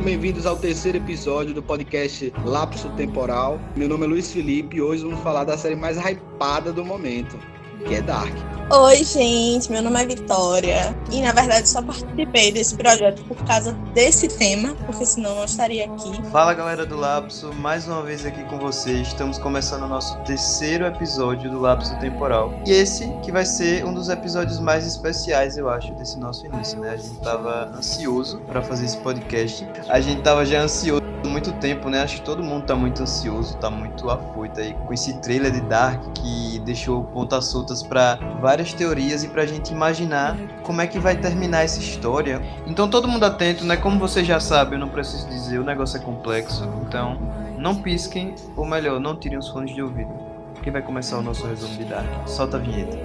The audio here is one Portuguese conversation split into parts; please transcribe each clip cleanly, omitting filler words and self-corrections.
bem-vindos ao terceiro episódio do podcast Lapso Temporal. Meu nome é Luiz Felipe e hoje vamos falar da série mais hypada do momento, que é Dark. Oi, gente, meu nome é Vitória e, na verdade, só participei desse projeto por causa desse tema, porque senão eu não estaria aqui. Fala, galera do Lapso, mais uma vez aqui com vocês. Estamos começando o nosso terceiro episódio do Lapso Temporal. E esse que vai ser um dos episódios mais especiais, eu acho, desse nosso início, né? A gente tava ansioso para fazer esse podcast. A gente tava já ansioso há muito tempo, né? Acho que todo mundo tá muito ansioso, tá muito afoito aí com esse trailer de Dark que deixou pontas soltas para várias teorias e pra gente imaginar como é que vai terminar essa história. Então todo mundo atento, né? Como você já sabe, eu não preciso dizer, o negócio é complexo. Então não pisquem, ou melhor, não tirem os fones de ouvido, porque vai começar o nosso resumo de Dark. Solta a vinheta.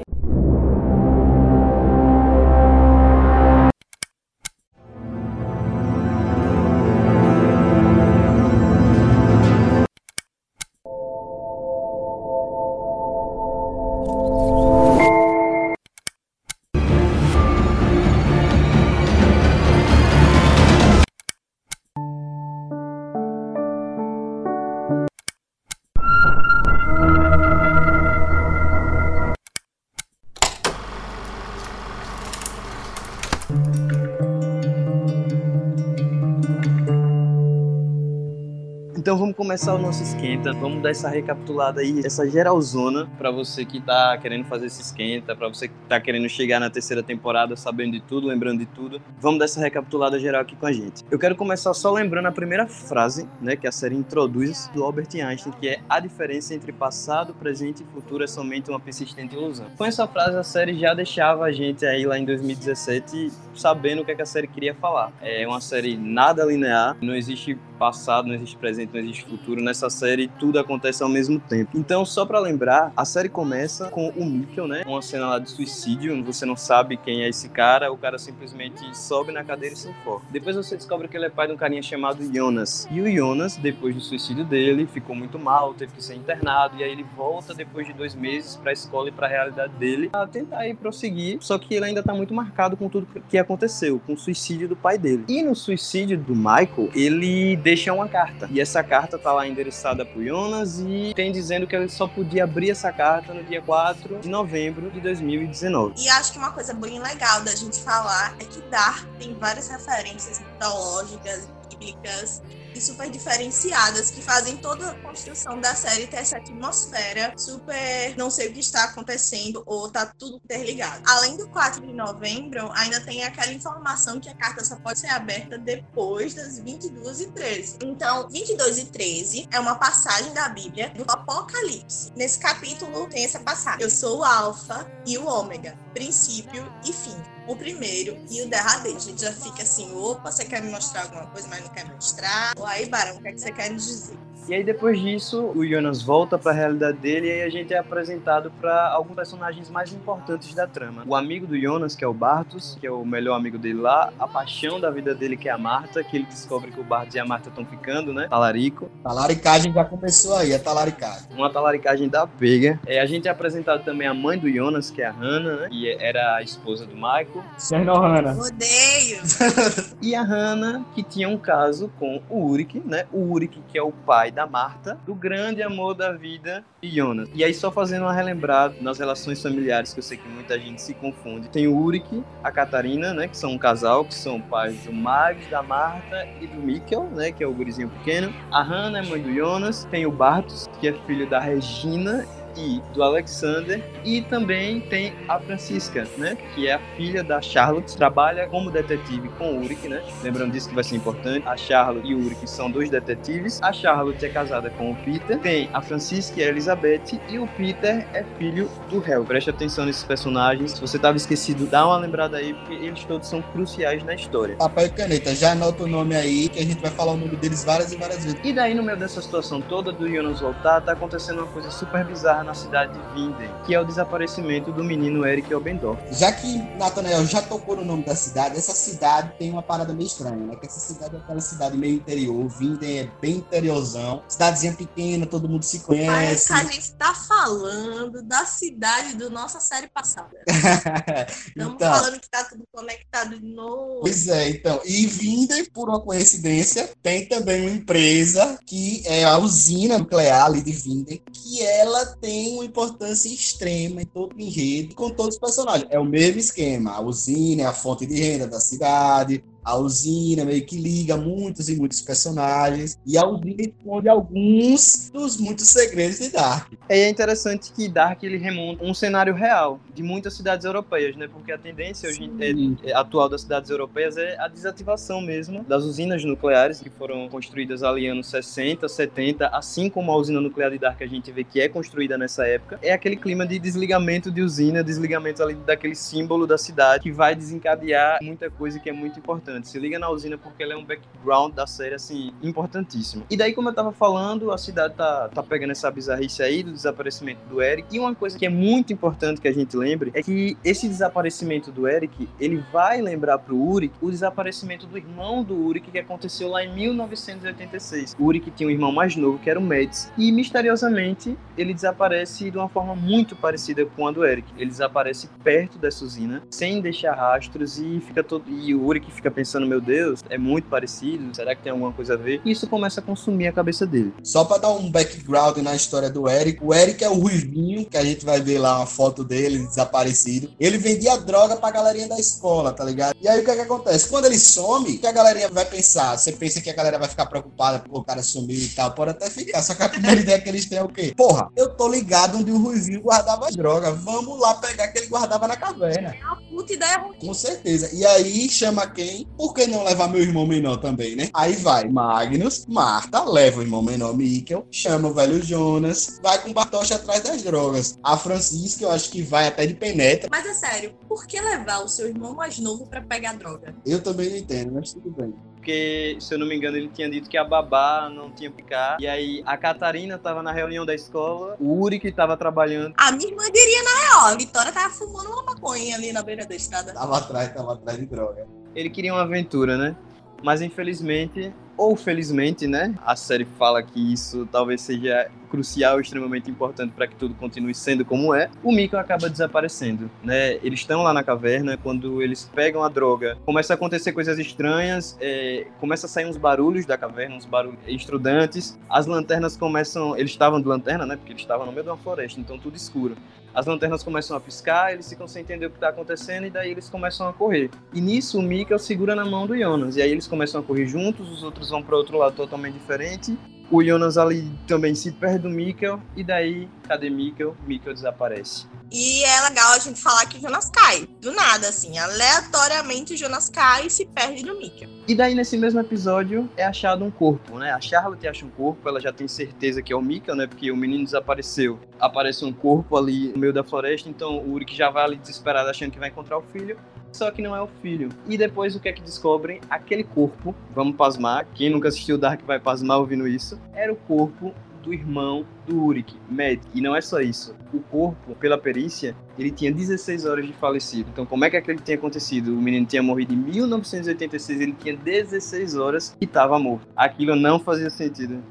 Então vamos começar o nosso esquenta, vamos dar essa recapitulada aí, essa geralzona pra você que tá querendo fazer esse esquenta, pra você que tá querendo chegar na terceira temporada sabendo de tudo, lembrando de tudo. Vamos dar essa recapitulada geral aqui com a gente. Eu quero começar só lembrando a primeira frase, né, que a série introduz do Albert Einstein, que é: a diferença entre passado, presente e futuro é somente uma persistente ilusão. Com essa frase a série já deixava a gente aí lá em 2017 sabendo o que a série queria falar. É uma série nada linear, não existe passado, não existe presente, não existe futuro. Nessa série tudo acontece ao mesmo tempo. Então, só pra lembrar, a série começa com o Mikkel, né? Uma cena lá de suicídio, você não sabe quem é esse cara, o cara simplesmente sobe na cadeira e se enforca. Depois você descobre que ele é pai de um carinha chamado Jonas. E o Jonas, depois do suicídio dele, ficou muito mal, teve que ser internado, e aí ele volta depois de 2 meses pra escola e pra realidade dele, a tentar aí prosseguir, só que ele ainda tá muito marcado com tudo que aconteceu, com o suicídio do pai dele. E no suicídio do Michael, ele deixa uma carta, e essa carta tá lá endereçada pro Jonas e tem dizendo que ele só podia abrir essa carta no dia 4 de novembro de 2019. E acho que uma coisa bem legal da gente falar é que Dark tem várias referências mitológicas, bíblicas e super diferenciadas que fazem toda a construção da série ter essa atmosfera super não sei o que está acontecendo ou tá tudo interligado. Além do 4 de novembro, ainda tem aquela informação que a carta só pode ser aberta depois das 22h13. Então, 22h13 é uma passagem da Bíblia do Apocalipse. Nesse capítulo tem essa passagem: eu sou o Alfa e o Ômega, princípio e fim, o primeiro e o derradeiro. A gente já fica assim: opa, você quer me mostrar alguma coisa, mas não quer mostrar? Ou aí, Barão, o que é que você quer nos dizer? E aí depois disso, o Jonas volta pra realidade dele e aí a gente é apresentado para alguns personagens mais importantes da trama. O amigo do Jonas, que é o Bartos, que é o melhor amigo dele lá, a paixão da vida dele, que é a Marta, que ele descobre que o Bartos e a Marta estão ficando, né? Talarico. Talaricagem já começou aí, a talaricagem. Uma talaricagem da pega. A gente é apresentado também a mãe do Jonas, que é a Hannah, né? E era a esposa do Michael. Chernohana. Odeio! E a Hannah, que tinha um caso com o Ulrich, né? O Ulrich, que é o pai da Marta, do grande amor da vida de Jonas. E aí, só fazendo uma relembrada nas relações familiares, que eu sei que muita gente se confunde. Tem o Ulrich, a Catarina, né? Que são um casal, que são pais do Mags, da Marta e do Mikkel, né? Que é o gurizinho pequeno. A Hannah é mãe do Jonas. Tem o Bartos, que é filho da Regina e do Alexander, e também tem a Francisca, né, que é a filha da Charlotte, trabalha como detetive com o Ulrich, né, lembrando disso que vai ser importante. A Charlotte e o Ulrich são 2 detetives. A Charlotte é casada com o Peter, tem a Francisca e a Elizabeth, e o Peter é filho do Hel. Preste atenção nesses personagens, se você estava esquecido, dá uma lembrada aí, porque eles todos são cruciais na história. Papel e caneta, já anota o nome aí, que a gente vai falar o nome deles várias e várias vezes. E daí, no meio dessa situação toda do Jonas voltar, tá acontecendo uma coisa super bizarra ocorrerá na cidade de Vinden, que é o desaparecimento do menino Eric Obendorf. Já que Nathanael já tocou no nome da cidade, essa cidade tem uma parada meio estranha, né? Que essa cidade é aquela cidade meio interior, Vinden é bem interiorzão, cidadezinha pequena, todo mundo se conhece. Parece que a gente tá falando da cidade da nossa série passada. Estamos falando que tá tudo conectado de novo. Pois é, então. E Vinden, por uma coincidência, tem também uma empresa que é a usina nuclear ali de Vinden, que ela tem uma importância extrema em todo o enredo, com todos os personagens. É o mesmo esquema. A usina é a fonte de renda da cidade. A usina meio que liga muitos e muitos personagens. E a usina esconde alguns dos muitos segredos de Dark. É interessante que Dark ele remonta um cenário real de muitas cidades europeias, né? Porque a tendência hoje atual das cidades europeias é a desativação mesmo das usinas nucleares que foram construídas ali anos 60, 70, assim como a usina nuclear de Dark a gente vê que é construída nessa época. É aquele clima de desligamento de usina, desligamento ali daquele símbolo da cidade que vai desencadear muita coisa que é muito importante. Se liga na usina porque ela é um background da série, assim, importantíssimo. E daí, como eu tava falando, a cidade tá pegando essa bizarrice aí do desaparecimento do Eric. E uma coisa que é muito importante que a gente lembre é que esse desaparecimento do Eric, ele vai lembrar pro Ulrich o desaparecimento do irmão do Ulrich que aconteceu lá em 1986. O Ulrich tinha um irmão mais novo, que era o Mads. E, misteriosamente, ele desaparece de uma forma muito parecida com a do Eric. Ele desaparece perto dessa usina, sem deixar rastros, e o Ulrich fica pensando, meu Deus, é muito parecido, será que tem alguma coisa a ver? E isso começa a consumir a cabeça dele. Só pra dar um background na história do Eric, o Eric é o ruivinho, que a gente vai ver lá uma foto dele desaparecido. Ele vendia droga pra galerinha da escola, tá ligado? E aí o que acontece? Quando ele some, o que a galerinha vai pensar? Você pensa que a galera vai ficar preocupada porque o cara sumiu e tal? Pode até ficar, só que a primeira ideia que eles têm é o quê? Porra, eu tô ligado onde o ruivinho guardava droga, vamos lá pegar que ele guardava na caverna. É uma puta ideia ruim. Com certeza. E aí chama quem? Por que não levar meu irmão menor também, né? Aí vai Magnus, Marta, leva o irmão menor Mikkel, chama o velho Jonas, vai com o Bartosz atrás das drogas. A Francisca, eu acho que vai até de penetra. Mas é sério, por que levar o seu irmão mais novo pra pegar droga? Eu também não entendo, mas tudo bem. Porque, se eu não me engano, ele tinha dito que a babá não tinha picar. E aí, a Catarina tava na reunião da escola, o Ulrich tava trabalhando. A minha irmã diria na real, a Vitória tava fumando uma maconha ali na beira da estrada. Tava atrás de droga. Ele queria uma aventura, né? Mas, infelizmente, ou felizmente, né? A série fala que isso talvez seja crucial, extremamente importante para que tudo continue sendo como é. O Mikkel acaba desaparecendo, né? Eles estão lá na caverna, quando eles pegam a droga, começa a acontecer coisas estranhas, começa a sair uns barulhos da caverna, uns barulhos estridentes. As lanternas começam... Eles estavam de lanterna, né? Porque eles estavam no meio de uma floresta, então tudo escuro. As lanternas começam a piscar, eles ficam sem entender o que está acontecendo e daí eles começam a correr. E nisso o Mikkel segura na mão do Jonas. E aí eles começam a correr juntos, os outros vão para outro lado totalmente diferente. O Jonas ali também se perde do Mikkel. E daí, cadê Mikkel? Mikkel desaparece. E é legal a gente falar que o Jonas cai. Do nada, assim. Aleatoriamente o Jonas cai e se perde do Mikkel. E daí, nesse mesmo episódio, é achado um corpo, né? A Charlotte acha um corpo, ela já tem certeza que é o Mikkel, né? Porque o menino desapareceu. Aparece um corpo ali no meio da floresta, então o Ulrich já vai ali desesperado achando que vai encontrar o filho. Só que não é o filho. E depois o que é que descobrem? Aquele corpo, vamos pasmar, quem nunca assistiu Dark vai pasmar ouvindo isso, era o corpo do irmão do Ulrich, Mads. E não é só isso. O corpo, pela perícia, ele tinha 16 horas de falecido. Então como é que aquilo tinha acontecido? O menino tinha morrido em 1986, ele tinha 16 horas e estava morto. Aquilo não fazia sentido.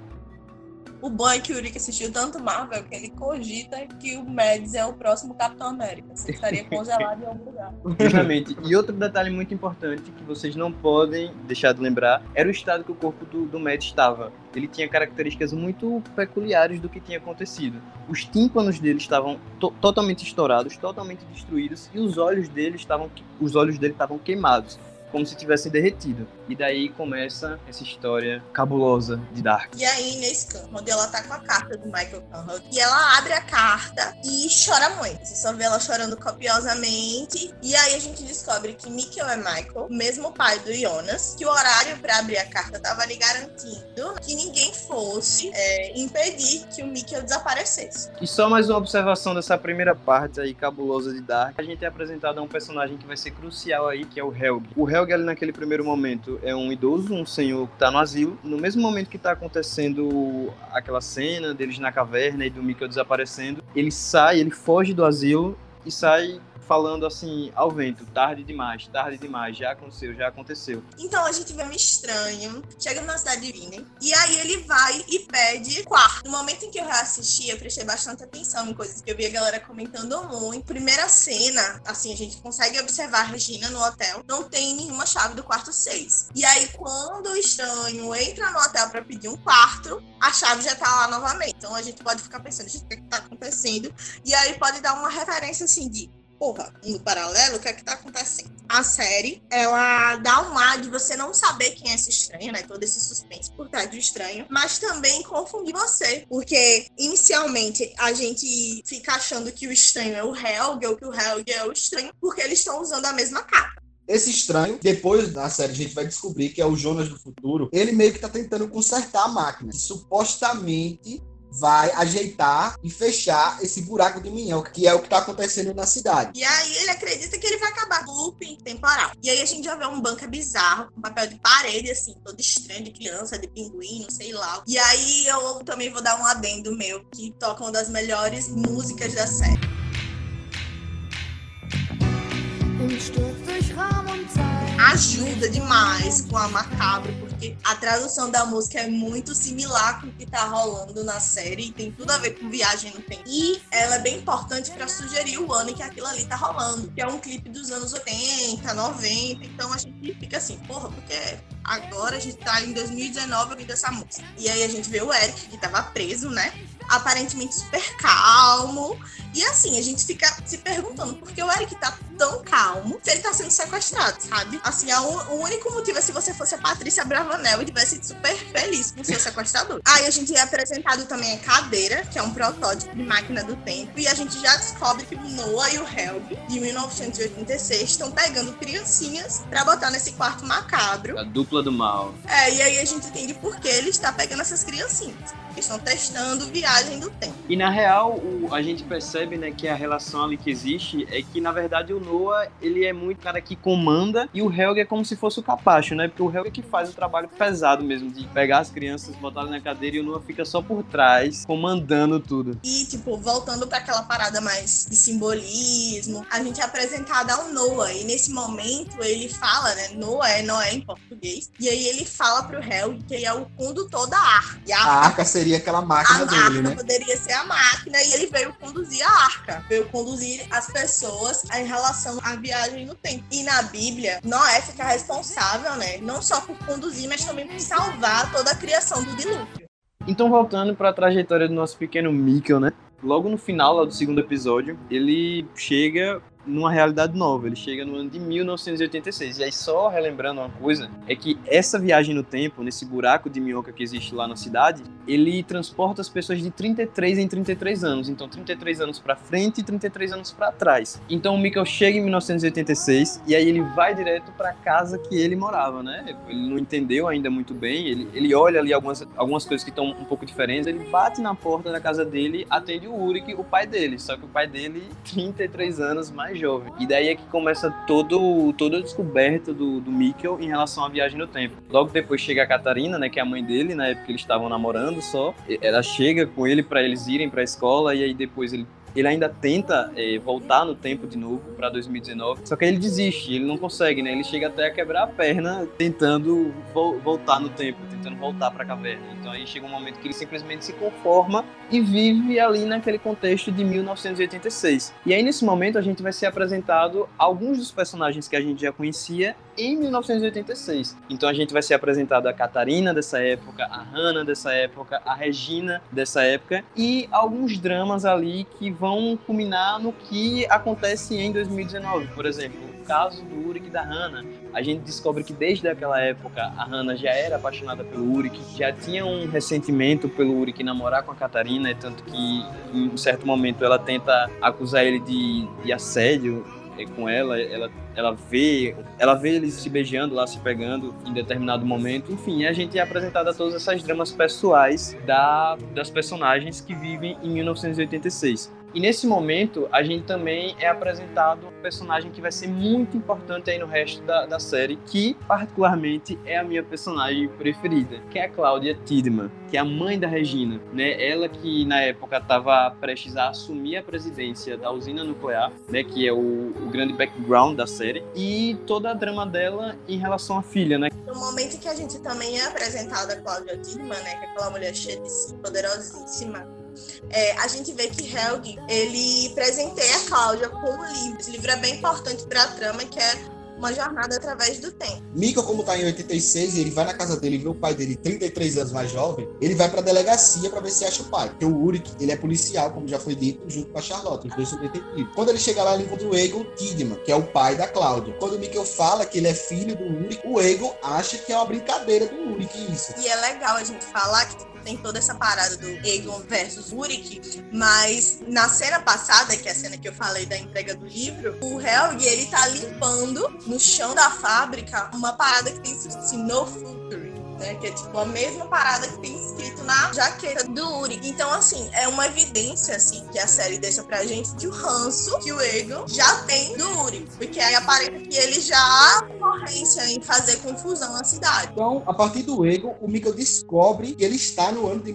O bom é que o Ulrich assistiu tanto Marvel que ele cogita que o Mads é o próximo Capitão América. Você estaria congelado em algum lugar. Justamente. E outro detalhe muito importante que vocês não podem deixar de lembrar era o estado que o corpo do Mads estava. Ele tinha características muito peculiares do que tinha acontecido. Os tímpanos dele estavam totalmente estourados, totalmente destruídos, e os olhos dele estavam queimados, como se tivessem derretido. E daí começa essa história cabulosa de Dark. E aí, nesse campo, onde ela tá com a carta do Michael Conrad, e ela abre a carta e chora muito. Você só vê ela chorando copiosamente. E aí a gente descobre que Mikkel é Michael, mesmo pai do Jonas, que o horário para abrir a carta tava ali garantindo que ninguém fosse impedir que o Mikkel desaparecesse. E só mais uma observação dessa primeira parte aí cabulosa de Dark. A gente é apresentado a um personagem que vai ser crucial aí, que é o Helg. O Helg ali naquele primeiro momento é um idoso, um senhor que tá no asilo. No mesmo momento que tá acontecendo aquela cena deles na caverna e do Mikkel desaparecendo, ele foge do asilo e sai falando assim ao vento: tarde demais, já aconteceu. Então a gente vê um estranho, chega na cidade de Vinden, e aí ele vai e pede quarto. No momento em que eu reassisti, eu prestei bastante atenção em coisas que eu vi a galera comentando muito. Primeira cena, assim, a gente consegue observar a Regina no hotel, não tem nenhuma chave do quarto 6. E aí quando o estranho entra no hotel pra pedir um quarto, a chave já tá lá novamente. Então a gente pode ficar pensando, gente, o que tá acontecendo? E aí pode dar uma referência assim de no paralelo, o que é que tá acontecendo? A série, ela dá um ar de você não saber quem é esse estranho, né? Todo esse suspense por trás do estranho, mas também confundir você. Porque, inicialmente, a gente fica achando que o estranho é o Helg, ou que o Helg é o estranho, porque eles estão usando a mesma capa. Esse estranho, depois da série a gente vai descobrir que é o Jonas do futuro. Ele meio que tá tentando consertar a máquina. E, supostamente vai ajeitar e fechar esse buraco de minhoca, que é o que tá acontecendo na cidade. E aí ele acredita que ele vai acabar com o looping temporal. E aí a gente já vê um bunker bizarro, com papel de parede, assim, todo estranho, de criança, de pinguim, não sei lá. E aí eu também vou dar um adendo meu, que toca uma das melhores músicas da série. Ajuda demais com a Macabro, porque a tradução da música é muito similar com o que tá rolando na série e tem tudo a ver com viagem no tempo. E ela é bem importante pra sugerir o ano em que aquilo ali tá rolando, que é um clipe dos anos 80, 90, então a gente fica assim, porra, porque agora a gente tá em 2019 ouvindo essa música. E aí a gente vê o Eric, que tava preso, né? Aparentemente super calmo. E assim, a gente fica se perguntando por que o Eric tá tão calmo se ele tá sendo sequestrado, sabe? Assim, o único motivo é se você fosse a Patrícia Bravanel e tivesse sido super feliz com o seu sequestrador. Aí a gente é apresentado também a Cadeira, que é um protótipo de máquina do tempo, e a gente já descobre que o Noah e o Helg, de 1986, estão pegando criancinhas pra botar nesse quarto macabro. A dupla do mal. E aí a gente entende por que ele está pegando essas criancinhas. Eles estão testando viagem do tempo. E na real, a gente percebe, né, que a relação ali que existe é que, na verdade, o Noah, ele é muito cara que comanda e o Helg é como se fosse o capacho, né? Porque o Helg é que faz o trabalho pesado mesmo, de pegar as crianças, botar na cadeira e o Noah fica só por trás, comandando tudo. E, tipo, voltando para aquela parada mais de simbolismo, a gente é apresentado ao Noah e nesse momento ele fala, né? Noah é Noé em português. E aí ele fala pro Helg que ele é o condutor da arca. E a arca seria aquela máquina dele, né? Poderia ser a máquina e ele veio conduzir a arca, veio conduzir as pessoas em relação à viagem no tempo. E na Bíblia, Noé fica responsável, né? Não só por conduzir, mas também por salvar toda a criação do dilúvio. Então, voltando para a trajetória do nosso pequeno Mikkel, né? Logo no final lá do segundo episódio, ele chega numa realidade nova, ele chega no ano de 1986. E aí, só relembrando uma coisa, é que essa viagem no tempo, nesse buraco de minhoca que existe lá na cidade, ele transporta as pessoas de 33 em 33 anos. Então, 33 anos pra frente e 33 anos pra trás. Então, o Mikkel chega em 1986 e aí ele vai direto pra casa que ele morava, né? Ele não entendeu ainda muito bem, ele olha ali algumas coisas que estão um pouco diferentes, ele bate na porta da casa dele, atende o Ulrich, o pai dele, só que o pai dele, 33 anos mais jovem. E daí é que começa toda a descoberta do Mikkel em relação à viagem no tempo. Logo depois chega a Catarina, né, que é a mãe dele, na época eles estavam namorando só. Ela chega com ele para eles irem para a escola e aí depois ele ainda tenta voltar no tempo de novo para 2019, só que ele desiste, ele não consegue, né? Ele chega até a quebrar a perna tentando voltar no tempo, tentando voltar para a caverna. Então aí chega um momento que ele simplesmente se conforma e vive ali naquele contexto de 1986. E aí nesse momento a gente vai ser apresentado alguns dos personagens que a gente já conhecia em 1986. Então a gente vai ser apresentado a Catarina dessa época, a Hannah dessa época, a Regina dessa época e alguns dramas ali que vão culminar no que acontece em 2019. Por exemplo, caso do Uric e da Hannah. A gente descobre que desde aquela época a Hannah já era apaixonada pelo Uric, já tinha um ressentimento pelo Uric namorar com a Catarina, tanto que em um certo momento ela tenta acusar ele de assédio com ela vê eles se beijando lá, se pegando em determinado momento. Enfim, a gente é apresentado a todas essas dramas pessoais das personagens que vivem em 1986. E nesse momento, a gente também é apresentado um personagem que vai ser muito importante aí no resto da série, que particularmente é a minha personagem preferida, que é a Cláudia Tiedemann, que é a mãe da Regina, né? Ela que na época estava prestes a assumir a presidência da usina nuclear, né? Que é o grande background da série, e toda a drama dela em relação à filha, né? No momento que a gente também é apresentada a Cláudia Tiedemann, né? Que é aquela mulher cheia de si, poderosíssima. A gente vê que Helge, ele presenteia a Cláudia com um livro. Esse livro é bem importante para a trama, que é Uma Jornada Através do Tempo. Mika, como tá em 86, ele vai na casa dele e vê o pai dele 33 anos mais jovem, ele vai pra delegacia pra ver se acha o pai. Porque o Uric, ele é policial, como já foi dito, junto com a Charlotte, os dois são detetives. Quando ele chega lá, ele encontra o Egon Tiedemann, que é o pai da Cláudia. Quando o Mikkel fala que ele é filho do Uric, o Egon acha que é uma brincadeira do Uric isso. E é legal a gente falar que tem toda essa parada do Egon versus Uric, mas na cena passada, que é a cena que eu falei da entrega do livro, o Helge, ele tá limpando no chão da fábrica uma parada que tem assim, no future, né? Que é tipo a mesma parada que tem escrito na jaqueta do Uric. Então, assim, é uma evidência, assim, que a série deixa pra gente de o ranço que o Egon já tem do Uric, porque aí aparenta que ele já há concorrência em fazer confusão na cidade. Então, a partir do Egon, o Mikkel descobre que ele está no ano de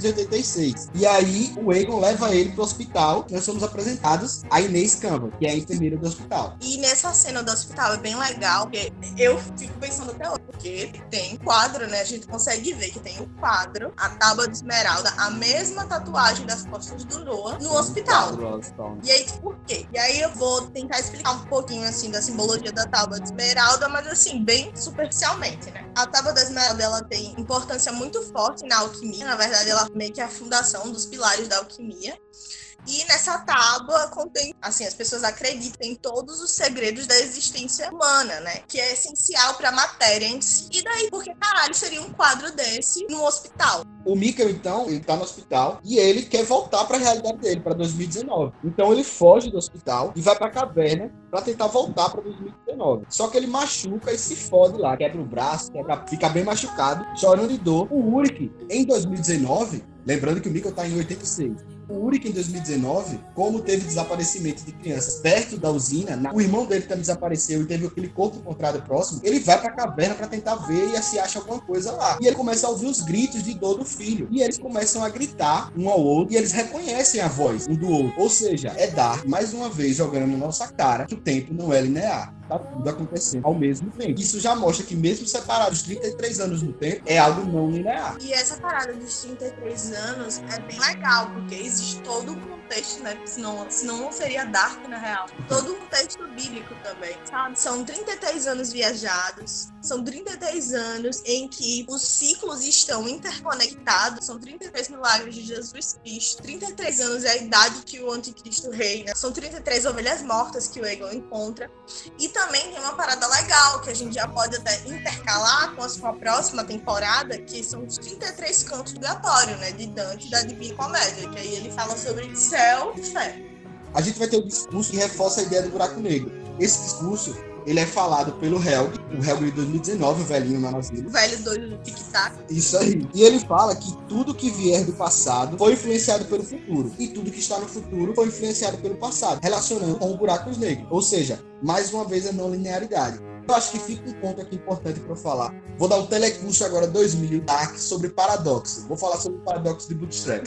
1986. E aí, o Egon leva ele pro hospital. Nós somos apresentados a Inês Campbell, que é a enfermeira do hospital. E nessa cena do hospital é bem legal, porque eu fico pensando até hoje, porque tem quadro, né? A gente consegue ver que tem o quadro, a tábua de esmeralda, a mesma tatuagem das costas do Noah no hospital. E aí, por quê? E aí eu vou tentar explicar um pouquinho, assim, da simbologia da tábua de esmeralda, mas, assim, bem superficialmente, né? A tábua da esmeralda, ela tem importância muito forte na alquimia. Na verdade, ela meio que é a fundação dos pilares da alquimia. E nessa tábua contém, assim, as pessoas acreditam em todos os segredos da existência humana, né? Que é essencial pra matéria em si. E daí, por que caralho seria um quadro desse no hospital? O Mikkel, então, ele tá no hospital e ele quer voltar pra realidade dele, pra 2019. Então ele foge do hospital e vai pra caverna pra tentar voltar pra 2019. Só que ele machuca e se fode lá, quebra o braço, fica bem machucado, chorando de dor. O Uric, em 2019, lembrando que o Mikkel tá em 86, o Uric, em 2019, como teve desaparecimento de crianças perto da usina, o irmão dele também desapareceu e teve aquele corpo encontrado próximo, ele vai pra caverna pra tentar ver e se acha alguma coisa lá. E ele começa a ouvir os gritos de dor do filho. E eles começam a gritar um ao outro e eles reconhecem a voz um do outro. Ou seja, é Dark, mais uma vez, jogando na nossa cara que o tempo não é linear. Tá tudo acontecendo ao mesmo tempo. Isso já mostra que mesmo separados 33 anos no tempo, é algo não linear. E essa parada dos 33 anos é bem legal, porque existe todo um contexto, né? Senão não seria Dark, na real. Todo um contexto bíblico também, sabe? São 33 anos viajados, são 33 anos em que os ciclos estão interconectados, são 33 milagres de Jesus Cristo, 33 anos é a idade que o anticristo reina, são 33 ovelhas mortas que o Egon encontra. E também tem uma parada legal, que a gente já pode até intercalar com a próxima temporada, que são os 33 cantos do purgatório, né, de Dante, da Divina Comédia, que aí ele fala sobre céu e fé. A gente vai ter um discurso que reforça a ideia do buraco negro. Esse discurso, ele é falado pelo Helge, o Helge de 2019, o velhinho na asilo. O velho doido do tic-tac. Isso aí. E ele fala que tudo que vier do passado foi influenciado pelo futuro. E tudo que está no futuro foi influenciado pelo passado, relacionando com o buracos negros. Ou seja, mais uma vez a não linearidade. Eu acho que fica um ponto aqui importante para eu falar. Vou dar o telecurso agora 2000 Dark sobre paradoxo. Vou falar sobre o paradoxo de Bootstrap.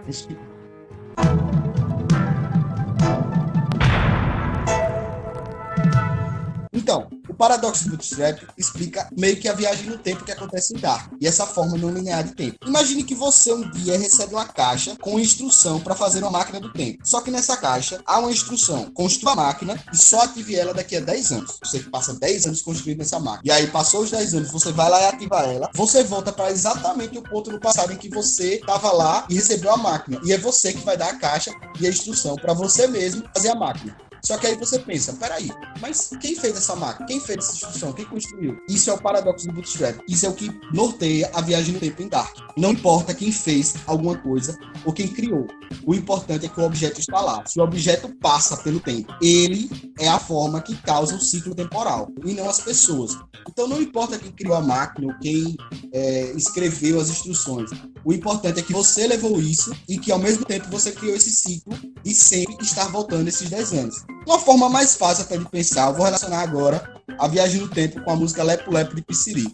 Então, o paradoxo do Bootstrap explica meio que a viagem no tempo que acontece em Dark, e essa forma não linear de tempo. Imagine que você um dia recebe uma caixa com instrução para fazer uma máquina do tempo. Só que nessa caixa há uma instrução: construa a máquina e só ative ela daqui a 10 anos. Você passa 10 anos construindo essa máquina. E aí, passou os 10 anos, você vai lá e ativa ela. Você volta para exatamente o ponto no passado em que você estava lá e recebeu a máquina. E é você que vai dar a caixa e a instrução para você mesmo fazer a máquina. Só que aí você pensa, peraí, mas quem fez essa máquina? Quem fez essa instrução? Quem construiu? Isso é o paradoxo do Bootstrap. Isso é o que norteia a viagem no tempo em Dark. Não importa quem fez alguma coisa ou quem criou. O importante é que o objeto está lá. Se o objeto passa pelo tempo, ele é a forma que causa o ciclo temporal, e não as pessoas. Então não importa quem criou a máquina ou quem escreveu as instruções. O importante é que você levou isso e que ao mesmo tempo você criou esse ciclo e sempre está voltando esses 10 anos. Uma forma mais fácil até de pensar, eu vou relacionar agora a viagem no tempo com a música Lepo Lepo de Pissiri.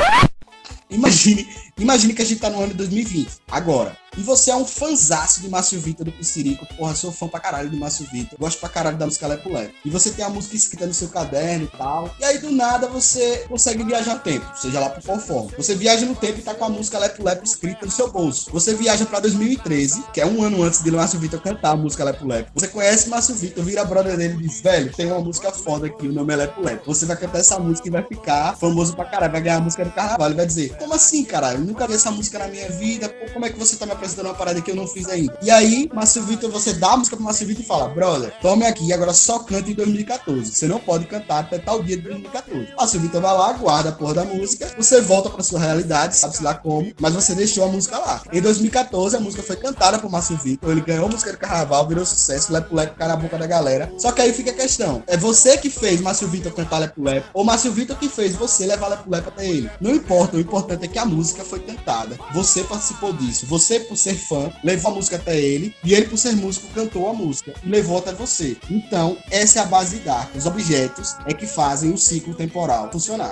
Imagine que a gente tá no ano de 2020, agora. E você é um fanzaço de Márcio Vitor do Pissirico. Porra, sou fã pra caralho de Márcio Vitor. Gosto pra caralho da música Lepo Lepo. E você tem a música escrita no seu caderno e tal. E aí, do nada, você consegue viajar no tempo. Seja lá por qual forma. Você viaja no tempo e tá com a música Lepo Lepo escrita no seu bolso. Você viaja pra 2013, que é um ano antes de Márcio Vitor cantar a música Lepo Lepo. Você conhece Márcio Vitor, vira brother dele e diz, velho, tem uma música foda aqui, o nome é Lepo Lepo. Você vai cantar essa música e vai ficar famoso pra caralho. Vai ganhar a música do carnaval. Ele vai dizer, como assim, caralho? Eu nunca vi essa música na minha vida. Pô, como é que você tá me apresentando uma parada que eu não fiz ainda? E aí, Márcio Vitor, você dá a música pro Márcio Vitor e fala, brother, tome aqui, agora só canta em 2014. Você não pode cantar até tal dia de 2014. Márcio Vitor vai lá, guarda a porra da música, você volta pra sua realidade, sabe-se lá como, mas você deixou a música lá. Em 2014, a música foi cantada por Márcio Vitor, ele ganhou a música do carnaval, virou sucesso, Lepo Lepo cai na boca da galera. Só que aí fica a questão, é você que fez Márcio Vitor cantar Lepo Lepo, ou Márcio Vitor que fez você levar Lepo Lepo até ele? Não importa, o importante é que a música foi cantada. Você participou disso. Você, por ser fã, levou a música até ele, e ele, por ser músico, cantou a música e levou até você. Então, essa é a base de Dark. Os objetos é que fazem o ciclo temporal funcionar.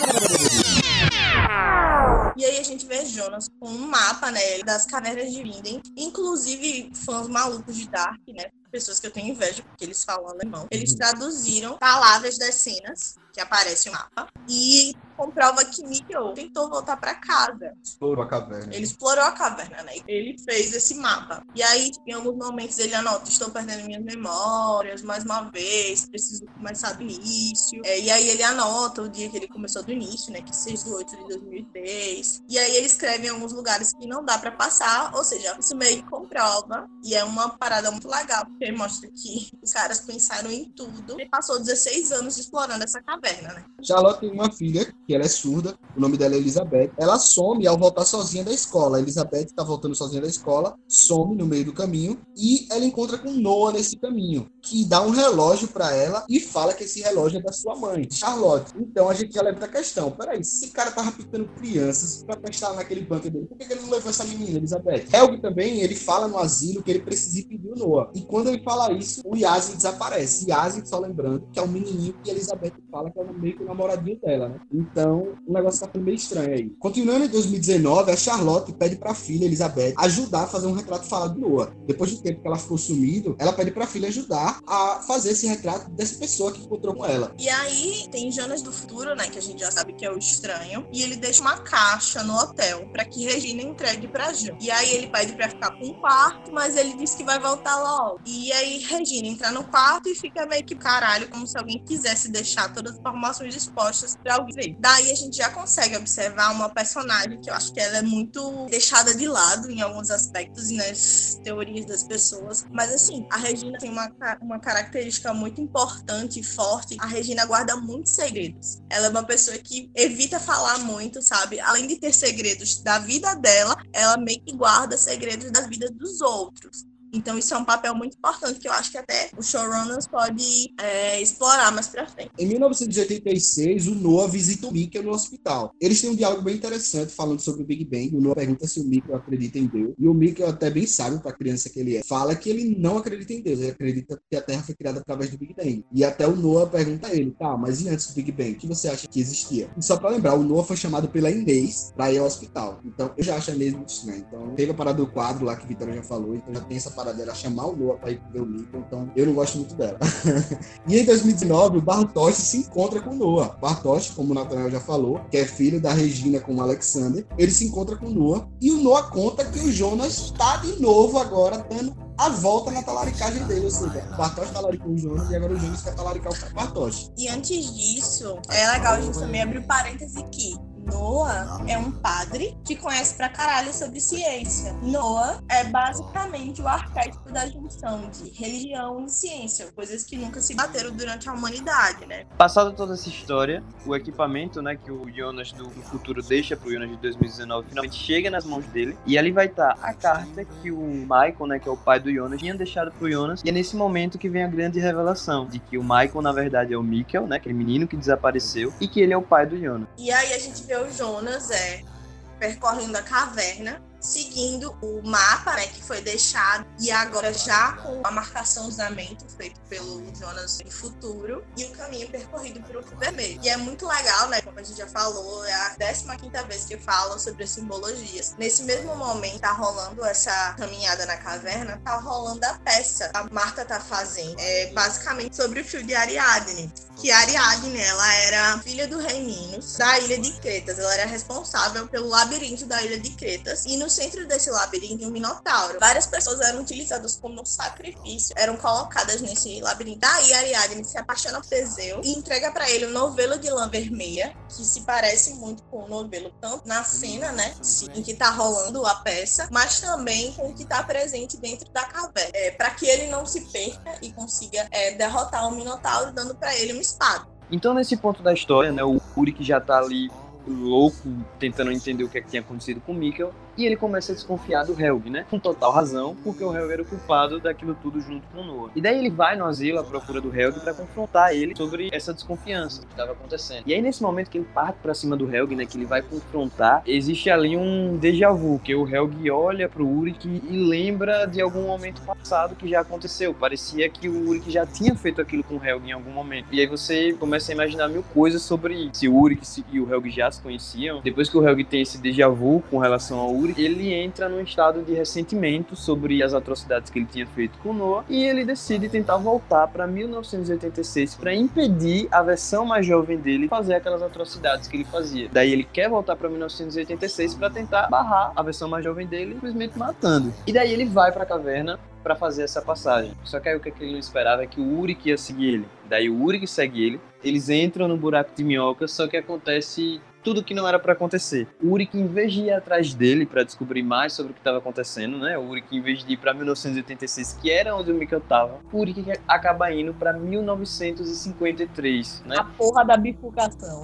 E aí a gente vê Jonas com um mapa, né, das cavernas de Vinden. Inclusive, fãs malucos de Dark, né, pessoas que eu tenho inveja, porque eles falam alemão. Eles traduziram palavras das cenas que aparece o mapa e comprova que Mikkel tentou voltar pra casa. Explorou a caverna. Ele explorou a caverna, né? Ele fez esse mapa. E aí, em alguns momentos, ele anota, estou perdendo minhas memórias, mais uma vez, preciso começar do início. E aí ele anota o dia que ele começou do início, né? Que 6/8 de 2003. E aí ele escreve em alguns lugares que não dá pra passar, ou seja, isso meio que comprova. E é uma parada muito legal, porque mostra que os caras pensaram em tudo. Ele passou 16 anos explorando essa caverna, né? Charlotte tem uma filha, que ela é surda, o nome dela é Elizabeth. Ela some ao voltar sozinha da escola. A Elizabeth tá voltando sozinha da escola, some no meio do caminho e ela encontra com Noah nesse caminho, que dá um relógio pra ela e fala que esse relógio é da sua mãe, Charlotte. Então a gente já leva a questão, peraí, se esse cara tá raptando crianças pra testar naquele bunker dele, por que ele não levou essa menina, Elizabeth? Helg também, ele fala no asilo que ele precisa impedir o Noah. E quando ele fala isso, o Yasin desaparece. Yasin, só lembrando, que é o menininho que a Elizabeth fala que é meio que o namoradinho dela, né? Então, o negócio tá ficando meio estranho aí. Continuando em 2019, a Charlotte pede pra filha, Elizabeth, ajudar a fazer um retrato falado de Noah. Depois do tempo que ela ficou sumido, ela pede pra filha ajudar a fazer esse retrato dessa pessoa que encontrou com ela. E aí, tem Jonas do futuro, né, que a gente já sabe que é o estranho, e ele deixa uma caixa no hotel pra que Regina entregue pra Ju. E aí ele pede pra ficar com um quarto, mas ele diz que vai voltar logo. E aí Regina entra no quarto e fica meio que caralho, como se alguém quisesse deixar todas as informações expostas pra alguém ver. Daí a gente já consegue observar uma personagem que eu acho que ela é muito deixada de lado em alguns aspectos e nas teorias das pessoas. Mas assim, a Regina tem uma característica muito importante e forte. A Regina guarda muitos segredos. Ela é uma pessoa que evita falar muito, sabe? Além de ter segredos da vida dela, ela meio que guarda segredos das vidas dos outros. Então isso é um papel muito importante que eu acho que até o showrunners pode explorar mais pra frente. Em 1986, o Noah visita o Mikkel no hospital. Eles têm um diálogo bem interessante falando sobre o Big Bang. O Noah pergunta se o Mikkel acredita em Deus. E o Mikkel, até bem sábio pra criança que ele é, fala que ele não acredita em Deus. Ele acredita que a Terra foi criada através do Big Bang. E até o Noah pergunta a ele, tá, mas e antes do Big Bang? O que você acha que existia? E só pra lembrar, o Noah foi chamado pela Inês pra ir ao hospital. Então eu já acho a Inês muito estranha. Então teve a parada do quadro lá que a Vitória já falou. Então já tem essa parada dela chamar o Noah pra ir ver o Mikkel, então eu não gosto muito dela. E em 2019, o Bartosz se encontra com o Noah. Bartosz, como o Nathanael já falou, que é filho da Regina com o Alexander, ele se encontra com o Noah e o Noah conta que o Jonas está de novo agora dando a volta na talaricagem dele, ou seja, o Bartosz talaricou o Jonas e agora o Jonas quer talaricar o Bartosz. E antes disso, é legal a gente também abrir um parêntese aqui. Noah é um padre que conhece pra caralho sobre ciência. Noah é basicamente o arquétipo da junção de religião e ciência, coisas que nunca se bateram durante a humanidade, né? Passada toda essa história, o equipamento, né, que o Jonas do futuro deixa pro Jonas de 2019 finalmente chega nas mãos dele, e ali vai estar a carta que o Michael, né, que é o pai do Jonas, tinha deixado pro Jonas, e é nesse momento que vem a grande revelação de que o Michael, na verdade, é o Mikkel, né, aquele menino que desapareceu, e que ele é o pai do Jonas. E aí a gente vê o Jonas percorrendo a caverna, seguindo o mapa, né, que foi deixado, e agora já com a marcaçãozinamento feito pelo Jonas do futuro, e o caminho percorrido pelo vermelho. E é muito legal, né, como a gente já falou, é a 15ª vez que falam sobre as simbologias. Nesse mesmo momento, tá rolando essa caminhada na caverna, tá rolando a peça que a Marta tá fazendo, basicamente sobre o fio de Ariadne, que a Ariadne, ela era filha do rei Minos, da ilha de Cretas. Ela era responsável pelo labirinto da ilha de Cretas, e no centro desse labirinto um minotauro. Várias pessoas eram utilizadas como sacrifício, eram colocadas nesse labirinto. Daí Ariadne se apaixona por Teseu e entrega para ele um novelo de lã vermelha, que se parece muito com o novelo, tanto na cena, né, em que tá rolando a peça, mas também com o que tá presente dentro da caverna, para que ele não se perca e consiga derrotar o minotauro, dando para ele uma espada. Então, nesse ponto da história, né, o Uric já tá ali louco, tentando entender o que é que tinha acontecido com o Mikkel, e ele começa a desconfiar do Helg, né? Com total razão, porque o Helg era o culpado daquilo tudo junto com o Noah. E daí ele vai no asilo à procura do Helg pra confrontar ele sobre essa desconfiança que estava acontecendo. E aí nesse momento que ele parte pra cima do Helg, né, que ele vai confrontar, existe ali um déjà vu, que o Helg olha pro Uric e lembra de algum momento passado que já aconteceu. Parecia que o Uric já tinha feito aquilo com o Helg em algum momento. E aí você começa a imaginar mil coisas sobre se o Uric e o Helg já se conheciam. Depois que o Helg tem esse déjà vu com relação ao Uric, ele entra num estado de ressentimento sobre as atrocidades que ele tinha feito com Noah, e ele decide tentar voltar para 1986 para impedir a versão mais jovem dele fazer aquelas atrocidades que ele fazia. Daí ele quer voltar para 1986 para tentar barrar a versão mais jovem dele, simplesmente matando. E daí ele vai para a caverna para fazer essa passagem. Só que aí o que ele não esperava é que o Uric ia seguir ele. Daí o Uric segue ele, eles entram no buraco de minhoca, só que acontece tudo que não era pra acontecer. O Uric, em vez de ir atrás dele pra descobrir mais sobre o que estava acontecendo, né? O Uric, em vez de ir pra 1986, que era onde o Mikkel tava, o Uric acaba indo pra 1953, né? A porra da bifurcação.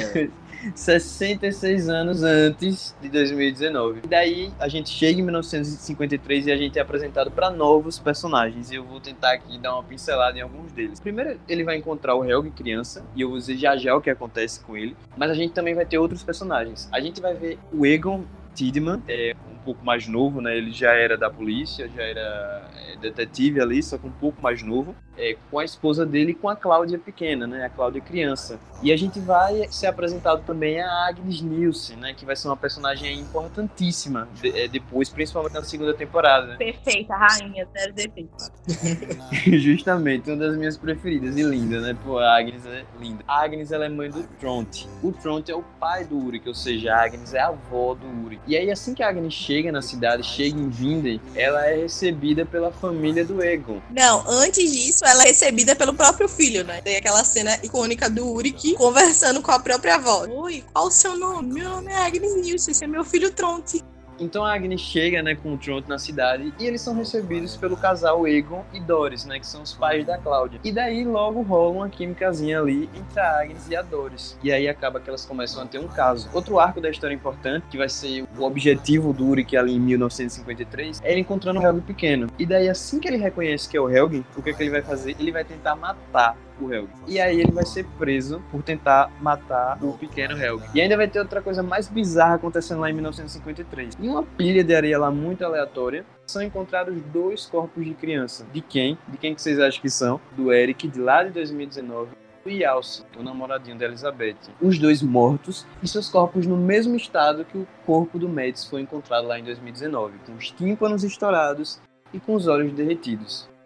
66 anos antes de 2019. E daí a gente chega em 1953 e a gente é apresentado para novos personagens. E eu vou tentar aqui dar uma pincelada em alguns deles. Primeiro, ele vai encontrar o Helg criança, e eu vou dizer já o que acontece com ele. Mas a gente também vai ter outros personagens. A gente vai ver o Egon Tidman, um pouco mais novo, né? Ele já era da polícia, já era detetive ali, só que um pouco mais novo, com a esposa dele e com a Cláudia pequena, né? A Cláudia criança. E a gente vai ser apresentado também a Agnes Nielsen, né? Que vai ser uma personagem importantíssima depois, principalmente na segunda temporada. Perfeita, rainha, zero defeitos. Justamente, uma das minhas preferidas, e linda, né? Pô, a Agnes é linda. A Agnes, ela é mãe do Tronte. O Tronte é o pai do Uric, ou seja, a Agnes é a avó do Uric. E aí, assim que a Agnes chega na cidade, chega em Vinden, ela é recebida pela família do Egon. Não, antes disso, ela é recebida pelo próprio filho, né? Tem aquela cena icônica do Uric conversando com a própria avó. Oi, qual o seu nome? Meu nome é Agnes Nielsen, esse é meu filho Tronte. Então a Agnes chega, né, com o Tronte na cidade, e eles são recebidos pelo casal Egon e Doris, né, que são os pais da Cláudia. E daí logo rola uma químicazinha ali entre a Agnes e a Doris. E aí acaba que elas começam a ter um caso. Outro arco da história importante, que vai ser o objetivo do Uric ali em 1953, é ele encontrando o Helg pequeno. E daí assim que ele reconhece que é o Helg, o que ele vai fazer? Ele vai tentar matar o Helg. E aí ele vai ser preso por tentar matar o pequeno Helg. E ainda vai ter outra coisa mais bizarra acontecendo lá em 1953. Em uma pilha de areia lá muito aleatória, são encontrados 2 corpos de criança. De quem? De quem que vocês acham que são? Do Eric, de lá de 2019. O Yalce, o namoradinho da Elizabeth. Os 2 mortos e seus corpos no mesmo estado que o corpo do Mads foi encontrado lá em 2019, com os tímpanos estourados e com os olhos derretidos.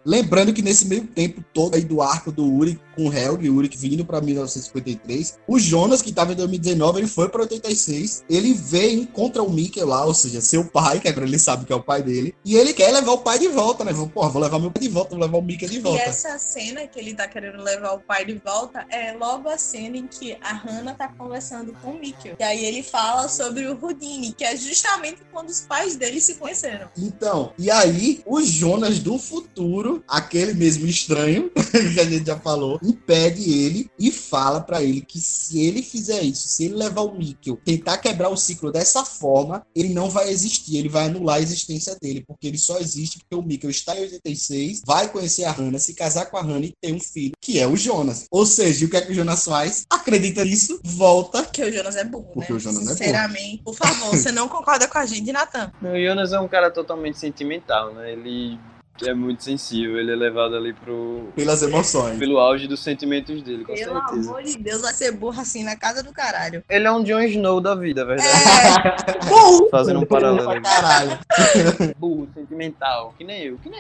Lembrando que nesse meio tempo todo aí do arco do Uric com o Helg, o Uric vindo pra 1953, o Jonas, que tava em 2019, ele foi pra 86, ele veio e encontra o Mikkel lá, ou seja, seu pai, que agora ele sabe que é o pai dele, e ele quer levar o pai de volta, né? Porra, vou levar meu pai de volta, vou levar o Mikkel de volta. E essa cena que ele tá querendo levar o pai de volta é logo a cena em que a Hannah tá conversando com o Mikkel. E aí ele fala sobre o Houdini, que é justamente quando os pais dele se conheceram. Então, e aí, o Jonas do futuro, aquele mesmo estranho, que a gente já falou, impede ele e fala pra ele que se ele fizer isso, se ele levar o Mikkel, tentar quebrar o ciclo dessa forma, ele não vai existir, ele vai anular a existência dele, porque ele só existe porque o Mikkel está em 86, vai conhecer a Hannah, se casar com a Hannah e ter um filho, que é o Jonas. Ou seja, o que é que o Jonas faz? Acredita nisso, volta. Porque o Jonas é burro, Porque né? o Jonas Sinceramente, por favor, você não concorda com a gente, Natan? O Jonas é um cara totalmente sentimental, né? Ele é muito sensível, ele é levado ali Pelas emoções. pelo auge dos sentimentos dele, com Pelo certeza. amor de Deus, vai ser burro assim na casa do caralho. Ele é um Jon Snow da vida, verdade? Burro! Fazendo um paralelo aí. Caralho. Burro, sentimental, que nem eu.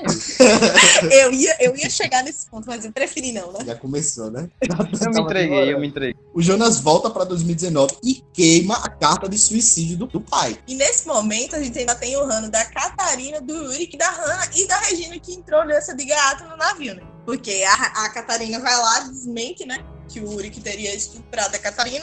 Eu ia chegar nesse ponto, mas eu preferi não, né? Já começou, né? Eu me entreguei. O Jonas volta pra 2019 e queima a carta de suicídio do pai. E nesse momento a gente ainda tem o rano da Catarina, do Uric, da Hannah e da Regina que entrou nessa de gaiato no navio, né? Porque a Catarina vai lá, desmente, né? Que o Uric teria estuprado a Catarina.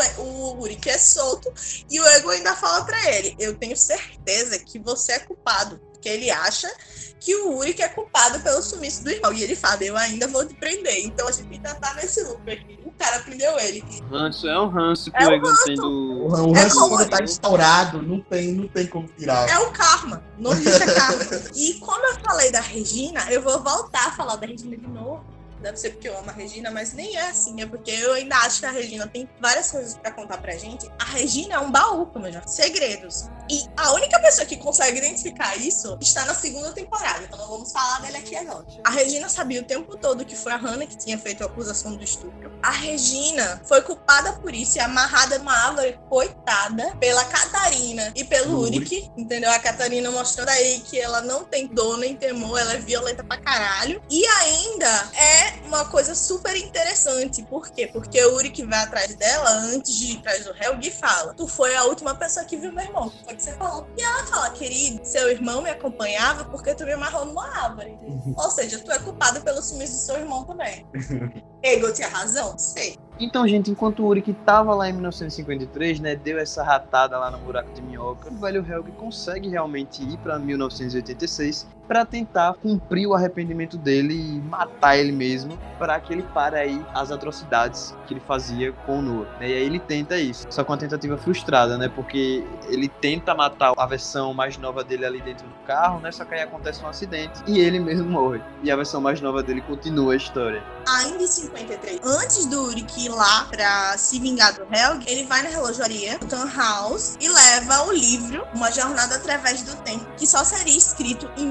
O Uric é solto e o Ego ainda fala pra ele: eu tenho certeza que você é culpado. Porque ele acha que o Uric é culpado pelo sumiço do irmão. E ele fala: eu ainda vou te prender. Então a gente ainda tá nesse loop aqui. O cara prendeu ele. Ranço é um ranço que É o um Egon ranço. tem do... O ranço como- quando tá instaurado, não tem como tirar. É o karma. Não existe karma. E como eu falei da Regina, eu vou voltar a falar da Regina de novo. Deve ser porque eu amo a Regina, mas nem é assim. É porque eu ainda acho que a Regina tem várias coisas pra contar pra gente. A Regina é um baú, como eu já falei. Segredos. E a única pessoa que consegue identificar isso está na segunda temporada. Então não vamos falar dele aqui agora. A Regina sabia o tempo todo que foi a Hannah que tinha feito a acusação do estupro. A Regina foi culpada por isso e amarrada numa árvore, coitada, pela Catarina e pelo Uric. Entendeu? A Catarina mostrando aí que ela não tem dor nem temor, ela é violenta pra caralho. E ainda é uma coisa super interessante. Por quê? Porque o Uric vai atrás dela antes de ir atrás do Helg e fala: tu foi a última pessoa que viu meu irmão. Foi o que você falou. E ela fala: querido, seu irmão me acompanhava porque tu me amarrou numa árvore. Ou seja, tu é culpado pelo sumiço do seu irmão também. Ego tinha razão? Sei. Então, gente, enquanto o Uric tava lá em 1953, né, deu essa ratada lá no buraco de minhoca, o velho Helg consegue realmente ir pra 1986 para tentar cumprir o arrependimento dele e matar ele mesmo, para que ele pare aí as atrocidades que ele fazia com o Noah, né? E aí ele tenta isso, só com uma tentativa frustrada, né? Porque ele tenta matar a versão mais nova dele ali dentro do carro, né? Só que aí acontece um acidente e ele mesmo morre. E a versão mais nova dele continua a história. Ainda em 53, antes do Uric ir lá pra se vingar do Helg, ele vai na relojaria, do Tannhaus, e leva o livro Uma Jornada Através do Tempo, que só seria escrito em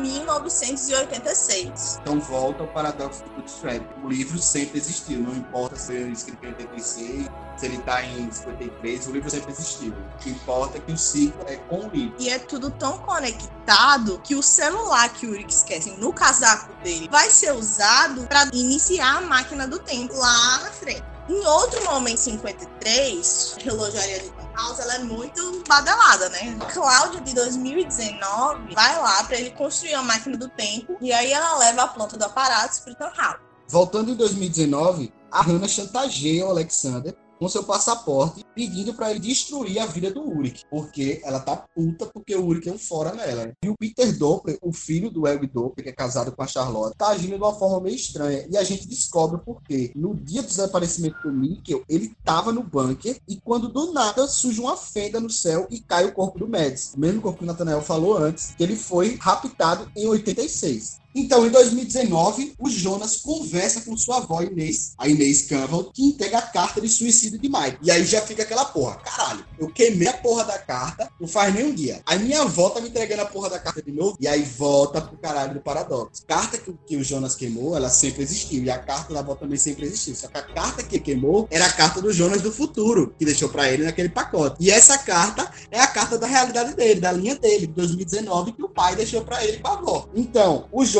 1986. Então volta ao paradoxo do Bootstrap. O livro sempre existiu, não importa se ele escreveu em 86, se ele tá em 53, o livro sempre existiu. O que importa é que o ciclo é com o livro. E é tudo tão conectado que o celular que o Uric esquece no casaco dele vai ser usado para iniciar a máquina do tempo lá na frente. Em outro momento, 53, a relojaria de Tannhaus, ela é muito badalada, né? Cláudia, de 2019, vai lá para ele construir a máquina do tempo e aí ela leva a planta do aparato para o Tannhaus. Voltando em 2019, a Hannah chantageia o Alexander com seu passaporte, pedindo para ele destruir a vida do Uric, porque ela tá puta porque o Uric é um fora nela. E o Peter Doppler, o filho do Helg Doppler, que é casado com a Charlotte, tá agindo de uma forma meio estranha, e a gente descobre o porquê. No dia do desaparecimento do Mikkel, ele tava no bunker, e quando do nada surge uma fenda no céu e cai o corpo do Mads, o mesmo corpo que o Nathanael falou antes, que ele foi raptado em 86. Então, em 2019, o Jonas conversa com sua avó Inês, a Inês Campbell, que entrega a carta de suicídio de Mike. E aí já fica aquela porra, caralho, eu queimei a porra da carta, não faz nem um dia. Aí minha avó tá me entregando a porra da carta de novo, e aí volta pro caralho do paradoxo. Carta que o Jonas queimou, ela sempre existiu, e a carta da avó também sempre existiu. Só que a carta que queimou era a carta do Jonas do futuro, que deixou pra ele naquele pacote. E essa carta é a carta da realidade dele, da linha dele, de 2019, que o pai deixou pra ele com a avó. Então, o Jonas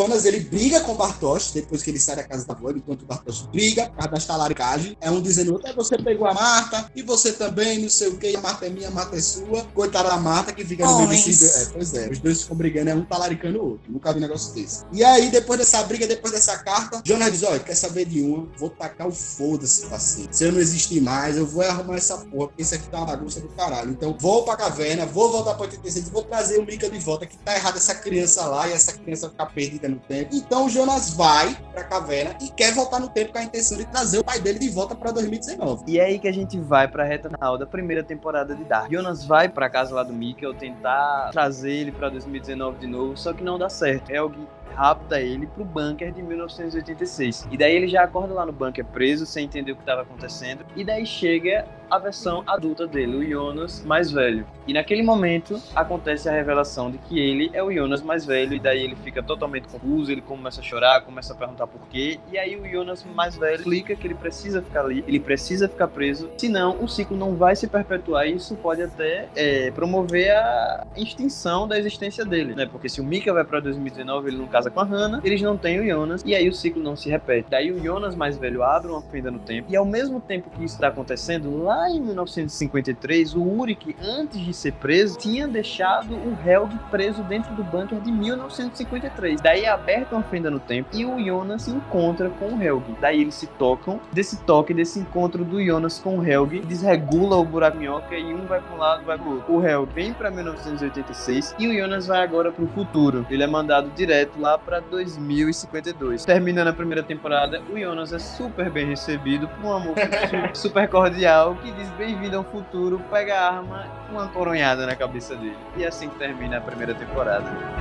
Jonas, ele briga com o Bartosz depois que ele sai da casa da avó, enquanto o Bartosz briga por causa das talaricagem. É um dizendo outro, você pegou a Marta, e você também, não sei o que, a Marta é minha, a Marta é sua. Coitada da Marta, que fica no meio desse... Pois é, os dois ficam brigando, é um talaricando o outro. Nunca vi um negócio desse. E aí, depois dessa briga, depois dessa carta, Jonas diz, olha, quer saber de uma? Vou tacar o foda-se, parceiro. Se eu não existir mais, eu vou arrumar essa porra, porque isso aqui tá uma bagunça do caralho. Então, vou pra caverna, vou voltar pra 86, vou trazer o Mika de volta, que tá errado essa criança lá, e essa criança ficar perdida no tempo. Então, o Jonas vai pra caverna e quer voltar no tempo com a intenção de trazer o pai dele de volta pra 2019. E é aí que a gente vai pra reta final da primeira temporada de Dark. Jonas vai pra casa lá do Mikkel tentar trazer ele pra 2019 de novo, só que não dá certo. Helg rapta ele pro bunker de 1986. E daí ele já acorda lá no bunker preso, sem entender o que estava acontecendo. E daí chega a versão adulta dele, o Jonas mais velho. E naquele momento acontece a revelação de que ele é o Jonas mais velho. E daí ele fica totalmente confuso, ele começa a chorar, começa a perguntar por quê. E aí o Jonas mais velho explica que ele precisa ficar ali, ele precisa ficar preso, senão o ciclo não vai se perpetuar. E isso pode até promover a extinção da existência dele, né? Porque se o Mika vai pra 2019, ele não casa com a Hannah, eles não têm o Jonas, e aí o ciclo não se repete. Daí o Jonas mais velho abre uma fenda no tempo, e ao mesmo tempo que isso está acontecendo, lá em 1953, o Ulrich, antes de ser preso, tinha deixado o Helg preso dentro do bunker de 1953. Daí é aberta uma fenda no tempo, e o Jonas se encontra com o Helg. Daí eles se tocam, desse encontro do Jonas com o Helg, desregula o buraco minhoca, e um vai para um lado, vai pro outro. O Helg vem para 1986, e o Jonas vai agora pro futuro. Ele é mandado direto lá para 2052. Terminando a primeira temporada, o Jonas é super bem recebido por um amor super cordial que diz bem-vindo ao futuro, pega a arma, uma coronhada na cabeça dele. E assim que termina a primeira temporada.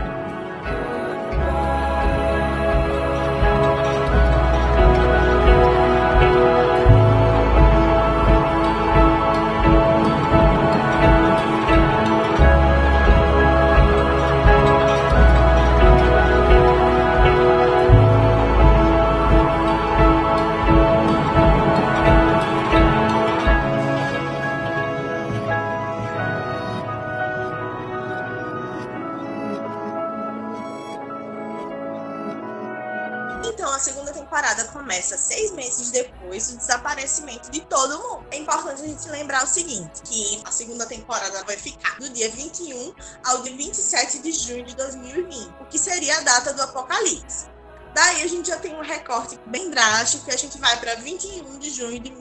Então, a segunda temporada começa 6 meses depois do desaparecimento de todo mundo. É importante a gente lembrar o seguinte, que a segunda temporada vai ficar do dia 21 ao dia 27 de junho de 2020, o que seria a data do apocalipse. Daí a gente já tem um recorte bem drástico, que a gente vai para 21 de junho de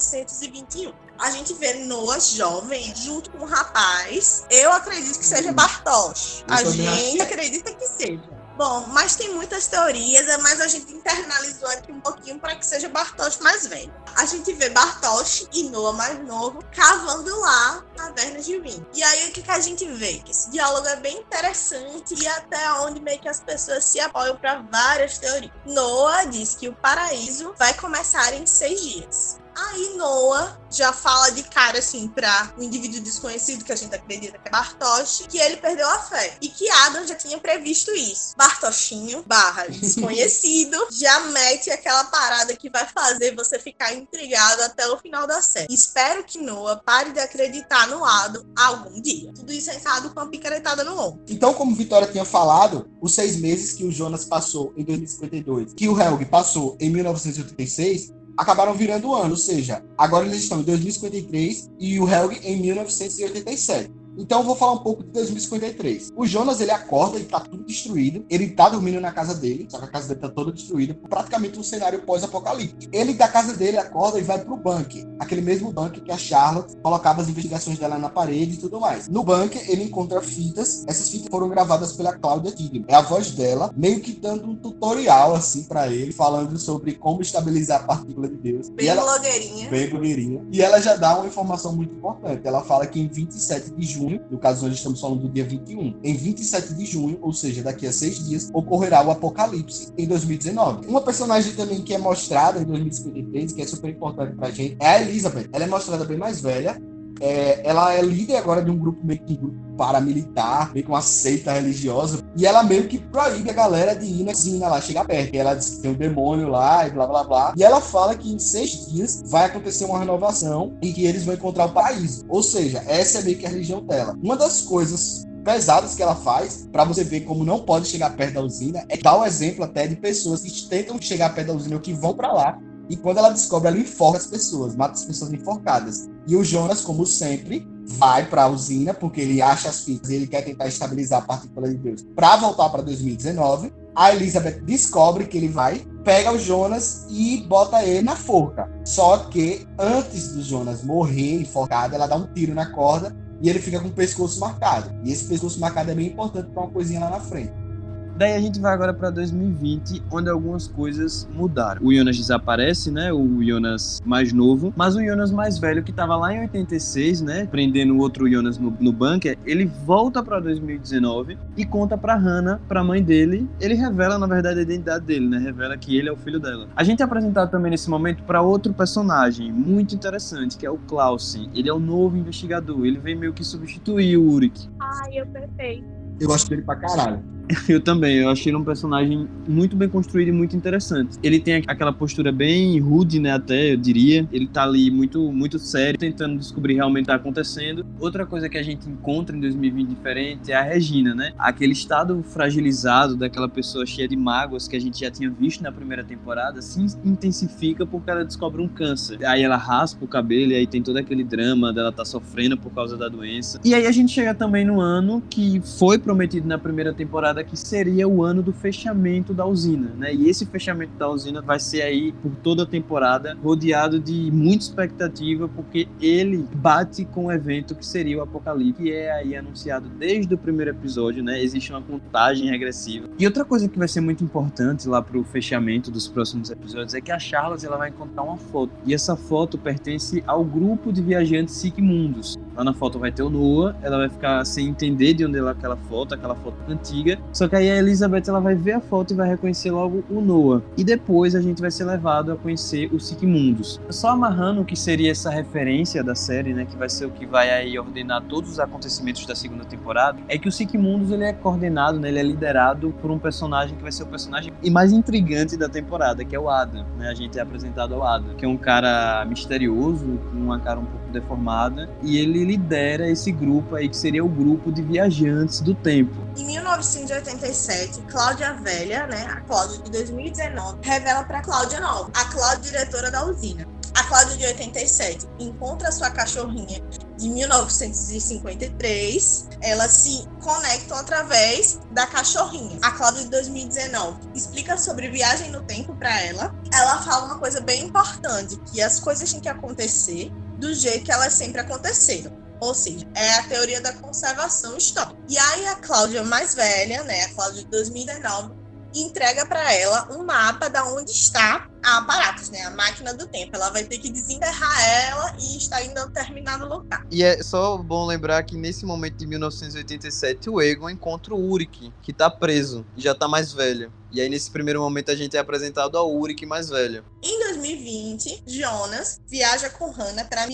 1921. A gente vê Noah jovem, junto com um rapaz. Eu acredito que seja Bartosz. A gente acredita que seja. Bom, mas tem muitas teorias, mas a gente internalizou aqui um pouquinho para que seja Bartosz mais velho. A gente vê Bartosz e Noah mais novo cavando lá na caverna de Rim. E aí o que a gente vê? Que esse diálogo é bem interessante e até onde meio que as pessoas se apoiam para várias teorias. Noah diz que o paraíso vai começar em 6 dias. Aí Noah já fala de cara assim para um indivíduo desconhecido, que a gente acredita que é Bartosz, que ele perdeu a fé. E que Adam já tinha previsto isso. Bartoshinho / desconhecido já mete aquela parada que vai fazer você ficar intrigado até o final da série. Espero que Noah pare de acreditar no Adam algum dia. Tudo isso é errado com a picaretada no ombro. Então, como Vitória tinha falado, os 6 meses que o Jonas passou em 2052, que o Helg passou em 1986, acabaram virando o ano, ou seja, agora eles estão em 2053 e o Helg em 1987. Então eu vou falar um pouco de 2053. O Jonas, ele acorda e tá tudo destruído. Ele tá dormindo na casa dele, só que a casa dele tá toda destruída, praticamente um cenário pós-apocalíptico. Ele da casa dele acorda e vai pro bunker, aquele mesmo bunker que a Charlotte colocava as investigações dela na parede e tudo mais. No bunker, ele encontra fitas. Essas fitas foram gravadas pela Claudia Tigre. É a voz dela, meio que dando um tutorial, assim, pra ele, falando sobre como estabilizar a partícula de Deus. Bem blogueirinha. Bem blogueirinha. E ela já dá uma informação muito importante. Ela fala que em 27 de junho, no caso nós estamos falando do dia 21, em 27 de junho, ou seja, daqui a 6 dias, ocorrerá o apocalipse em 2019. Uma personagem também que é mostrada em 2053, que é super importante pra gente, é a Elizabeth. Ela é mostrada bem mais velha. Ela é líder agora de um grupo, meio que um grupo paramilitar, meio que uma seita religiosa, e ela meio que proíbe a galera de ir na zina lá, chegar perto. Ela diz que tem um demônio lá e blá blá blá, e ela fala que em 6 dias vai acontecer uma renovação e que eles vão encontrar o paraíso, ou seja, essa é meio que a religião dela. Uma das coisas pesadas que ela faz, para você ver como não pode chegar perto da usina, é dar o exemplo até de pessoas que tentam chegar perto da usina ou que vão para lá, e quando ela descobre, ela enforca as pessoas, mata as pessoas enforcadas. E o Jonas, como sempre, vai para a usina, porque ele acha as fitas e ele quer tentar estabilizar a partícula de Deus para voltar para 2019. A Elizabeth descobre que ele vai, pega o Jonas e bota ele na forca. Só que antes do Jonas morrer enforcado, ela dá um tiro na corda e ele fica com o pescoço marcado. E esse pescoço marcado é bem importante para uma coisinha lá na frente. Daí a gente vai agora para 2020, onde algumas coisas mudaram. O Jonas desaparece, né? O Jonas mais novo, mas o Jonas mais velho, que estava lá em 86, né? Prendendo o outro Jonas no bunker, ele volta para 2019 e conta para Hannah, para mãe dele. Ele revela, na verdade, a identidade dele, né? Revela que ele é o filho dela. A gente é apresentado também nesse momento para outro personagem muito interessante, que é o Clausen. Ele é o novo investigador. Ele vem meio que substituir o Ulrich. Ai, eu perfeito. Eu gosto dele pra caralho. Eu também, eu achei ele um personagem muito bem construído e muito interessante. Ele tem aquela postura bem rude, né, até, eu diria. Ele tá ali muito, muito sério, tentando descobrir realmente o que tá acontecendo. Outra coisa que a gente encontra em 2020 diferente é a Regina, né? Aquele estado fragilizado daquela pessoa cheia de mágoas que a gente já tinha visto na primeira temporada se intensifica porque ela descobre um câncer. Aí ela raspa o cabelo e aí tem todo aquele drama dela tá sofrendo por causa da doença. E aí a gente chega também no ano que foi prometido na primeira temporada, que seria o ano do fechamento da usina, né? E esse fechamento da usina vai ser aí por toda a temporada rodeado de muita expectativa, porque ele bate com o evento que seria o Apocalipse, que é aí anunciado desde o primeiro episódio, né? Existe uma contagem regressiva. E outra coisa que vai ser muito importante lá pro fechamento dos próximos episódios é que a Charlotte, ela vai encontrar uma foto. E essa foto pertence ao grupo de viajantes Sigmundos. Lá na foto vai ter o Noah, ela vai ficar sem entender de onde é aquela foto antiga. Só que aí a Elizabeth, ela vai ver a foto e vai reconhecer logo o Noah. E depois a gente vai ser levado a conhecer os Sigmundos. Só amarrando o que seria essa referência da série, né, que vai ser o que vai aí ordenar todos os acontecimentos da segunda temporada, é que o Sigmundos, ele é coordenado, né, ele é liderado por um personagem que vai ser o personagem mais intrigante da temporada, que é o Adam, né? A gente é apresentado ao Adam, que é um cara misterioso, com uma cara um pouco deformada, e ele lidera esse grupo aí, que seria o grupo de viajantes do tempo. Em 1987, Cláudia Velha, né, a Cláudia de 2019, revela para Cláudia Nova, a Cláudia diretora da usina. A Cláudia de 87 encontra sua cachorrinha de 1953, elas se conectam através da cachorrinha. A Cláudia de 2019 explica sobre viagem no tempo para ela. Ela fala uma coisa bem importante, que as coisas têm que acontecer do jeito que elas sempre aconteceram. Ou seja, é a teoria da conservação histórica. E aí a Cláudia mais velha, né, a Cláudia de 2019, entrega para ela um mapa da onde está a Aparatos, né, a máquina do tempo. Ela vai ter que desenterrar ela e está indo a um determinado lugar. E é só bom lembrar que nesse momento de 1987 o Egon encontra o Ulrich, que está preso e já está mais velho. E aí nesse primeiro momento a gente é apresentado ao Ulrich mais velho. Em 2020, Jonas viaja com Hannah para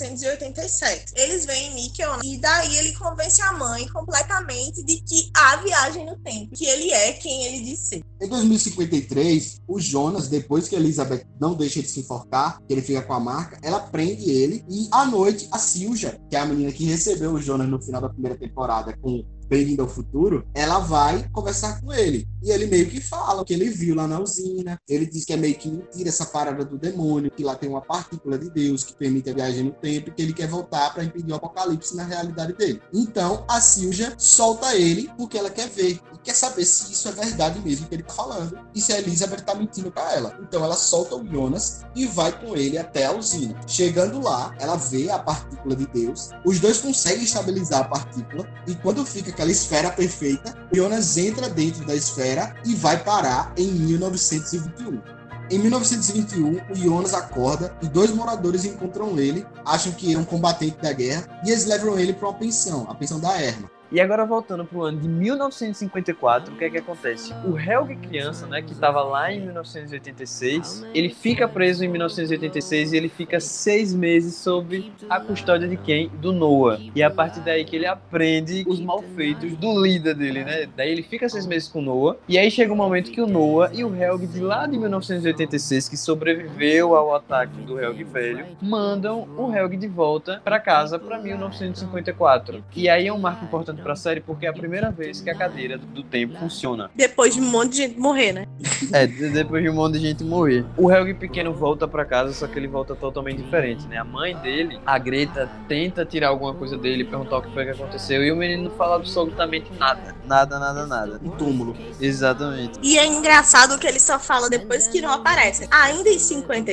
1987. Eles veem Mikkel e daí ele convence a mãe completamente de que há viagem no tempo, que ele é quem ele diz ser. Em 2053, o Jonas, depois que a Elizabeth não deixa ele se enforcar, que ele fica com a marca, ela prende ele e à noite a Silja, que é a menina que recebeu o Jonas no final da primeira temporada com Bem-vindo ao Futuro, ela vai conversar com ele. E ele meio que fala o que ele viu lá na usina. Ele diz que é meio que mentira essa parada do demônio, que lá tem uma partícula de Deus que permite a viagem no tempo e que ele quer voltar para impedir o apocalipse na realidade dele. Então, a Silja solta ele porque ela quer ver e quer saber se isso é verdade mesmo que ele tá falando e se a Elizabeth tá mentindo para ela. Então, ela solta o Jonas e vai com ele até a usina. Chegando lá, ela vê a partícula de Deus. Os dois conseguem estabilizar a partícula e quando fica aquela esfera perfeita, o Jonas entra dentro da esfera e vai parar em 1921. Em 1921, o Jonas acorda e dois moradores encontram ele, acham que é um combatente da guerra e eles levam ele para uma pensão, a pensão da Erma. E agora voltando pro ano de 1954, o que é que acontece? O Helge criança, né, que estava lá em 1986, ele fica preso em 1986 e ele fica 6 meses sob a custódia de quem? Do Noah. E é a partir daí que ele aprende os malfeitos do líder dele, né? Daí ele fica 6 meses com o Noah, e aí chega um momento que o Noah e o Helge de lá de 1986, que sobreviveu ao ataque do Helge velho, mandam o Helge de volta para casa para 1954. E aí é um marco importante pra série porque é a primeira vez que a cadeira do tempo funciona. Depois de um monte de gente morrer, né? Depois de um monte de gente morrer. O Helge pequeno volta pra casa, só que ele volta totalmente diferente, né? A mãe dele, a Greta, tenta tirar alguma coisa dele, perguntar o que foi que aconteceu, e o menino não fala absolutamente nada. Nada. Um túmulo. Exatamente. E é engraçado que ele só fala depois que não aparece. Ainda em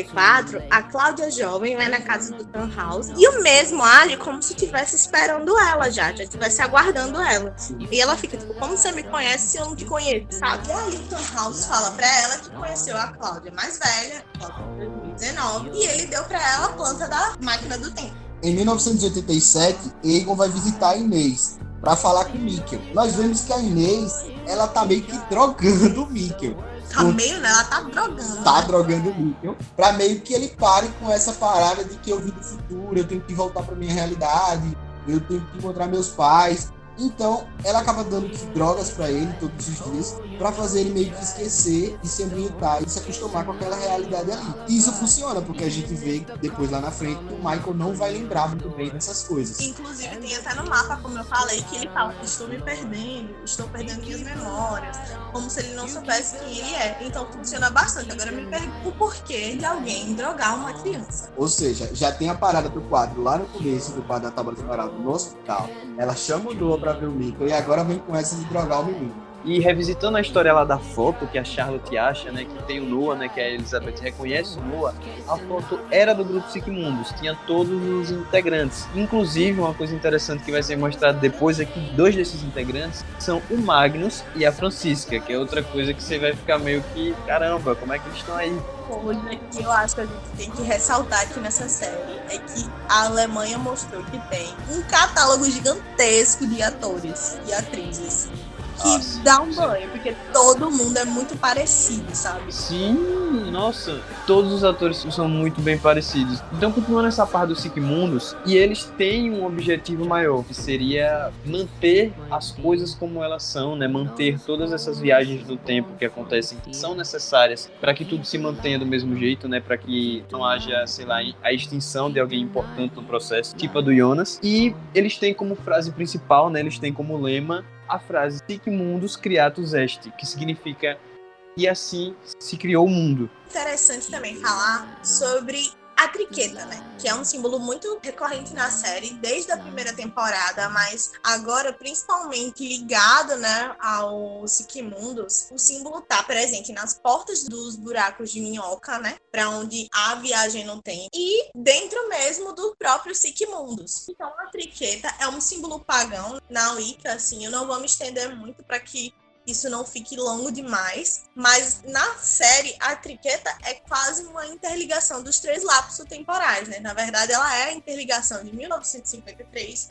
54, a Cláudia jovem vai na casa do Tannhaus e o mesmo age como se estivesse esperando ela já estivesse aguardando ela. E ela fica tipo, como você me conhece se eu não te conheço, sabe? E aí o Tannhaus fala pra ela que conheceu a Cláudia mais velha, Cláudia de 2019, e ele deu pra ela a planta da máquina do tempo. Em 1987, Egon vai visitar a Inês para falar com o Mikkel. Nós vemos que a Inês, ela tá meio que drogando o Mikkel. Tá meio, né? Ela tá drogando. Tá drogando o Mikkel. Pra meio que ele pare com essa parada de que eu vim do futuro, eu tenho que voltar pra minha realidade, eu tenho que encontrar meus pais. Então, ela acaba dando drogas pra ele todos os dias, pra fazer ele meio que esquecer e se ambientar e se acostumar com aquela realidade ali. E isso funciona, porque a gente vê depois lá na frente que o Michael não vai lembrar muito bem dessas coisas. Inclusive, tem até no mapa, como eu falei, que ele fala: estou me perdendo, estou perdendo minhas memórias, como se ele não soubesse quem ele é. Então, funciona bastante. Agora, me pergunto o porquê de alguém drogar uma criança. Ou seja, já tem a parada do quadro lá no começo do quadro da Tábua Temporal no hospital. Ela chama o Noah pra ver o Mikkel e agora vem com essa de drogar o menino. E revisitando a história lá da foto que a Charlotte acha, né, que tem o Noah, né, que a Elizabeth reconhece o Noah, a foto era do grupo Sigmundos, tinha todos os integrantes. Inclusive, uma coisa interessante que vai ser mostrada depois é que 2 desses integrantes são o Magnus e a Francisca, que é outra coisa que você vai ficar meio que, caramba, como é que eles estão aí? Coisa que eu acho que a gente tem que ressaltar aqui nessa série é que a Alemanha mostrou que tem um catálogo gigantesco de atores e atrizes que dá um banho, porque todo mundo é muito parecido, sabe? Sim, nossa, todos os atores são muito bem parecidos. Então, continuando essa parte dos Sigmundos, e eles têm um objetivo maior, que seria manter as coisas como elas são, né? Manter todas essas viagens do tempo que acontecem, que são necessárias para que tudo se mantenha do mesmo jeito, né? Para que não haja, sei lá, a extinção de alguém importante no processo, tipo a do Jonas. E eles têm como frase principal, né? Eles têm como lema a frase Sic Mundus Creatus Est, que significa e assim se criou o mundo. Interessante também falar sobre a triqueta, né? Que é um símbolo muito recorrente na série desde a primeira temporada, mas agora principalmente ligado, né, ao Sigmundus. O símbolo tá presente nas portas dos buracos de minhoca, né, para onde a viagem no tempo, e dentro mesmo do próprio Sigmundus. Então a triqueta é um símbolo pagão na Wicca, assim, eu não vou me estender muito para que isso não fique longo demais, mas na série a triqueta é quase uma interligação dos 3 lapsos temporais, né? Na verdade, ela é a interligação de 1953,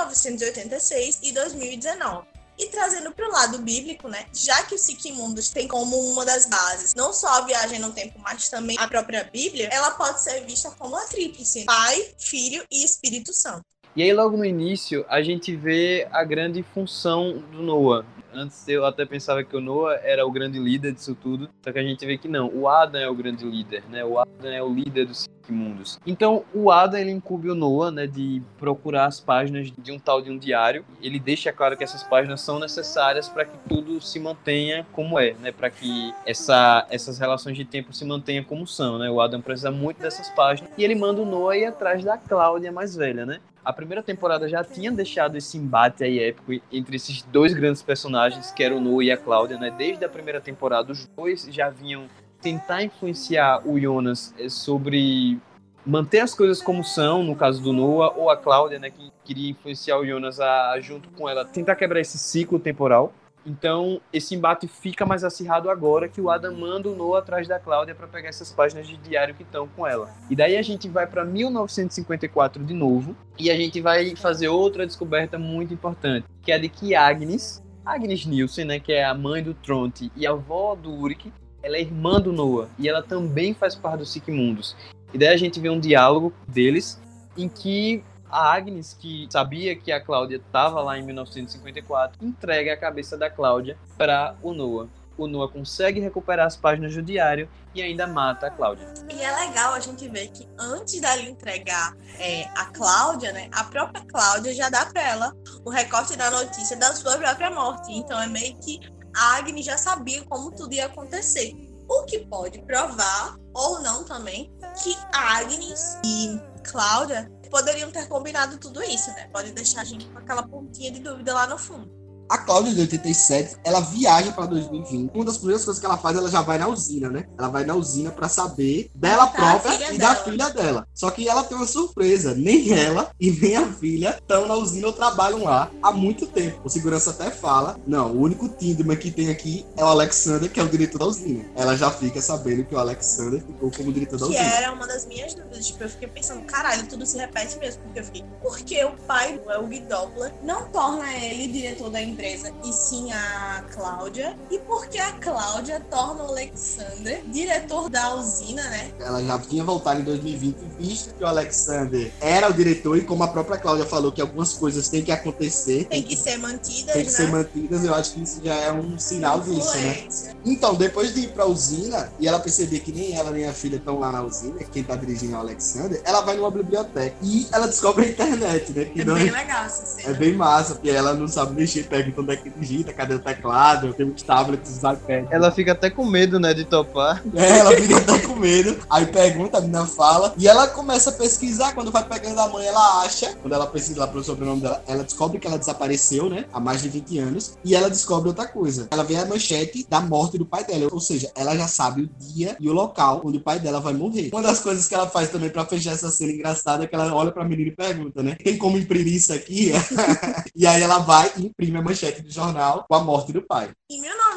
1986 e 2019. E trazendo para o lado bíblico, né? Já que o Sigmundus tem como uma das bases não só a viagem no tempo, mas também a própria Bíblia, ela pode ser vista como a tríplice: Pai, Filho e Espírito Santo. E aí, logo no início, a gente vê a grande função do Noah. Antes eu até pensava que o Noah era o grande líder disso tudo, só que a gente vê que não, o Adam é o grande líder, né? O Adam é o líder dos Sigmundos. Então o Adam, ele incumbe o Noah, né, de procurar as páginas de um tal de um diário. Ele deixa claro que essas páginas são necessárias para que tudo se mantenha como é, né? Para que essas relações de tempo se mantenham como são, né? O Adam precisa muito dessas páginas e ele manda o Noah ir atrás da Cláudia mais velha, né? A primeira temporada já tinha deixado esse embate aí épico entre esses 2 grandes personagens, que eram o Noah e a Cláudia, né? Desde a primeira temporada, os 2 já vinham tentar influenciar o Jonas sobre manter as coisas como são, no caso do Noah, ou a Cláudia, né? Que queria influenciar o Jonas a, junto com ela, tentar quebrar esse ciclo temporal. Então, esse embate fica mais acirrado agora que o Adam manda o Noah atrás da Cláudia para pegar essas páginas de diário que estão com ela. E daí a gente vai para 1954 de novo e a gente vai fazer outra descoberta muito importante, que é a de que Agnes Nielsen, né, que é a mãe do Tronte e a avó do Ulrich, ela é irmã do Noah e ela também faz parte do Sigmundus. E daí a gente vê um diálogo deles em que a Agnes, que sabia que a Cláudia estava lá em 1954, entrega a cabeça da Cláudia para o Noah. o Noah consegue recuperar as páginas do diário e ainda mata a Cláudia. E é legal a gente ver que antes dela entregar a Cláudia, né, a própria Cláudia já dá para ela o recorte da notícia da sua própria morte. Então é meio que a Agnes já sabia como tudo ia acontecer. O que pode provar, ou não também, que Agnes e Cláudia poderiam ter combinado tudo isso, né? Pode deixar a gente com aquela pontinha de dúvida lá no fundo. A Cláudia de 87, ela viaja para 2020. Uma das primeiras coisas que ela faz, ela já vai na usina, né? Ela vai na usina para saber dela própria e da filha dela. Só que ela tem uma surpresa. Nem ela e nem a filha estão na usina ou trabalham lá há muito tempo. O segurança até fala, não, o único Tindman que tem aqui é o Alexander, que é o diretor da usina. Ela já fica sabendo que o Alexander ficou como diretor da usina. Que era uma das minhas dúvidas. Tipo, eu fiquei pensando, caralho, tudo se repete mesmo. Porque eu fiquei, por que o pai do Helge Doppler não torna ele diretor da empresa e sim a Cláudia? E por que a Cláudia torna o Alexander diretor da usina, né? Ela já tinha voltado em 2020, visto que o Alexander era o diretor, e como a própria Cláudia falou que algumas coisas têm que acontecer, Tem que ser mantidas, tem que né? ser mantidas, eu acho que isso já é um sinal disso, né? Então, depois de ir pra usina, e ela perceber que nem ela nem a filha estão lá na usina, quem tá dirigindo é o Alexander, ela vai numa biblioteca e ela descobre a internet, né? Que É não bem legal essa cena. É bem massa, porque ela não sabe mexer, pergunta onde é que digita, cadê o teclado, tem uns tablets, os iPads. Ela fica até com medo, né, de topar. Ela fica até com medo, aí pergunta, a menina fala, e ela começa a pesquisar. Quando vai pegando a mãe, ela acha, quando ela pesquisa lá pelo sobrenome dela, ela descobre que ela desapareceu, né, há mais de 20 anos, e ela descobre outra coisa. Ela vê a manchete da morte do pai dela, ou seja, ela já sabe o dia e o local onde o pai dela vai morrer. Uma das coisas que ela faz também pra fechar essa cena engraçada é que ela olha pra menina e pergunta, né, tem como imprimir isso aqui? E aí ela vai e imprime a manchete do jornal com a morte do pai. Em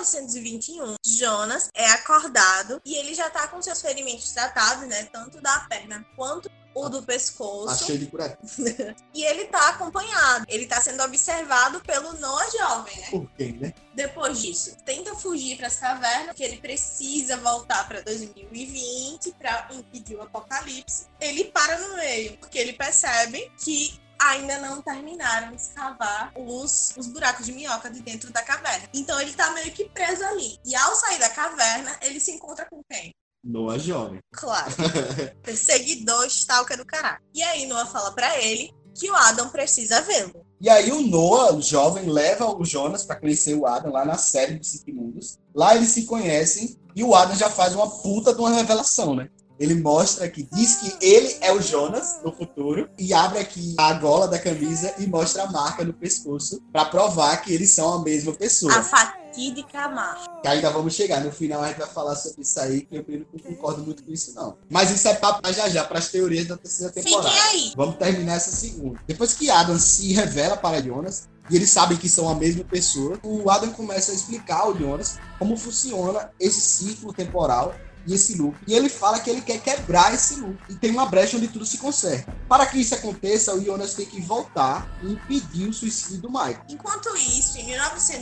1921, Jonas é acordado e ele já tá com seus ferimentos tratados, né? Tanto da perna quanto o do pescoço. Achei de curativo. E ele tá acompanhado. Ele tá sendo observado pelo Noah jovem, né? Por quem, né? Depois disso, tenta fugir para as cavernas, porque ele precisa voltar para 2020 para impedir o apocalipse. Ele para no meio, porque ele percebe que ainda não terminaram de escavar os buracos de minhoca de dentro da caverna. Então ele tá meio que preso ali. E ao sair da caverna, ele se encontra com quem? Noah jovem. Claro. Perseguidor, stalker do caralho. E aí Noah fala pra ele que o Adam precisa vê-lo. E aí o Noah, o jovem, leva o Jonas para conhecer o Adam lá na série dos Cinco Mundos. Lá eles se conhecem e o Adam já faz uma puta de uma revelação, né? Ele mostra que diz que ele é o Jonas no futuro e abre aqui a gola da camisa e mostra a marca no pescoço para provar que eles são a mesma pessoa. A fatídica marca. Que ainda vamos chegar. No final a gente vai falar sobre isso aí, que eu não concordo muito com isso, não. Mas isso é papo já para as teorias da terceira temporada. Fiquem aí. Vamos terminar essa segunda. Depois que Adam se revela para Jonas, e eles sabem que são a mesma pessoa, o Adam começa a explicar ao Jonas como funciona esse ciclo temporal e esse loop. E ele fala que ele quer quebrar esse loop. E tem uma brecha onde tudo se conserta. Para que isso aconteça, o Jonas tem que voltar e impedir o suicídio do Michael. Enquanto isso, em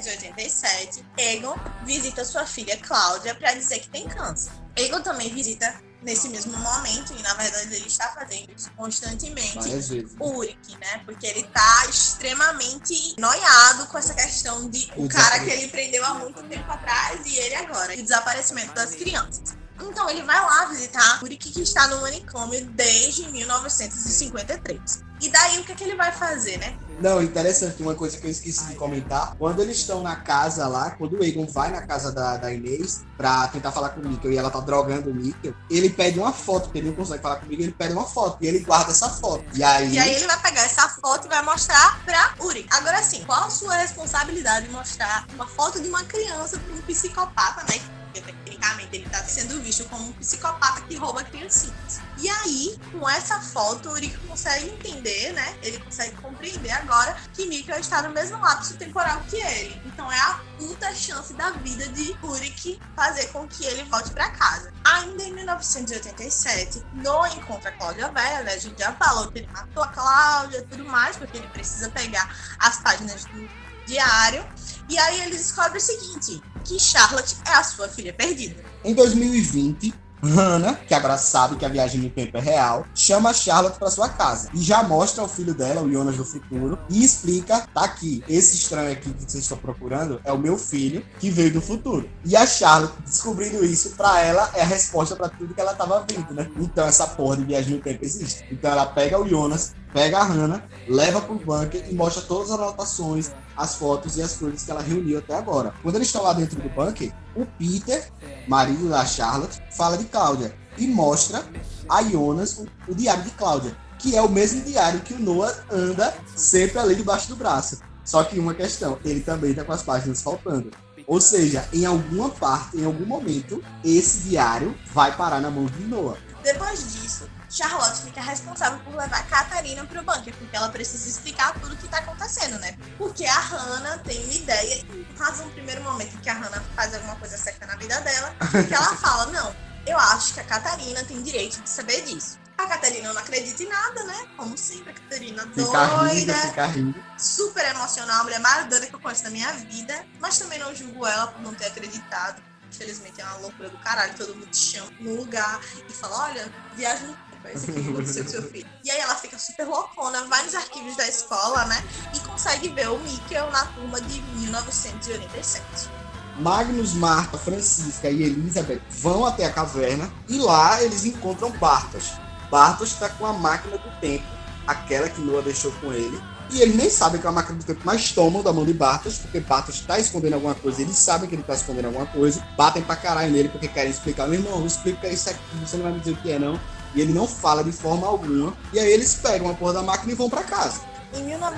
1987, Egon visita sua filha Cláudia para dizer que tem câncer. Egon também visita nesse mesmo momento, e na verdade ele está fazendo isso constantemente, Várias vezes, né? Ulrich, né? Porque ele tá extremamente noiado com essa questão de o cara que ele prendeu há muito tempo atrás e ele agora, e o desaparecimento das crianças. Então ele vai lá visitar Ulrich, que está no manicômio desde 1953. E daí o que ele vai fazer, né? Não, interessante, uma coisa que eu esqueci de comentar. Quando eles estão na casa lá, quando o Egon vai na casa da Inês pra tentar falar com o Mikkel e ela tá drogando o Mikkel, ele pede uma foto, porque ele não consegue falar comigo, ele pede uma foto e ele guarda essa foto. E aí ele vai pegar essa foto e vai mostrar pra Ulrich. Agora sim, qual a sua responsabilidade de mostrar uma foto de uma criança pra um psicopata, né? Porque tecnicamente ele tá sendo visto como um psicopata que rouba criancinhas. E aí, com essa foto, o Ulrich consegue entender, né? Ele consegue compreender agora que Mikkel está no mesmo lapso temporal que ele. Então é a puta chance da vida de Ulrich fazer com que ele volte pra casa. Ainda em 1987, Noah encontra a Cláudia velha, né? A gente já falou que ele matou a Cláudia e tudo mais, porque ele precisa pegar as páginas do diário. E aí ele descobre o seguinte, que Charlotte é a sua filha perdida. Em 2020, Hannah, que agora sabe que a viagem no tempo é real, chama a Charlotte para sua casa e já mostra ao filho dela, o Jonas do futuro, e explica, tá aqui, esse estranho aqui que vocês estão procurando é o meu filho que veio do futuro. E a Charlotte, descobrindo isso, para ela é a resposta para tudo que ela tava vendo, né? Então essa porra de viagem no tempo existe. Então ela pega o Jonas, pega a Hannah, leva pro bunker e mostra todas as anotações, as fotos e as coisas que ela reuniu até agora. Quando eles estão lá dentro do bunker, o Peter, marido da Charlotte, fala de Cláudia e mostra a Jonas o diário de Cláudia, que é o mesmo diário que o Noah anda sempre ali debaixo do braço. Só que uma questão, ele também tá com as páginas faltando. Ou seja, em alguma parte, em algum momento, esse diário vai parar na mão de Noah. Depois disso, Charlotte fica responsável por levar a Catarina pro bunker, porque ela precisa explicar tudo o que tá acontecendo, né? Porque a Hannah tem uma ideia, e faz um primeiro momento em que a Hannah faz alguma coisa certa na vida dela, que ela fala, não, eu acho que a Catarina tem direito de saber disso. A Catarina não acredita em nada, né? Como sempre, a Catarina doida, Fica rindo. super emocional, a mulher mais doida que eu conheço na minha vida, mas também não julgo ela por não ter acreditado. Infelizmente é uma loucura do caralho, todo mundo te chama num lugar e fala, olha, viagem no tempo, é isso aqui que aconteceu com seu filho. E aí ela fica super loucona, vai nos arquivos da escola, né, e consegue ver o Mikkel na turma de 1987. Magnus, Marta, Francisca e Elizabeth vão até a caverna e lá eles encontram Bartosz. Bartosz está com a máquina do tempo, aquela que Noah deixou com ele. E eles nem sabem que é uma máquina do tempo, mas tomam da mão de Bartosz, porque Bartosz tá escondendo alguma coisa, eles sabem que ele tá escondendo alguma coisa, batem pra caralho nele porque querem explicar. Meu irmão, explica isso aqui, você não vai me dizer o que é não. E ele não fala de forma alguma. E aí eles pegam a porra da máquina e vão pra casa. Em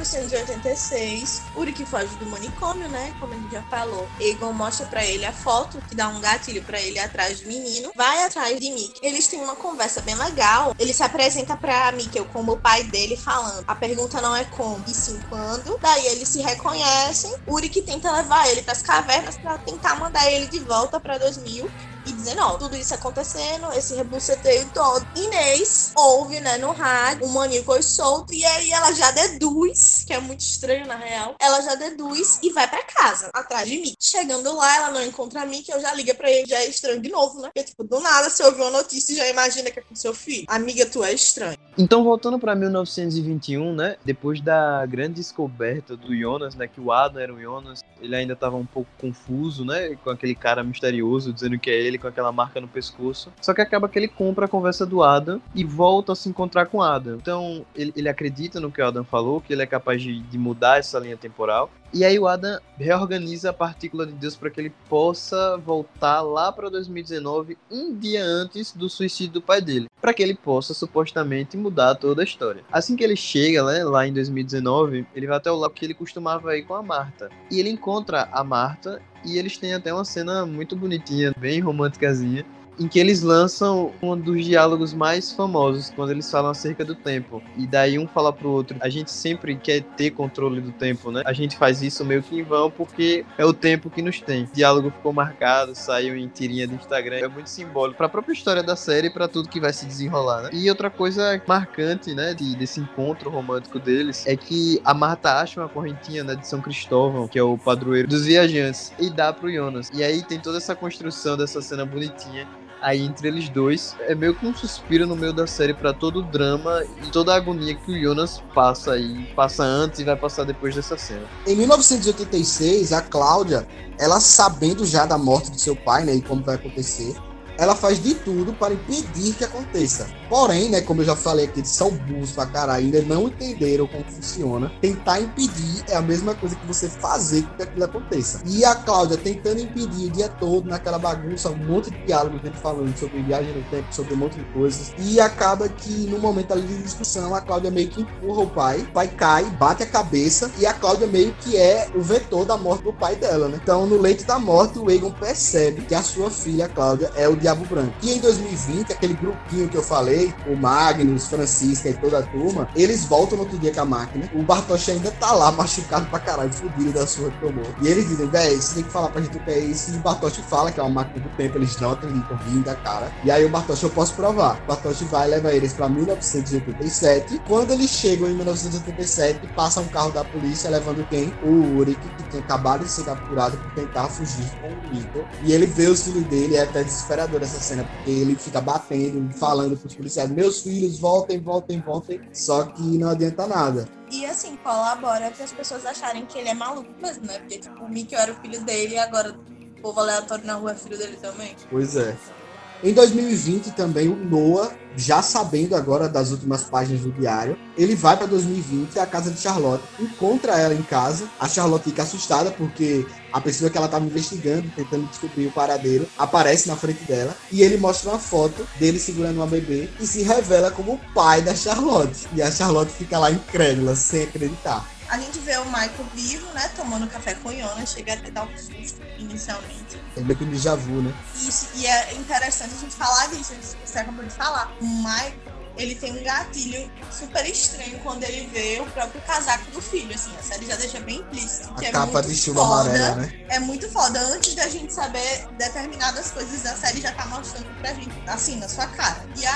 1986, Ulrich foge do manicômio, né? Como a gente já falou. Egon mostra pra ele a foto, que dá um gatilho pra ele atrás do menino. Vai atrás de Mikkel. Eles têm uma conversa bem legal. Ele se apresenta pra Mikkel como o pai dele, falando. A pergunta não é como, e sim quando. Daí eles se reconhecem. Ulrich tenta levar ele pras cavernas pra tentar mandar ele de volta pra 2019. Tudo isso acontecendo, esse rebuceteio todo. Inês ouve, né, no rádio, o maníaco foi solto, e aí ela já deduz, que é muito estranho na real, ela já deduz e vai pra casa, atrás de Mikkel. Chegando lá, ela não encontra a Mikkel, já liga pra ele, já é estranho de novo, né? Porque, tipo, do nada, você ouviu uma notícia e já imagina que é com seu filho. Amiga, tu é estranho. Então, voltando pra 1921, né, depois da grande descoberta do Jonas, né, que o Adam era o Jonas, ele ainda tava um pouco confuso, né, com aquele cara misterioso dizendo que é ele, com aquela marca no pescoço. Só que acaba que ele compra a conversa do Adam e volta a se encontrar com o Adam. Então, ele acredita no que o Adam falou, que ele é capaz de mudar essa linha temporal. E aí o Adam reorganiza a partícula de Deus para que ele possa voltar lá para 2019, um dia antes do suicídio do pai dele, para que ele possa supostamente mudar toda a história. Assim que ele chega, né, lá em 2019, ele vai até o lado que ele costumava ir com a Marta. E ele encontra a Marta e eles têm até uma cena muito bonitinha, bem românticazinha, em que eles lançam um dos diálogos mais famosos, quando eles falam acerca do tempo. E daí um fala pro outro, a gente sempre quer ter controle do tempo, né? A gente faz isso meio que em vão, porque é o tempo que nos tem. O diálogo ficou marcado, saiu em tirinha do Instagram, é muito simbólico pra própria história da série e pra tudo que vai se desenrolar, né? E outra coisa marcante, né, desse encontro romântico deles, é que a Marta acha uma correntinha, né, de São Cristóvão, que é o padroeiro dos viajantes, e dá pro Jonas. E aí tem toda essa construção dessa cena bonitinha aí entre eles dois. É meio que um suspiro no meio da série pra todo o drama e toda a agonia que o Jonas passa aí. Passa antes e vai passar depois dessa cena. Em 1986, a Cláudia, ela sabendo já da morte do seu pai, né, e como vai acontecer, ela faz de tudo para impedir que aconteça. Porém, né, como eu já falei aqui, eles são burros pra caralho, ainda não entenderam como funciona. Tentar impedir é a mesma coisa que você fazer com que aquilo aconteça. E a Cláudia tentando impedir o dia todo, naquela bagunça, um monte de diálogo, gente falando sobre viagem no tempo, sobre um monte de coisas. E acaba que, no momento ali de discussão, a Cláudia meio que empurra o pai cai, bate a cabeça, e a Cláudia meio que é o vetor da morte do pai dela, né? Então, no leito da morte, o Egon percebe que a sua filha, a Cláudia, é o Diabo Branco. E em 2020, aquele grupinho que eu falei, o Magnus, Francisca e toda a turma, eles voltam no outro dia com a máquina. O Bartosz ainda tá lá, machucado pra caralho, fudido da surra que tomou. E eles dizem, véi, você tem que falar pra gente o que é isso. E o Bartosz fala que é uma máquina do tempo, eles não acreditam, rindo da cara. E aí o Bartosz, eu posso provar. O Bartosz vai e leva eles pra 1987. Quando eles chegam em 1987, passa um carro da polícia levando quem? O Ulrich, que tinha acabado de ser capturado por tentar fugir com o Mikkel. E ele vê os filhos dele, é até desesperador. toda essa cena, porque ele fica batendo, falando pros policiais, meus filhos, voltem, só que não adianta nada. E assim, colabora para as pessoas acharem que ele é maluco mesmo, né? Porque tipo, o Mickey era o filho dele e agora o povo aleatório na rua é filho dele também. Pois é. Em 2020 também o Noah, já sabendo agora das últimas páginas do diário, ele vai para 2020 à casa de Charlotte, encontra ela em casa, a Charlotte fica assustada porque a pessoa que ela estava investigando, tentando descobrir o paradeiro, aparece na frente dela e ele mostra uma foto dele segurando uma bebê e se revela como o pai da Charlotte. E a Charlotte fica lá incrédula, sem acreditar. A gente vê o Michael vivo, né, tomando café com Jonas, chega até dar um susto inicialmente. É meio que um déjà vu, né? Isso, e é interessante a gente falar disso, você acabou de falar. O Michael, ele tem um gatilho super estranho quando ele vê o próprio casaco do filho, assim, a série já deixa bem implícito. A que capa é de muito chuva foda, amarela, né? É muito foda. Antes da gente saber determinadas coisas, a série já tá mostrando pra gente, assim, na sua cara. E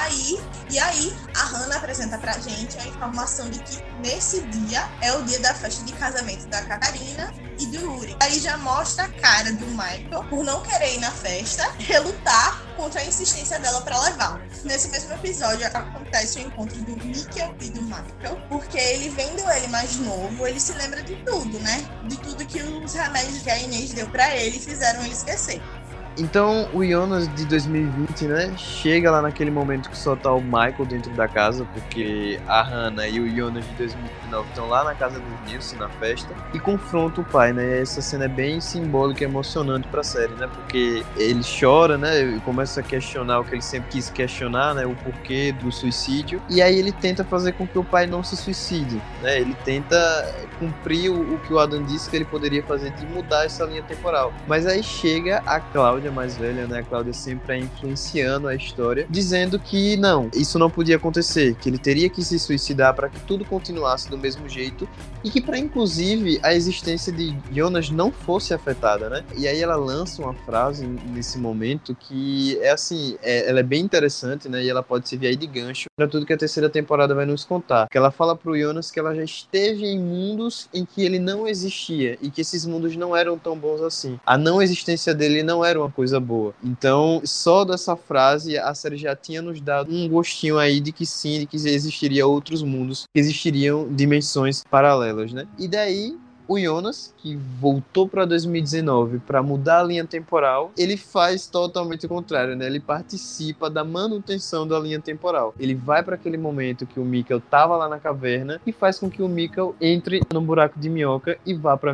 aí a Hannah apresenta pra gente a informação de que nesse dia é o dia da festa de casamento da Catarina e do Uri. Aí já mostra a cara do Michael por não querer ir na festa, relutar contra a insistência dela pra levá-lo. Nesse mesmo episódio acontece o encontro do Mikkel e do Michael, porque ele vendo ele mais novo, ele se lembra de tudo, né? De tudo que os remédios que a Inês deu pra ele fizeram ele esquecer. Então, o Jonas de 2020, né, chega lá naquele momento que só tá o Michael dentro da casa, porque a Hannah e o Jonas de 2019 estão lá na casa do Nilson, na festa, e confronta o pai, né, e essa cena é bem simbólica e emocionante pra série, né, porque ele chora, né, e começa a questionar o que ele sempre quis questionar, né, o porquê do suicídio, e aí ele tenta fazer com que o pai não se suicide, né, ele tenta cumprir o que o Adam disse que ele poderia fazer de mudar essa linha temporal, mas aí chega a Cláudia mais velha, né? A Cláudia sempre influenciando a história, dizendo que não, isso não podia acontecer, que ele teria que se suicidar para que tudo continuasse do mesmo jeito e que para inclusive a existência de Jonas não fosse afetada, né? E aí ela lança uma frase nesse momento que é assim, ela é bem interessante, né? E ela pode servir aí de gancho para tudo que a terceira temporada vai nos contar. Que ela fala pro Jonas que ela já esteve em mundos em que ele não existia e que esses mundos não eram tão bons assim. A não existência dele não era uma coisa boa. Então, só dessa frase, a série já tinha nos dado um gostinho aí de que sim, de que existiriam outros mundos, que existiriam dimensões paralelas, né? E daí, o Jonas, que voltou para 2019 para mudar a linha temporal, ele faz totalmente o contrário, né? Ele participa da manutenção da linha temporal. Ele vai para aquele momento que o Mikkel tava lá na caverna e faz com que o Mikkel entre num buraco de minhoca e vá para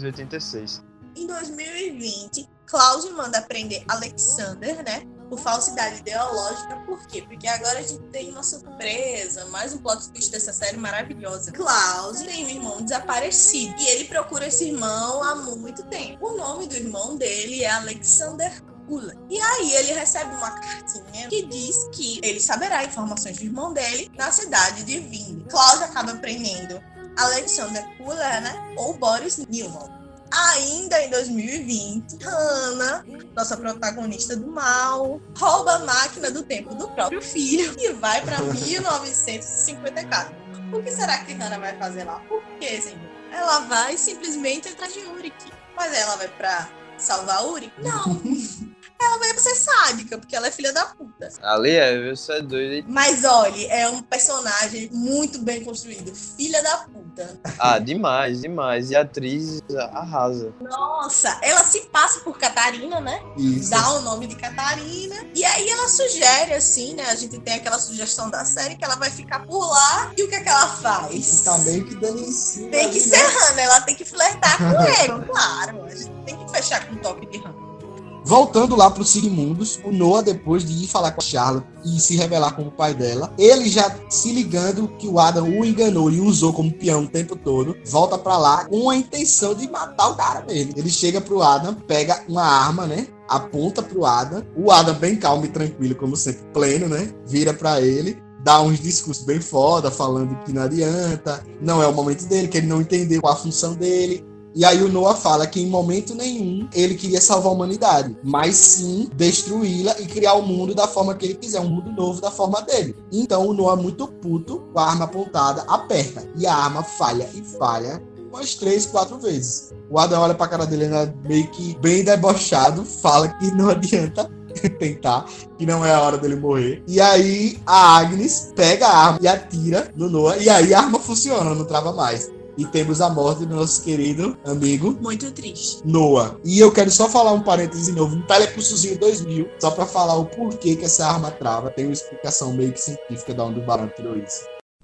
1986. Em 2020, Klaus manda prender Alexander, né? Por falsidade ideológica. Por quê? Porque agora a gente tem uma surpresa, mais um plot twist dessa série maravilhosa. Klaus tem um irmão desaparecido e ele procura esse irmão há muito tempo. O nome do irmão dele é Alexander Kuller. E aí ele recebe uma cartinha que diz que ele saberá informações do irmão dele na cidade de Vinde. Klaus acaba prendendo Alexander Kuller, né? Ou Boris Newman. Ainda em 2020, Hannah, nossa protagonista do mal, rouba a máquina do tempo do próprio filho e vai para 1954. O que será que Hannah vai fazer lá? Por quê, senhor? Ela vai simplesmente atrás de Ulrich. Mas ela vai pra salvar Ulrich? Não. Ela vai ser sádica, porque ela é filha da puta. Ali você é doido. Mas olha, é um personagem muito bem construído. Filha da puta. Ah, demais. E a atriz arrasa. Nossa, ela se passa por Catarina, né? Isso. Dá o nome de Catarina. E aí ela sugere, assim, né? A gente tem aquela sugestão da série que ela vai ficar por lá. E o que é que ela faz? Tá meio que dando em cima. Tem que ser Hannah, ela tem que flertar com ele, claro. A gente tem que fechar com o toque de Hannah. Voltando lá para os Sigmundos, o Noah, depois de ir falar com a Charlotte e se revelar como pai dela, ele já se ligando que o Adam o enganou e usou como peão o tempo todo, volta para lá com a intenção de matar o cara mesmo. Ele chega pro Adam, pega uma arma, né? Aponta pro Adam. O Adam, bem calmo e tranquilo, como sempre, pleno, né? Vira para ele, dá uns discursos bem foda, falando que não adianta, não é o momento dele, que ele não entendeu qual a função dele. E aí o Noah fala que em momento nenhum ele queria salvar a humanidade, mas sim destruí-la e criar o mundo da forma que ele quiser, um mundo novo da forma dele. Então o Noah, muito puto, com a arma apontada, aperta. E a arma falha umas 3, 4 vezes. O Adam olha pra cara dele, meio que bem debochado, fala que não adianta tentar, que não é a hora dele morrer. E aí a Agnes pega a arma e atira no Noah, e aí a arma funciona, não trava mais. E temos a morte do nosso querido amigo Muito triste. Noah. E eu quero só falar um parêntese novo, um Telepulsozinho 2000, só pra falar o porquê que essa arma trava. Tem uma explicação meio que científica de onde o Barão tirou isso.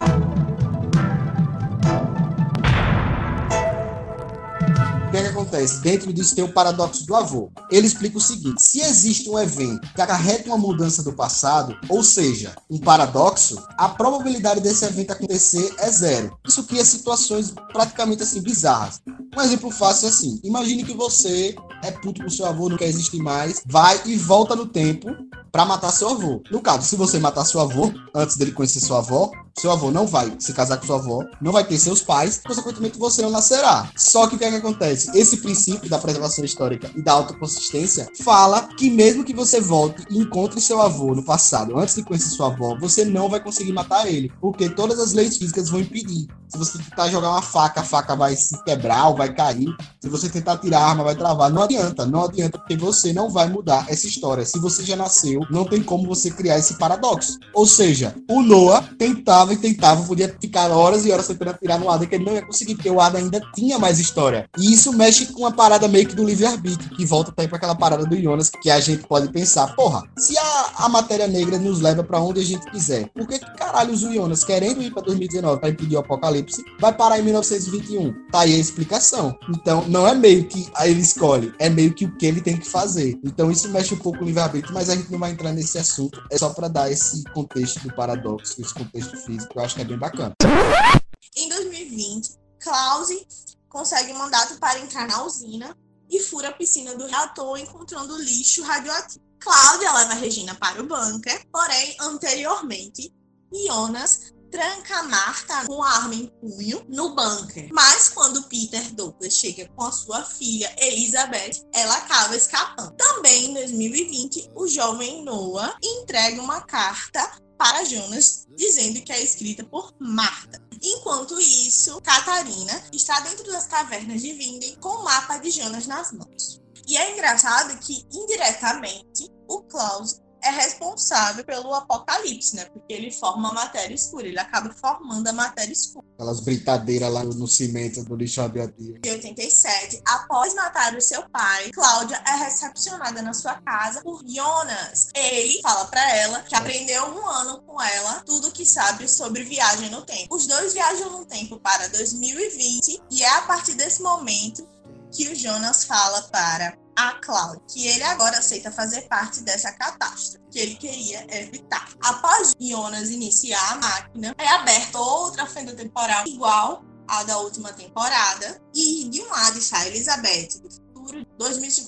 O que é que acontece? Dentro disso tem o paradoxo do avô. Ele explica o seguinte: se existe um evento que acarreta uma mudança do passado, ou seja, um paradoxo, a probabilidade desse evento acontecer é zero. Isso cria situações praticamente assim bizarras. Um exemplo fácil é assim: imagine que você é puto com seu avô, não quer existir mais, vai e volta no tempo para matar seu avô. No caso, se você matar seu avô antes dele conhecer sua avó, seu avô não vai se casar com sua avó, não vai ter seus pais, consequentemente você não nascerá. Só que o que é que acontece? Esse princípio da preservação histórica e da autoconsistência fala que mesmo que você volte e encontre seu avô no passado, antes de conhecer sua avó, você não vai conseguir matar ele, porque todas as leis físicas vão impedir. Se você tentar jogar uma faca, a faca vai se quebrar ou vai cair. Se você tentar tirar a arma, vai travar. Não adianta, porque você não vai mudar essa história. Se você já nasceu, não tem como você criar esse paradoxo. Ou seja, o Noah tentava, podia ficar horas e horas tentando atirar no Adam, que ele não ia conseguir, porque o Adam ainda tinha mais história. E isso mexe com uma parada meio que do livre-arbítrio, que volta até para aquela parada do Jonas, que a gente pode pensar, porra, se a matéria negra nos leva para onde a gente quiser, por que caralho o Jonas, querendo ir para 2019 para impedir o apocalipse, vai parar em 1921? Tá aí a explicação. Então, não é meio que ele escolhe, é meio que o que ele tem que fazer. Então, isso mexe um pouco com o livre-arbítrio, mas a gente não vai entrar nesse assunto. É só para dar esse contexto do paradoxo, esse contexto físico, que eu acho que é bem bacana. Em 2020, Klaus consegue um mandato para entrar na usina e fura a piscina do reator, encontrando lixo radioativo. Cláudia leva Regina para o bunker, porém, anteriormente, Jonas tranca Marta com a arma em punho no bunker. Mas quando Peter Douglas chega com a sua filha, Elizabeth, ela acaba escapando. Também em 2020, o jovem Noah entrega uma carta para Jonas, dizendo que é escrita por Marta. Enquanto isso, Catarina está dentro das cavernas de Vinden com o mapa de Jonas nas mãos. E é engraçado que, indiretamente, o Klaus é responsável pelo apocalipse, né? Porque ele forma a matéria escura, ele acaba formando a matéria escura. Aquelas britadeiras lá no cimento do lixo radioativo. Em 87, após matar o seu pai, Cláudia é recepcionada na sua casa por Jonas. Ele fala pra ela que aprendeu um ano com ela tudo que sabe sobre viagem no tempo. Os dois viajam no tempo para 2020 e é a partir desse momento que o Jonas fala para a Cláudia que ele agora aceita fazer parte dessa catástrofe que ele queria evitar. Após Jonas iniciar a máquina, é aberta outra fenda temporal igual à da última temporada, e de um lado está Elizabeth do futuro de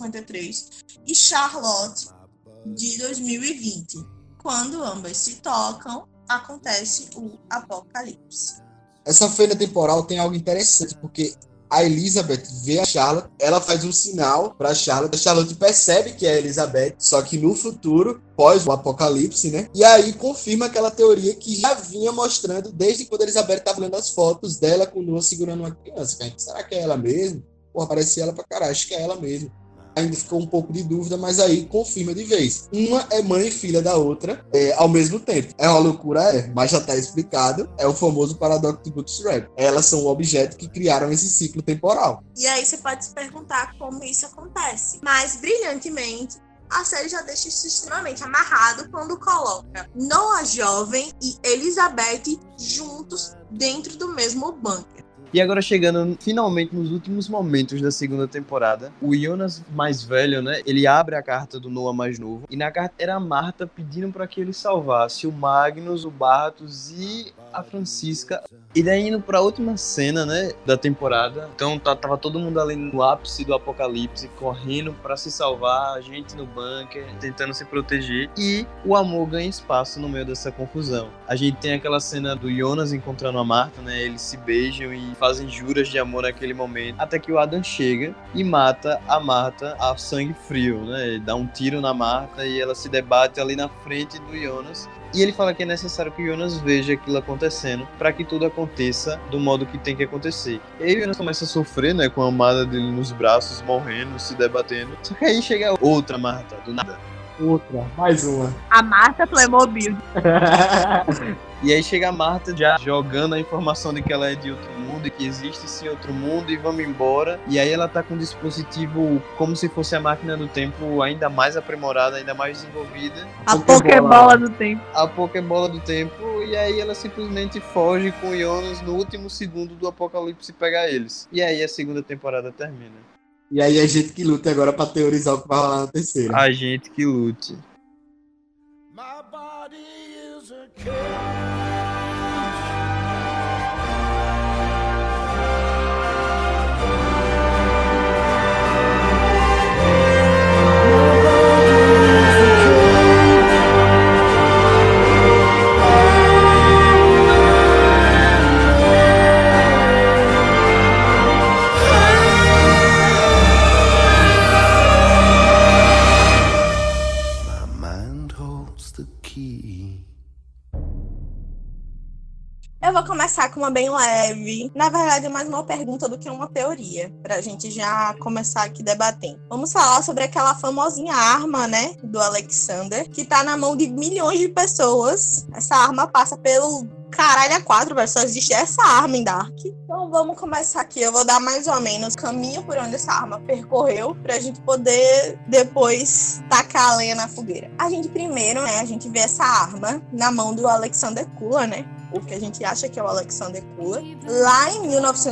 2053 e Charlotte de 2020. Quando ambas se tocam, acontece o apocalipse. Essa fenda temporal tem algo interessante, porque a Elizabeth vê a Charlotte, ela faz um sinal pra Charlotte, a Charlotte percebe que é a Elizabeth, só que no futuro, pós o apocalipse, né? E aí confirma aquela teoria que já vinha mostrando desde quando a Elizabeth estava vendo as fotos dela com o Noah segurando uma criança. Será que é ela mesmo? Porra, parece ela pra caralho, acho que é ela mesmo. Ainda ficou um pouco de dúvida, mas aí confirma de vez. Uma é mãe e filha da outra ao mesmo tempo. É uma loucura, mas já está explicado. É o famoso paradoxo de Bootstrap. Elas são o objeto que criaram esse ciclo temporal. E aí você pode se perguntar como isso acontece. Mas, brilhantemente, a série já deixa isso extremamente amarrado quando coloca Noah jovem e Elizabeth juntos dentro do mesmo bunker. E agora chegando finalmente nos últimos momentos da segunda temporada, o Jonas mais velho, né, ele abre a carta do Noah mais novo, e na carta era a Marta pedindo para que ele salvasse o Magnus, o Bartos e a Francisca. E daí indo pra última cena, né, da temporada, então tava todo mundo ali no ápice do apocalipse, correndo para se salvar, a gente no bunker, tentando se proteger, e o amor ganha espaço no meio dessa confusão. A gente tem aquela cena do Jonas encontrando a Marta, né, eles se beijam e fazem juras de amor naquele momento, até que o Adam chega e mata a Marta a sangue frio, né? Ele dá um tiro na Marta e ela se debate ali na frente do Jonas. E ele fala que é necessário que o Jonas veja aquilo acontecendo para que tudo aconteça do modo que tem que acontecer. E aí o Jonas começa a sofrer, né, com a amada dele nos braços, morrendo, se debatendo. Só que aí chega outra Marta, do nada. Outra, mais uma. A Marta Playmobil. E aí chega a Marta já jogando a informação de que ela é de outro mundo e que existe sim outro mundo e vamos embora. E aí ela tá com um dispositivo como se fosse a máquina do tempo ainda mais aprimorada, ainda mais desenvolvida. A Pokébola do tempo. A Pokébola do tempo. E aí ela simplesmente foge com o Jonas no último segundo do apocalipse pegar eles. E aí a segunda temporada termina. E aí a gente que luta agora pra teorizar o que vai rolar na terceira. A gente que lute. My body is a cage. Eu vou começar com uma bem leve. Na verdade, é mais uma pergunta do que uma teoria, pra gente já começar aqui debatendo. Vamos falar sobre aquela famosinha arma, né, do Alexander, que tá na mão de milhões de pessoas. Essa arma passa pelo caralho a 4, velho. Só existe essa arma em Dark. Então vamos começar aqui. Eu vou dar mais ou menos o caminho por onde essa arma percorreu pra gente poder depois tacar a lenha na fogueira. A gente primeiro, né, a gente vê essa arma na mão do Alexander Kula, né? O que a gente acha que é o Alexander Kula. Lá em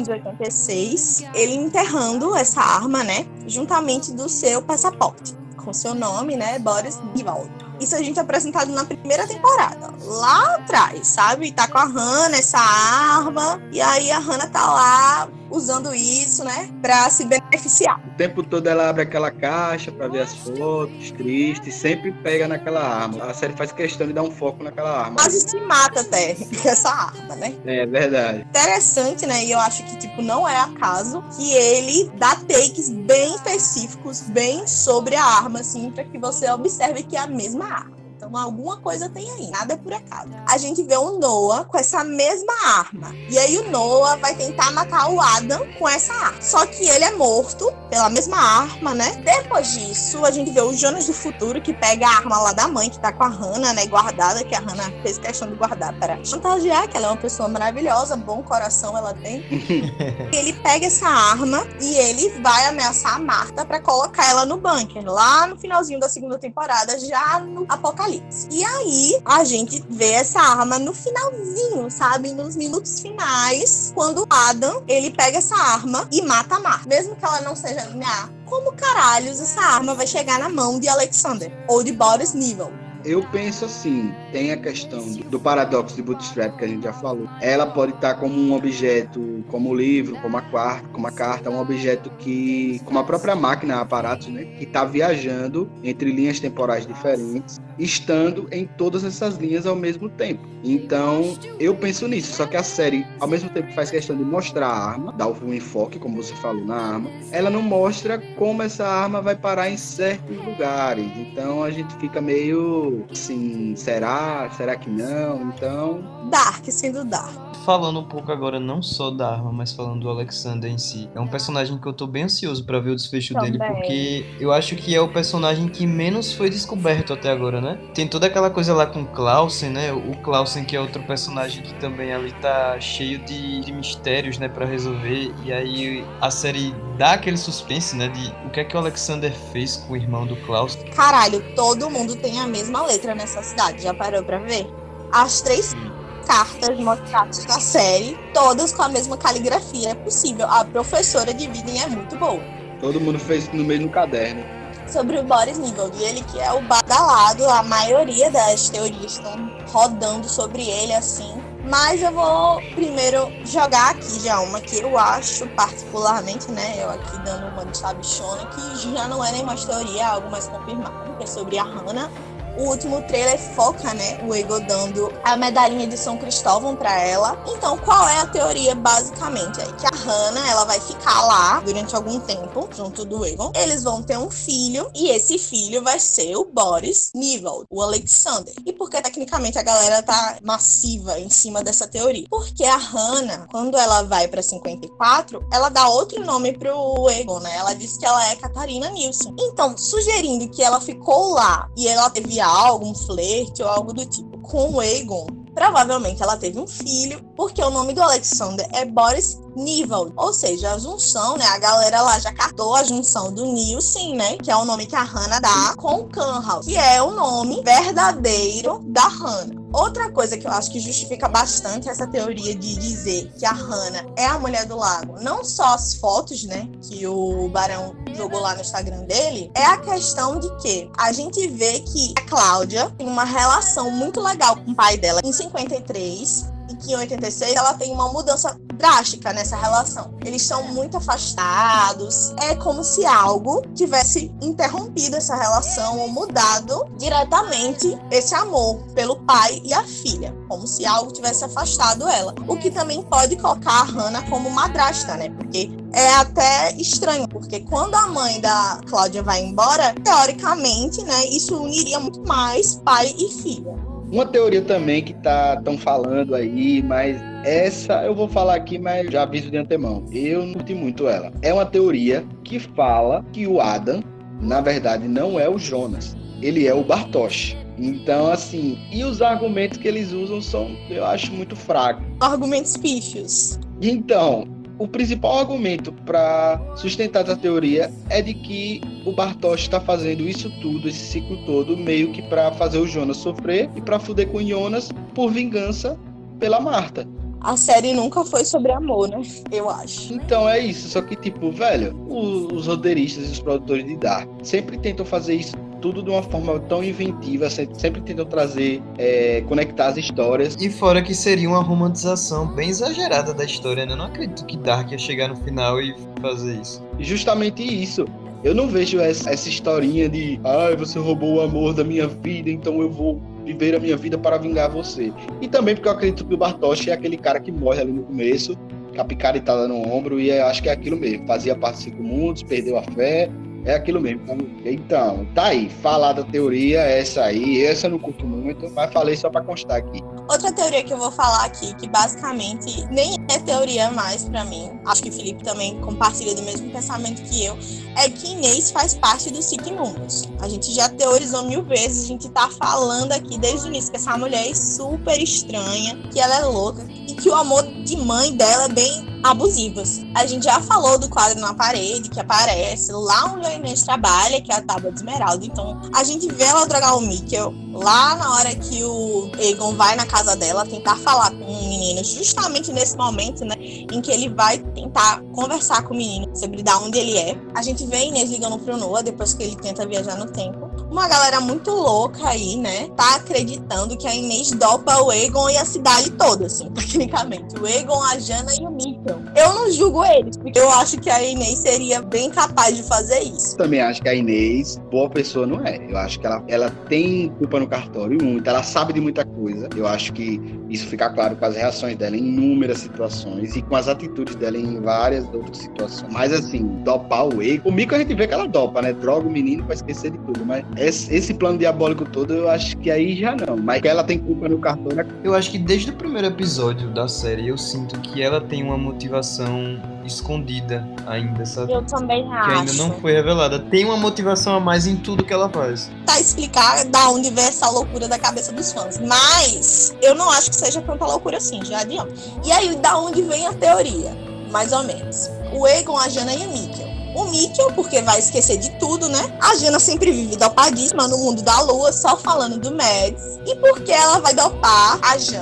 1986, ele enterrando essa arma, né, juntamente do seu passaporte, com seu nome, né, Boris Nival. Isso a gente é apresentado na primeira temporada, lá atrás, sabe? Tá com a Hannah, essa arma, e aí a Hannah tá lá usando isso, né, pra se beneficiar. O tempo todo ela abre aquela caixa pra ver as fotos, triste, sempre pega naquela arma. A série faz questão de dar um foco naquela arma. Quase se mata até com essa arma, né? É verdade. Interessante, né? E eu acho que, tipo, não é acaso que ele dá takes bem específicos, bem sobre a arma, assim, pra que você observe que é a mesma arma. Então, alguma coisa tem aí, nada é por acaso. A gente vê o Noah com essa mesma arma. E aí o Noah vai tentar matar o Adam com essa arma. Só que ele é morto pela mesma arma, né? Depois disso, a gente vê o Jonas do futuro, que pega a arma lá da mãe, que tá com a Hannah, né? Guardada, que a Hannah fez questão de guardar para chantagear, que ela é uma pessoa maravilhosa, bom coração ela tem. Ele pega essa arma e ele vai ameaçar a Marta pra colocar ela no bunker, lá no finalzinho da segunda temporada, já no apocalipse. E aí, a gente vê essa arma no finalzinho, sabe? Nos minutos finais, quando o Adam, ele pega essa arma e mata a Marta. Mesmo que ela não seja linear, como caralhos essa arma vai chegar na mão de Alexander? Ou de Boris Nival? Eu penso assim, tem a questão do paradoxo de Bootstrap que a gente já falou. Ela pode estar como um objeto, como o livro, como a carta, um objeto que, como a própria máquina, aparato, né, que está viajando entre linhas temporais diferentes, estando em todas essas linhas ao mesmo tempo. Então, eu penso nisso, só que a série, ao mesmo tempo que faz questão de mostrar a arma, dar um enfoque, como você falou, na arma, ela não mostra como essa arma vai parar em certos lugares. Então, a gente fica meio assim, será que não? Então, Dark, sendo Dark. Falando um pouco agora não só da arma, mas falando do Alexander em si. É um personagem que eu tô bem ansioso pra ver o desfecho dele, porque eu acho que é o personagem que menos foi descoberto até agora, né? Tem toda aquela coisa lá com o Clausen, né? O Clausen, que é outro personagem que também ali tá cheio de mistérios, né, pra resolver. E aí a série dá aquele suspense, né, de o que é que o Alexander fez com o irmão do Klaus. Caralho, todo mundo tem a mesma letra nessa cidade, já parou pra ver? As 3 cartas mostradas na série, todas com a mesma caligrafia. É possível, a professora de Viden é muito boa. Todo mundo fez no mesmo caderno. Sobre o Boris Nival, e ele que é o badalado, a maioria das teorias estão rodando sobre ele, assim. Mas eu vou primeiro jogar aqui já uma que eu acho particularmente, né, eu aqui dando uma de sabichona, que já não é nem mais teoria, é algo mais confirmado, que é sobre a Hannah O último trailer foca, né, o Aegon dando a medalhinha de São Cristóvão pra ela. Então, qual é a teoria, basicamente? É que a Hannah, ela vai ficar lá durante algum tempo, junto do Aegon. Eles vão ter um filho, e esse filho vai ser o Boris Nivald, o Alexander. E por que, tecnicamente, a galera tá massiva em cima dessa teoria? Porque a Hannah, quando ela vai pra 54, ela dá outro nome pro Aegon, né? Ela diz que ela é Catarina Nilsson. Então, sugerindo que ela ficou lá e ela teve algo, um flerte ou algo do tipo com o Aegon, provavelmente ela teve um filho, porque o nome do Alexander é Boris Nivald, ou seja, a junção, né? A galera lá já cartou a junção do Nilsen, né? Que é o nome que a Hannah dá, com o Canhaus, que é o nome verdadeiro da Hannah. Outra coisa que eu acho que justifica bastante essa teoria de dizer que a Hannah é a Mulher do Lago, não só as fotos, né, que o Barão jogou lá no Instagram dele, é a questão de que a gente vê que a Cláudia tem uma relação muito legal com o pai dela em 53, e que em 86 ela tem uma mudança drástica nessa relação. Eles são muito afastados. É como se algo tivesse interrompido essa relação ou mudado diretamente esse amor pelo pai e a filha. Como se algo tivesse afastado ela. O que também pode colocar a Hannah como madrasta, né? Porque é até estranho, porque quando a mãe da Cláudia vai embora, teoricamente, né, isso uniria muito mais pai e filha. Uma teoria também que estão falando aí, mas essa eu vou falar aqui, mas já aviso de antemão. Eu não curti muito ela. É uma teoria que fala que o Adam, na verdade, não é o Jonas. Ele é o Bartosz. Então, assim, e os argumentos que eles usam são, eu acho, muito fracos. Argumentos pífios. Então, o principal argumento para sustentar essa teoria é de que o Bartosz está fazendo isso tudo, esse ciclo todo, meio que para fazer o Jonas sofrer e para fuder com o Jonas por vingança pela Marta. A série nunca foi sobre amor, né? Eu acho. Então é isso, só que tipo, velho, os roteiristas e os produtores de Dark sempre tentam fazer isso tudo de uma forma tão inventiva, sempre tentam trazer, conectar as histórias. E fora que seria uma romantização bem exagerada da história, né? Eu não acredito que Dark ia chegar no final e fazer isso. Justamente isso. Eu não vejo essa historinha de você roubou o amor da minha vida, então eu vou viver a minha vida para vingar você. E também porque eu acredito que o Bartosz é aquele cara que morre ali no começo, com a picaretada no ombro, e eu acho que é aquilo mesmo. Fazia parte de 5 mundos, perdeu a fé. É aquilo mesmo. Então, tá aí. Falar da teoria, essa aí. Essa eu não curto muito, mas falei só pra constar aqui. Outra teoria que eu vou falar aqui, que basicamente nem é teoria mais pra mim, acho que o Felipe também compartilha do mesmo pensamento que eu, é que Inês faz parte dos Sigmundos. A gente já teorizou 1000 vezes, a gente tá falando aqui desde o início que essa mulher é super estranha, que ela é louca e que o amor de mãe dela é bem abusivo. A gente já falou do quadro na parede, que aparece lá onde a Inês trabalha, que é a Tábua de Esmeralda. Então, a gente vê ela drogar o Mikkel lá na hora que o Aegon vai na casa dela tentar falar com o menino, justamente nesse momento, né, em que ele vai tentar conversar com o menino sobre de onde ele é. A gente vê a Inês ligando pro Noah depois que ele tenta viajar no tempo. Uma galera muito louca aí, né, tá acreditando que a Inês dopa o Aegon e a cidade toda, assim, tecnicamente. O Aegon, a Jana e o Mikkel. Eu não julgo eles, porque eu acho que a Inês seria bem capaz de fazer isso. Também acho que a Inês, boa pessoa não é. Eu acho que ela tem culpa no cartório, muito. Ela sabe de muita coisa. Eu acho que isso fica claro com as reações dela em inúmeras situações e com as atitudes dela em várias outras situações. Mas assim, dopar o Aegon. O Mikkel a gente vê que ela dopa, né? Droga o menino pra esquecer de tudo. Mas esse plano diabólico todo, eu acho que aí já não. Mas que ela tem culpa no cartório. Eu acho que desde o primeiro episódio da série, eu sinto que ela tem uma motivação escondida ainda, sabe? Eu também acho. Que ainda não foi revelada. Tem uma motivação a mais em tudo que ela faz. Tá explicar da onde vem essa loucura da cabeça dos fãs. Mas eu não acho que seja tanta loucura assim, já adianto. E aí, da onde vem a teoria? Mais ou menos. O Aegon, a Jana e o Mikkel. O Mikkel, porque vai esquecer de tudo, né? A Jana sempre vive dopadíssima no mundo da lua, só falando do Mads. E porque ela vai dopar a Jana?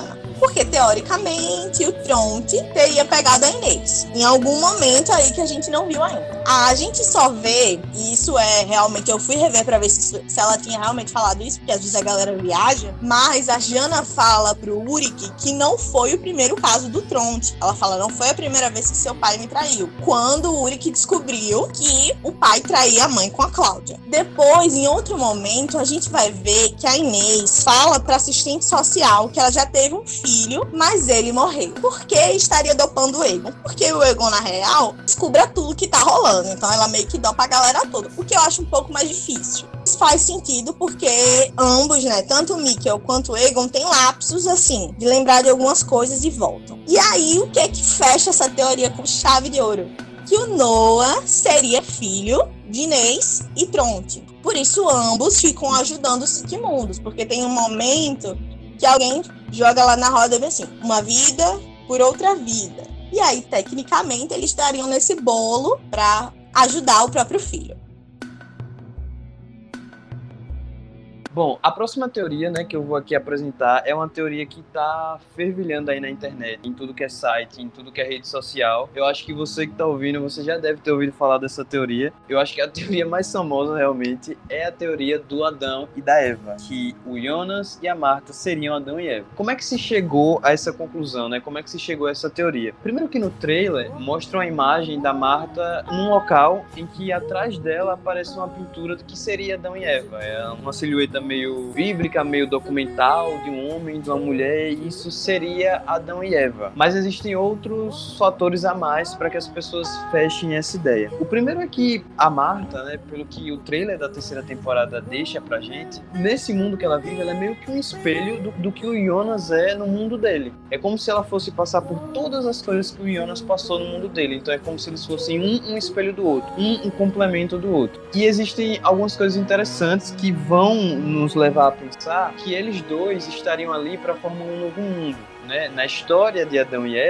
Porque, teoricamente, o Tronte teria pegado a Inês. Em algum momento aí que a gente não viu ainda. A gente só vê, e isso é realmente, eu fui rever pra ver se ela tinha realmente falado isso, porque às vezes a galera viaja, mas a Jana fala pro Uric que não foi o primeiro caso do Tronte. Ela fala, não foi a primeira vez que seu pai me traiu. Quando o Uric descobriu que o pai traía a mãe com a Cláudia. Depois, em outro momento, a gente vai ver que a Inês fala pra assistente social que ela já teve um filho, mas ele morreu. Por que estaria dopando o Egon? Porque o Egon, na real, descubra tudo que tá rolando. Então ela meio que dopa a galera toda. O que eu acho um pouco mais difícil. Isso faz sentido porque ambos, né, tanto o Mikkel quanto o Egon, tem lapsos, assim, de lembrar de algumas coisas e voltam. E aí, o que é que fecha essa teoria com chave de ouro? Que o Noah seria filho de Inês e Tronte. Por isso, ambos ficam ajudando os Siquemundos, porque tem um momento que alguém joga lá na roda e vê assim, uma vida por outra vida. E aí, tecnicamente, eles estariam nesse bolo para ajudar o próprio filho. Bom, a próxima teoria, né, que eu vou aqui apresentar é uma teoria que tá fervilhando aí na internet, em tudo que é site, em tudo que é rede social. Eu acho que você que tá ouvindo, você já deve ter ouvido falar dessa teoria. Eu acho que a teoria mais famosa, realmente, é a teoria do Adão e da Eva, que o Jonas e a Marta seriam Adão e Eva. Como é que se chegou a essa conclusão, né? Como é que se chegou a essa teoria? Primeiro que no trailer, mostra uma imagem da Marta num local em que atrás dela aparece uma pintura do que seria Adão e Eva. É uma silhueta meio bíblica, meio documental, de um homem, de uma mulher, e isso seria Adão e Eva. Mas existem outros fatores a mais para que as pessoas fechem essa ideia. O primeiro é que a Marta, né, pelo que o trailer da terceira temporada deixa pra gente, nesse mundo que ela vive, ela é meio que um espelho do que o Jonas é no mundo dele. É como se ela fosse passar por todas as coisas que o Jonas passou no mundo dele. Então é como se eles fossem um espelho do outro, um complemento do outro. E existem algumas coisas interessantes que vão nos levar a pensar que eles dois estariam ali para formar um novo mundo. Né? Na história de Adão e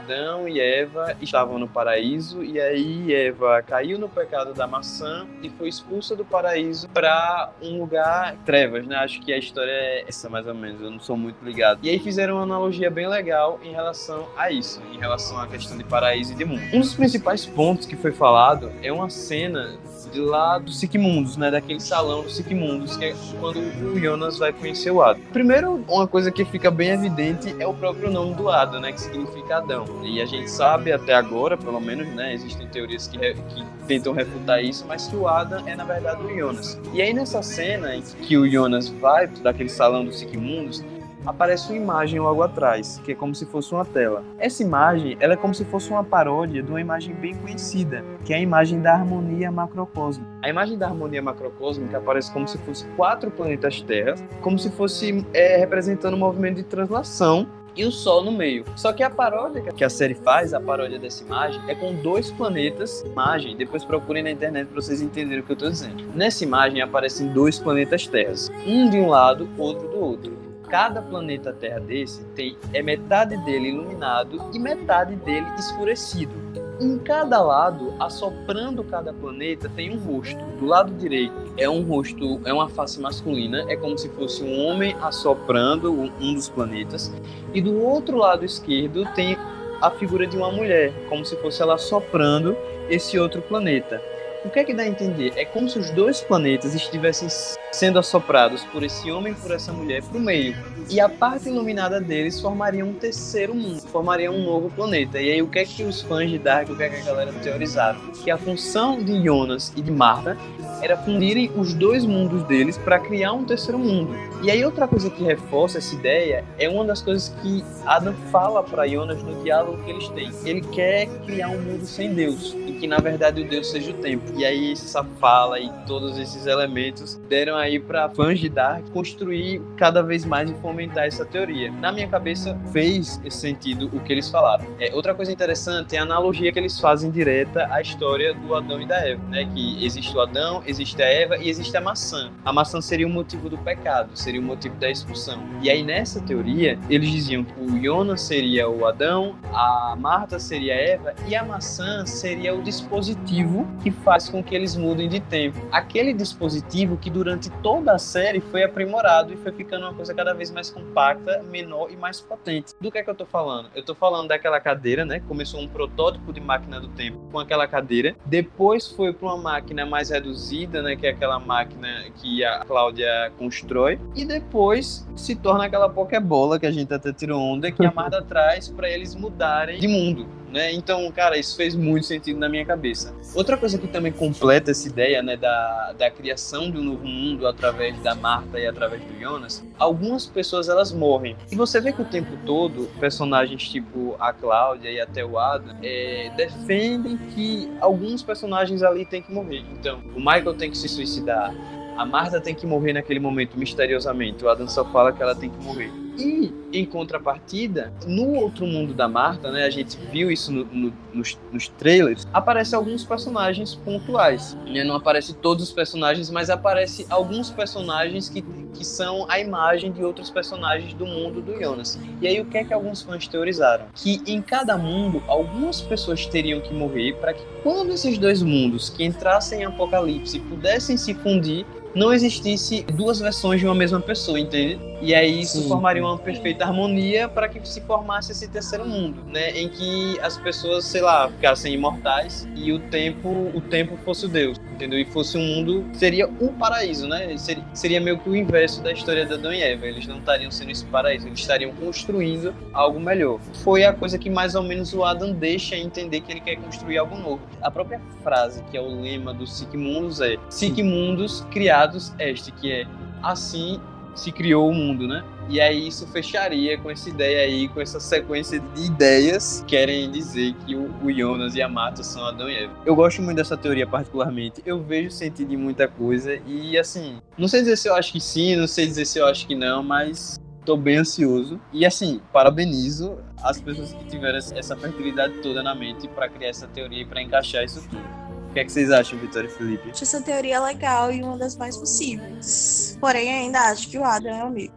Eva estavam no paraíso e aí Eva caiu no pecado da maçã e foi expulsa do paraíso para um lugar trevas, né? Acho que a história é essa mais ou menos, eu não sou muito ligado. E aí fizeram uma analogia bem legal em relação a isso, em relação à questão de paraíso e de mundo. Um dos principais pontos que foi falado é uma cena de lá do Siquemundos, né? Daquele salão do Siquemundos, que é quando o Jonas vai conhecer o Adão. Primeiro, uma coisa que fica bem evidente é o próprio nome do Adão, né? Que significa Adão. E a gente sabe até agora, pelo menos, né? Existem teorias que tentam refutar isso, mas que o Adão é, na verdade, o Jonas. E aí, nessa cena em que o Jonas vai daquele salão do Siquemundos, aparece uma imagem logo atrás, que é como se fosse uma tela. Essa imagem, ela é como se fosse uma paródia de uma imagem bem conhecida, que é a imagem da harmonia macrocósmica. A imagem da harmonia macrocósmica aparece como se fosse 4 planetas Terra, como se fosse representando um movimento de translação e o Sol no meio. Só que a paródia que a série faz, a paródia dessa imagem, é com 2 planetas. Imagem, depois procurem na internet para vocês entenderem o que eu estou dizendo. Nessa imagem aparecem 2 planetas Terras, um de um lado, outro do outro. Cada planeta Terra desse é metade dele iluminado e metade dele escurecido. Em cada lado, assoprando cada planeta, tem um rosto. Do lado direito é um rosto, é uma face masculina, é como se fosse um homem assoprando um dos planetas. E do outro lado esquerdo tem a figura de uma mulher, como se fosse ela assoprando esse outro planeta. O que é que dá a entender? É como se os 2 planetas estivessem sendo assoprados por esse homem e por essa mulher para o meio. E a parte iluminada deles formaria um terceiro mundo, formaria um novo planeta. E aí o que é que os fãs de Dark, o que é que a galera teorizaram? Que a função de Jonas e de Marta era fundirem os 2 mundos deles para criar um terceiro mundo. E aí outra coisa que reforça essa ideia é uma das coisas que Adam fala para Jonas no diálogo que eles têm. Ele quer criar um mundo sem Deus, e que na verdade o Deus seja o tempo. E aí essa fala e todos esses elementos deram aí para fãs de Dark construir cada vez mais e fomentar essa teoria. Na minha cabeça fez esse sentido o que eles falaram. Outra coisa interessante é a analogia que eles fazem direta à história do Adão e da Eva, né? Que existe o Adão, existe a Eva e existe a maçã. A maçã seria o motivo do pecado, seria o motivo da expulsão. E aí nessa teoria eles diziam que o Jonas seria o Adão, a Marta seria a Eva e a maçã seria o dispositivo que faz com que eles mudem de tempo. Aquele dispositivo que durante durante toda a série foi aprimorado e foi ficando uma coisa cada vez mais compacta, menor e mais potente. Do que é que eu tô falando? Eu tô falando daquela cadeira, né? Começou um protótipo de máquina do tempo com aquela cadeira, depois foi para uma máquina mais reduzida, né? Que é aquela máquina que a Cláudia constrói, e depois se torna aquela Pokébola que a gente até tirou onda, que a Marta traz para eles mudarem de mundo, né? Então, cara, isso fez muito sentido na minha cabeça. Outra coisa que também completa essa ideia, né, da criação de um novo mundo através da Marta e através do Jonas, algumas pessoas elas morrem. E você vê que o tempo todo, personagens tipo a Cláudia e até o Adam defendem que alguns personagens ali têm que morrer. Então, o Michael tem que se suicidar, a Marta tem que morrer naquele momento misteriosamente, o Adam só fala que ela tem que morrer. E, em contrapartida, no outro mundo da Marta, né, a gente viu isso nos trailers, aparecem alguns personagens pontuais, né? Não aparecem todos os personagens, mas aparecem alguns personagens que são a imagem de outros personagens do mundo do Jonas. E aí o que é que alguns fãs teorizaram? Que em cada mundo, algumas pessoas teriam que morrer para que quando esses dois mundos que entrassem em apocalipse pudessem se fundir, não existisse duas versões de uma mesma pessoa, entende? E aí isso formaria uma perfeita harmonia para que se formasse esse terceiro mundo, né? Em que as pessoas, sei lá, ficassem imortais e o tempo fosse o Deus, entendeu? E fosse um mundo, seria um paraíso, né? Seria meio que o inverso da história de Adão e Eva. Eles não estariam sendo esse paraíso, eles estariam construindo algo melhor. Foi a coisa que mais ou menos o Adam deixa entender que ele quer construir algo novo. A própria frase, que é o lema do Sic Mundus, é Sic Mundus criados est, que é assim se criou o mundo, né? E aí isso fecharia com essa ideia aí, com essa sequência de ideias que querem dizer que o Jonas e a Marta são Adão e Eva. Eu gosto muito dessa teoria particularmente, eu vejo sentido em muita coisa e assim, não sei dizer se eu acho que sim, não sei dizer se eu acho que não, mas tô bem ansioso. E assim, parabenizo as pessoas que tiveram essa fertilidade toda na mente para criar essa teoria e para encaixar isso tudo. O que é que vocês acham, Vitória e Felipe? Acho essa teoria legal e uma das mais possíveis. Porém, ainda acho que o Adam é o amigo.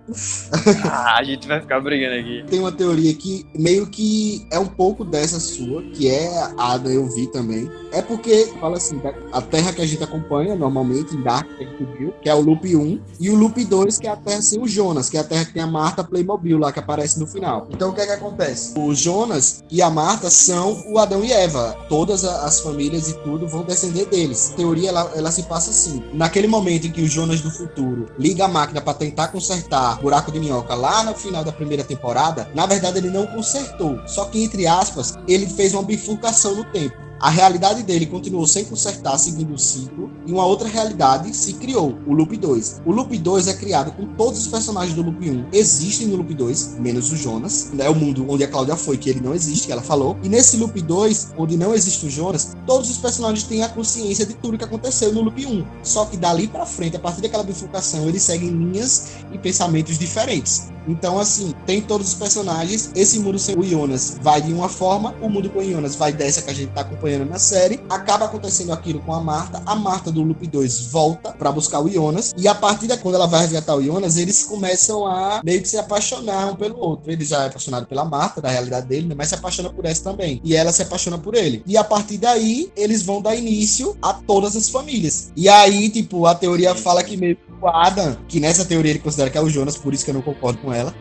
A gente vai ficar brigando aqui. Tem uma teoria que meio que é um pouco dessa sua, que é a Adam, eu vi também. É porque, fala assim, a Terra que a gente acompanha normalmente, em Dark, que a gente viu, que é o Loop 1, e o Loop 2, que é a Terra sem o Jonas, que é a Terra que tem a Marta Playmobil lá, que aparece no final. Então, o que é que acontece? O Jonas e a Marta são o Adão e Eva. Todas as famílias e tudo vão descender deles. A teoria, ela se passa assim. Naquele momento em que o Jonas do futuro liga a máquina para tentar consertar o buraco de minhoca lá no final da primeira temporada, na verdade ele não consertou. Só que, entre aspas, ele fez uma bifurcação no tempo. A realidade dele continuou sem consertar, seguindo o ciclo, e uma outra realidade se criou, o Loop 2. O Loop 2 é criado com todos os personagens do Loop 1. Existem no Loop 2, menos o Jonas. É o mundo onde a Cláudia foi, que ele não existe, que ela falou. E nesse Loop 2, onde não existe o Jonas, todos os personagens têm a consciência de tudo que aconteceu no Loop 1. Só que dali pra frente, a partir daquela bifurcação, eles seguem linhas e pensamentos diferentes. Então, assim, tem todos os personagens. Esse mundo sem o Jonas vai de uma forma, o mundo com o Jonas vai dessa que a gente tá acompanhando na série. Acaba acontecendo aquilo com a Marta do Loop 2 volta pra buscar o Jonas, e a partir da quando ela vai resgatar o Jonas, eles começam a meio que se apaixonar um pelo outro. Ele já é apaixonado pela Marta, da realidade dele, né? Mas se apaixona por essa também, e ela se apaixona por ele. E a partir daí, eles vão dar início a todas as famílias. E aí, tipo, a teoria fala que meio o Adam, que nessa teoria ele considera que é o Jonas, por isso que eu não concordo com ela.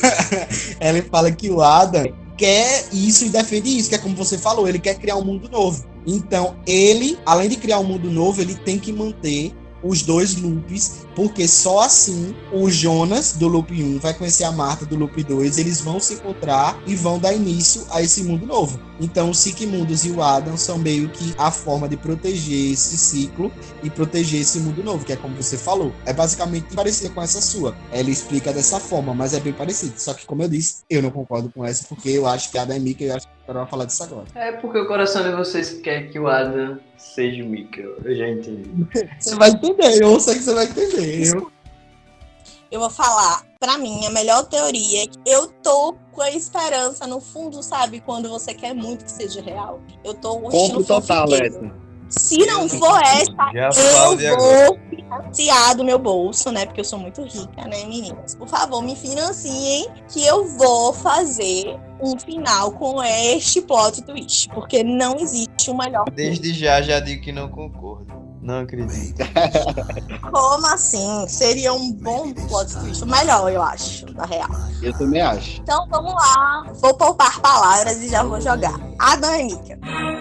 Ela fala que o Adam quer isso e defende isso, que é como você falou, ele quer criar um mundo novo. Então, ele, além de criar um mundo novo, ele tem que manter os dois loops, porque só assim o Jonas do Loop 1 vai conhecer a Marta do Loop 2, eles vão se encontrar e vão dar início a esse mundo novo. Então o Sic Mundus e o Adam são meio que a forma de proteger esse ciclo e proteger esse mundo novo, que é como você falou. É basicamente parecido com essa sua. Ela explica dessa forma, mas é bem parecido. Só que, como eu disse, eu não concordo com essa, porque eu acho que Adam é Mika e eu acho que eu vou falar disso agora. É porque o coração de vocês quer que o Adam seja o Mika. Eu já entendi. Você vai entender, eu sei que você vai entender. Eu vou falar, pra mim, a melhor teoria é que eu tô com a esperança no fundo, sabe? Quando você quer muito que seja real. Eu tô Compro total, Lessa. Se não for essa, eu vou financiar do meu bolso, né? Porque eu sou muito rica, né, meninas? Por favor, me financiem que eu vou fazer um final com este plot twist. Porque não existe o melhor. Desde já digo que não concordo. Não acredito. Como assim? Seria um bom plot twist. O melhor, eu acho, na real. Eu também acho. Então vamos lá. Vou poupar palavras e já vou jogar. Adam e Mika.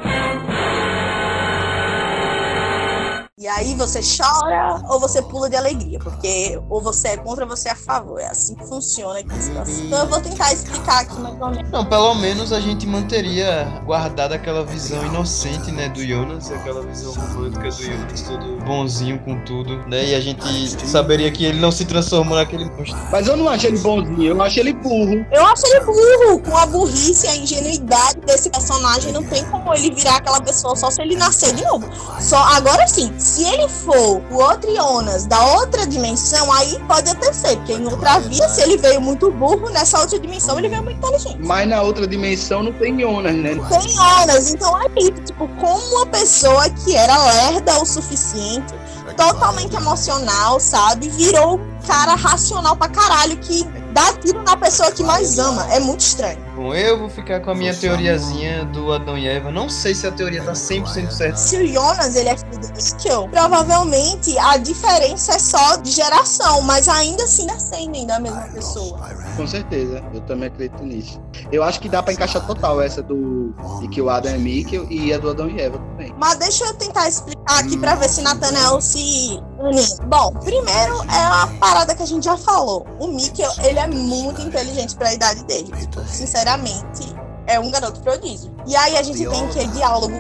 E aí você chora ou você pula de alegria, porque ou você é contra ou você é a favor. É assim que funciona aqui a situação. Então eu vou tentar explicar aqui mais ou menos. Não, pelo menos a gente manteria guardada aquela visão inocente, né, do Jonas, aquela visão romântica do Jonas, todo bonzinho com tudo, né, e a gente saberia que ele não se transformou naquele monstro. Mas eu não acho ele bonzinho, eu acho ele burro. Eu acho ele burro, com a burrice e a ingenuidade desse personagem, não tem como ele virar aquela pessoa só se ele nascer de novo. Só agora sim, se ele for o outro Jonas da outra dimensão, aí pode até ser, porque em outra vida, se ele veio muito burro, nessa outra dimensão ele veio muito inteligente. Mas na outra dimensão não tem Jonas, né? Tem Jonas, então é isso, tipo, como uma pessoa que era lerda o suficiente, totalmente emocional, sabe, virou um cara racional pra caralho, que dá tiro na pessoa que mais ama. É muito estranho. Bom, eu vou ficar com a minha teoriazinha do Adão e Eva. Não sei se a teoria tá 100% certa. Se o Jonas, ele é filho do Mikkel, provavelmente a diferença é só de geração, mas ainda assim descendem da mesma pessoa. Com certeza, eu também acredito nisso. Eu acho que dá pra encaixar total essa de que o Adam é Mikkel e a do Adão e Eva também. Mas deixa eu tentar explicar aqui pra ver se Nathanael se anima. Bom, primeiro é a parada que a gente já falou. O Mikkel, ele é muito inteligente pra idade dele. Sinceramente, é um garoto prodígio. E aí a gente tem aquele diálogo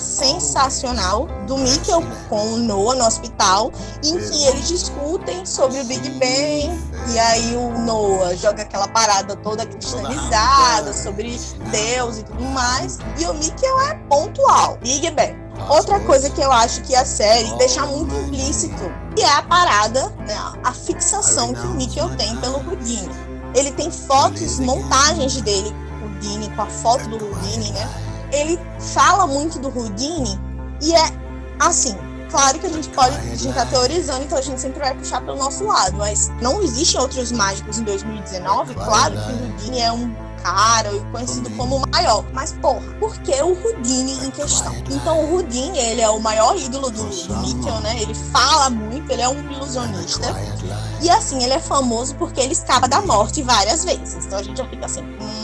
sensacional do Mikkel com o Noah no hospital, em que eles discutem sobre o Big Bang, e aí o Noah joga aquela parada toda cristalizada sobre Deus e tudo mais, e o Mikkel é pontual, Big Bang. Outra coisa que eu acho que a série deixa muito implícito, que é a parada, né, a fixação que o Mikkel tem pelo Houdini. Ele tem fotos, montagens dele, Houdini, com a foto do Houdini, né? Ele fala muito do Houdini e é assim, claro que a gente tá teorizando, então a gente sempre vai puxar pelo nosso lado, mas não existem outros mágicos em 2019, claro que o Houdini é um cara conhecido como o maior, mas porra, por que o Houdini em questão? Então o Houdini, ele é o maior ídolo do Mikkel, né? Ele fala muito, ele é um ilusionista e assim, ele é famoso porque ele escapa da morte várias vezes, então a gente já fica assim,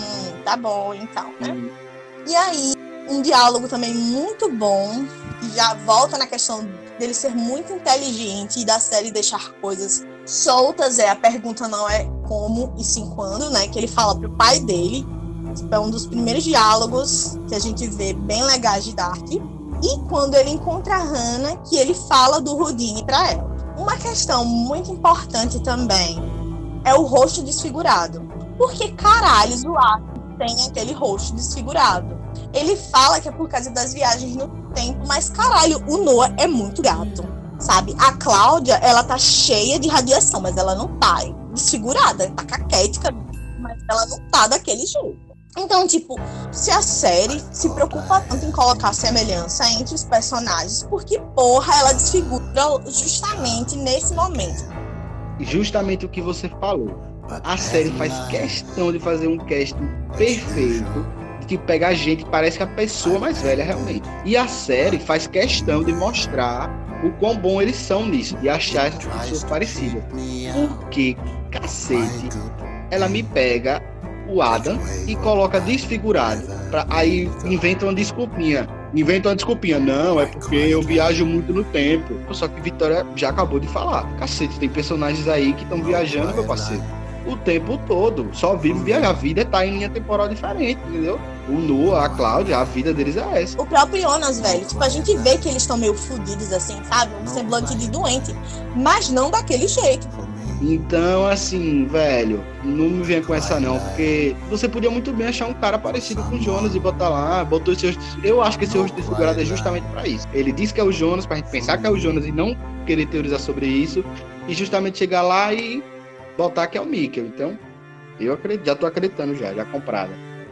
tá bom então, né? E aí, um diálogo também muito bom, que já volta na questão dele ser muito inteligente e da série deixar coisas soltas. A pergunta não é como e sim quando, né? Que ele fala pro pai dele. É um dos primeiros diálogos que a gente vê bem legais de Dark. E quando ele encontra a Hannah, que ele fala do Houdini pra ela. Uma questão muito importante também é o rosto desfigurado. Porque caralhos o Arthur tem aquele rosto desfigurado. Ele fala que é por causa das viagens no tempo, mas caralho, o Noah é muito gato, sabe? A Cláudia, ela tá cheia de radiação, mas ela não tá desfigurada, tá caquética, mas ela não tá daquele jeito. Então, tipo, se a série se preocupa tanto em colocar semelhança entre os personagens, porque, porra, ela desfigura justamente nesse momento. Justamente o que você falou. A série faz questão de fazer um casting perfeito, de pegar a gente, parece que a pessoa mais velha realmente. E a série faz questão de mostrar o quão bom eles são nisso, de achar essas pessoas parecidas. Porque, cacete, ela me pega o Adam e coloca desfigurado. Aí inventa uma desculpinha. Não, é porque eu viajo muito no tempo. Só que Vitória já acabou de falar. Cacete, tem personagens aí que estão viajando, meu parceiro, o tempo todo. Só vive viajar. A vida tá em linha temporal diferente, entendeu? O Noah, a Cláudia, a vida deles é essa. O próprio Jonas, velho, tipo, a gente vê que eles estão meio fodidos assim, sabe? Um semblante de doente, mas não daquele jeito. Então, assim, velho, não me venha com essa não, porque você podia muito bem achar um cara parecido com o Jonas e botar lá, botou esse rosto. Eu acho que esse rosto desfigurado é justamente pra isso. Ele diz que é o Jonas, pra gente pensar que é o Jonas e não querer teorizar sobre isso, e justamente chegar lá e botar que é o Mikkel. Então, eu acredito, já tô acreditando já comprada.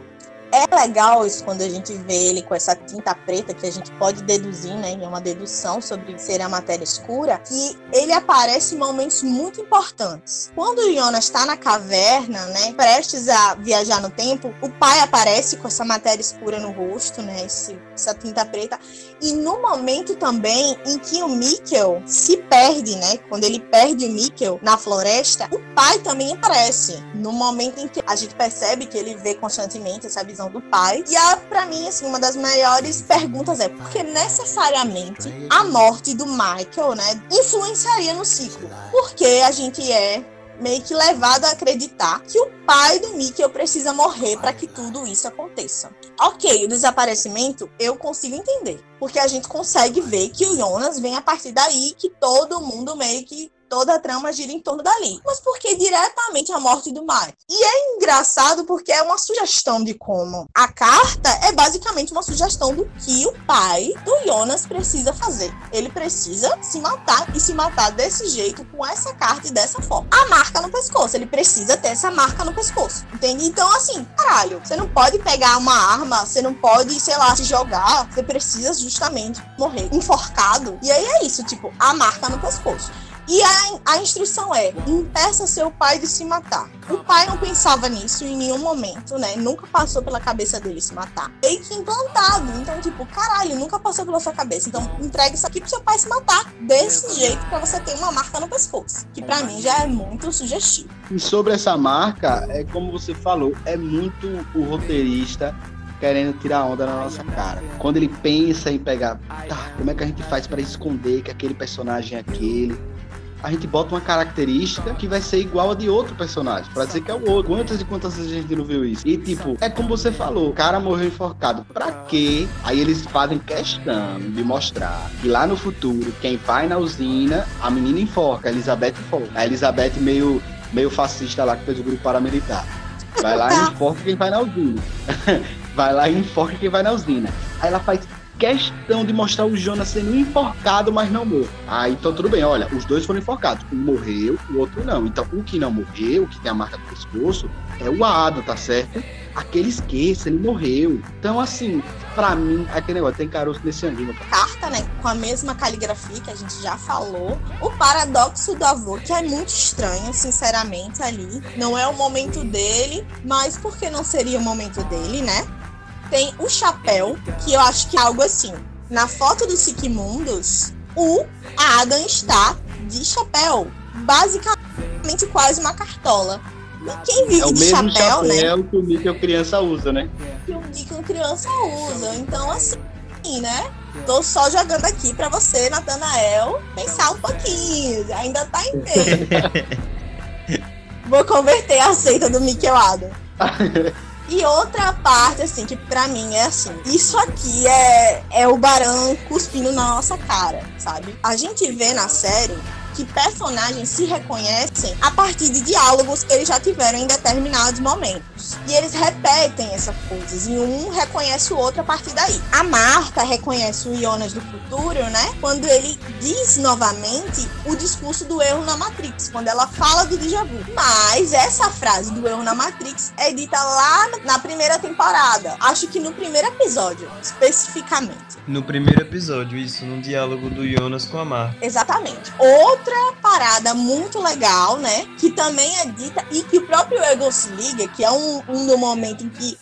é legal isso quando a gente vê ele com essa tinta preta, que a gente pode deduzir, né? É uma dedução sobre ser a matéria escura, que ele aparece em momentos muito importantes. Quando o Jonas está na caverna, né? Prestes a viajar no tempo, o pai aparece com essa matéria escura no rosto, né? Essa tinta preta. E no momento também em que o Mikkel se perde, né? Quando ele perde o Mikkel na floresta, o pai também aparece. No momento em que a gente percebe que ele vê constantemente essa visão do pai. E pra mim, assim, uma das maiores perguntas é por que necessariamente a morte do Michael, né, influenciaria no ciclo? Porque a gente é meio que levado a acreditar que o pai do Mikkel precisa morrer para que tudo isso aconteça. Ok, o desaparecimento eu consigo entender, porque a gente consegue ver que o Jonas vem a partir daí, que todo mundo meio que toda a trama gira em torno dali. Mas por que diretamente a morte do Mike? E é engraçado porque é uma sugestão de como a carta é basicamente uma sugestão do que o pai do Jonas precisa fazer. Ele precisa se matar, e se matar desse jeito, com essa carta e dessa forma. A marca no pescoço, ele precisa ter essa marca no pescoço, entende? Então, assim, caralho, você não pode pegar uma arma, você não pode, sei lá, se jogar, você precisa justamente morrer enforcado. E aí é isso, tipo, a marca no pescoço. E a instrução é: impeça seu pai de se matar. O pai não pensava nisso em nenhum momento, né? Nunca passou pela cabeça dele se matar. Meio que implantado. Então, tipo, caralho, nunca passou pela sua cabeça. Então, entregue isso aqui pro seu pai se matar. Desse jeito, pra você ter uma marca no pescoço. Que pra mim já é muito sugestivo. E sobre essa marca, é como você falou, é muito o roteirista querendo tirar onda na nossa cara. Quando ele pensa em pegar, tá, como é que a gente faz pra esconder que aquele personagem é aquele? A gente bota uma característica que vai ser igual a de outro personagem, pra dizer que é o outro. Quantas e quantas vezes a gente não viu isso? E tipo, é como você falou, o cara morreu enforcado. Pra quê? Aí eles fazem questão de mostrar que lá no futuro, quem vai na usina, a menina enforca, a Elizabeth enforca. A Elizabeth meio fascista lá, que fez o grupo paramilitar. Vai lá e enforca quem vai na usina. Vai lá e enforca quem vai na usina. Aí ela faz questão de mostrar o Jonas sendo enforcado, mas não morto. Aí então tudo bem, olha, os dois foram enforcados. Um morreu, o outro não. Então o que não morreu, o que tem a marca do pescoço, é o Adam, tá certo? Aquele esqueça, ele morreu. Então assim, pra mim, aquele negócio tem caroço nesse anime. Carta, né, com a mesma caligrafia que a gente já falou. O paradoxo do avô, que é muito estranho, sinceramente, ali. Não é o momento dele, mas por que não seria o momento dele, né? Tem o chapéu, que eu acho que é algo assim. Na foto do Siquemundos, o Adam está de chapéu. Basicamente quase uma cartola. E quem vive de chapéu, né? É o que o Mikkel criança usa, né? Que o Mikkel criança usa. Então, assim, né? Tô só jogando aqui pra você, Natanael, pensar um pouquinho. Ainda tá em tempo. Vou converter a seita do Mikkel Adam. E outra parte, assim, que pra mim é assim, isso aqui é o Baran cuspindo na nossa cara, sabe? A gente vê na série que personagens se reconhecem a partir de diálogos que eles já tiveram em determinados momentos. E eles repetem essas coisas, e um reconhece o outro a partir daí. A Marta reconhece o Jonas do futuro, né? Quando ele diz novamente o discurso do erro na Matrix, quando ela fala do déjà vu. Mas essa frase do erro na Matrix é dita lá na primeira temporada. Acho que no primeiro episódio, especificamente. No primeiro episódio, isso, no diálogo do Jonas com a Marta. Exatamente. Outra parada muito legal, né? Que também é dita, e que o próprio Egon se liga, que é no momento em que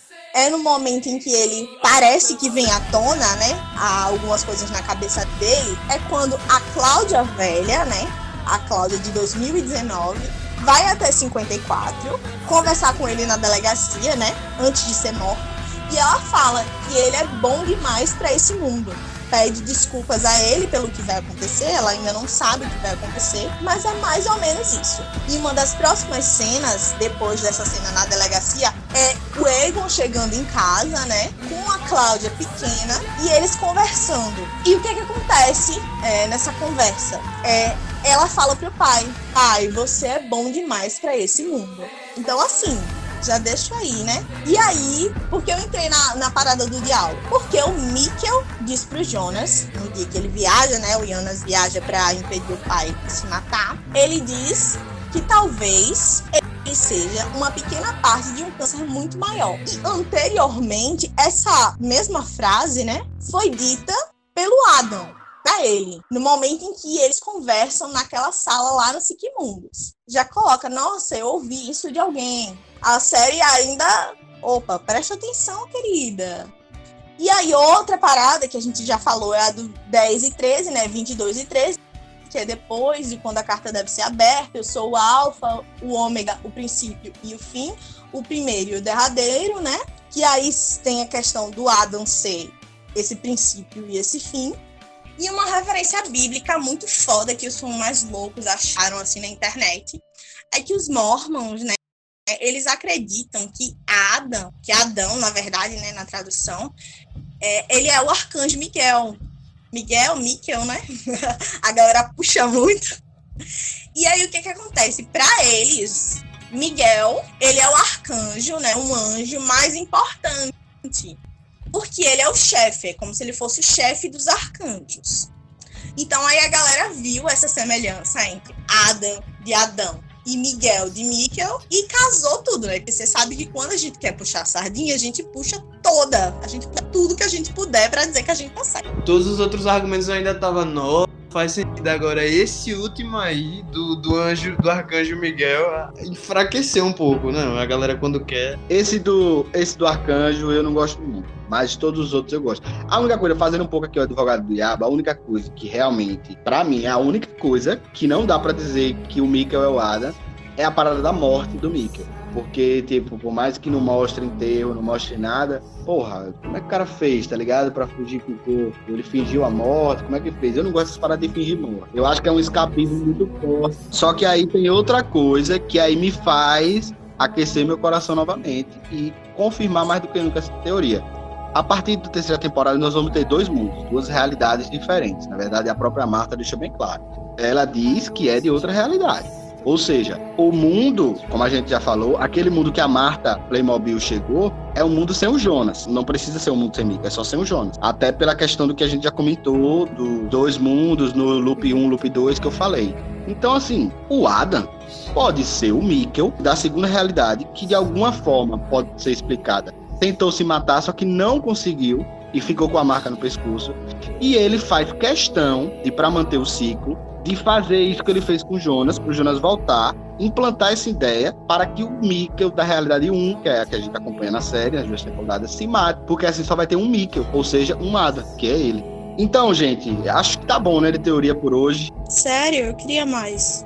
ele parece que vem à tona, né? Há algumas coisas na cabeça dele. É quando a Cláudia velha, né? A Cláudia de 2019 vai até 54 conversar com ele na delegacia, né? Antes de ser morta. E ela fala que ele é bom demais pra esse mundo. Pede desculpas a ele pelo que vai acontecer. Ela ainda não sabe o que vai acontecer, mas é mais ou menos isso. E uma das próximas cenas, depois dessa cena na delegacia, é o Egon chegando em casa, né? Com a Cláudia pequena e eles conversando. E o que acontece nessa conversa? Ela fala pro pai: pai, você é bom demais pra esse mundo. Então, assim, já deixo aí, né? E aí, por que eu entrei na parada do diálogo? Porque o Mikkel diz pro Jonas, no dia que ele viaja, né? O Jonas viaja pra impedir o pai de se matar. Ele diz que talvez ele que seja uma pequena parte de um câncer muito maior. E anteriormente, essa mesma frase, né, foi dita pelo Adam para ele, no momento em que eles conversam naquela sala lá no Siquimundus. Já coloca, nossa, eu ouvi isso de alguém. A série ainda, opa, presta atenção, querida. E aí outra parada que a gente já falou é a do 10 e 13, né, 22 e 13, que é depois de quando a carta deve ser aberta. Eu sou o alfa, o ômega, o princípio e o fim, o primeiro e o derradeiro, né? Que aí tem a questão do Adam ser esse princípio e esse fim. E uma referência bíblica muito foda que os fãs mais loucos acharam assim na internet é que os Mormons, né, eles acreditam que Adão, na verdade, né, na tradução, ele é o arcanjo Miguel, né? A galera puxa muito. E aí, o que acontece? Para eles, Miguel, ele é o arcanjo, né? Um anjo mais importante. Porque ele é o chefe, é como se ele fosse o chefe dos arcanjos. Então, aí a galera viu essa semelhança entre Adam, de Adão, e Miguel, de Miquel, e casou tudo, né? Porque você sabe que quando a gente quer puxar a sardinha, a gente puxa toda. A gente puxa tudo que a gente puder pra dizer que a gente tá certo. Todos os outros argumentos eu ainda tava, não, faz sentido. Agora, esse último aí, do arcanjo Miguel, enfraqueceu um pouco, né? A galera quando quer. Esse do arcanjo eu não gosto muito, mas todos os outros eu gosto. A única coisa, fazendo um pouco aqui o advogado do diabo, a única coisa que realmente, pra mim, é a única coisa que não dá pra dizer que o Miquel é o Adam, é a parada da morte do Miquel. Porque, tipo, por mais que não mostre enterro, não mostre nada, porra, como é que o cara fez, tá ligado? Pra fugir com o corpo. Ele fingiu a morte, como é que fez? Eu não gosto dessas paradas de fingir morte. Eu acho que é um escapismo muito forte. Só que aí tem outra coisa que aí me faz aquecer meu coração novamente e confirmar mais do que nunca essa teoria. A partir da terceira temporada, nós vamos ter dois mundos, duas realidades diferentes. Na verdade, a própria Marta deixa bem claro. Ela diz que é de outra realidade. Ou seja, o mundo, como a gente já falou, aquele mundo que a Marta Playmobil chegou, é um mundo sem o Jonas. Não precisa ser um mundo sem Miquel, é só sem o Jonas. Até pela questão do que a gente já comentou, dos dois mundos, no loop 1, loop 2, que eu falei. Então, assim, o Adam pode ser o Miquel da segunda realidade, que de alguma forma pode ser explicada. Tentou se matar, só que não conseguiu e ficou com a marca no pescoço. E ele faz questão de, para manter o ciclo, de fazer isso que ele fez com o Jonas, para o Jonas voltar, implantar essa ideia para que o Miquel da realidade 1, que é a que a gente acompanha na série, as duas temporadas, se mate, porque assim só vai ter um Miquel, ou seja, um Adam, que é ele. Então, gente, acho que tá bom, né, de teoria por hoje. Sério? Eu queria mais.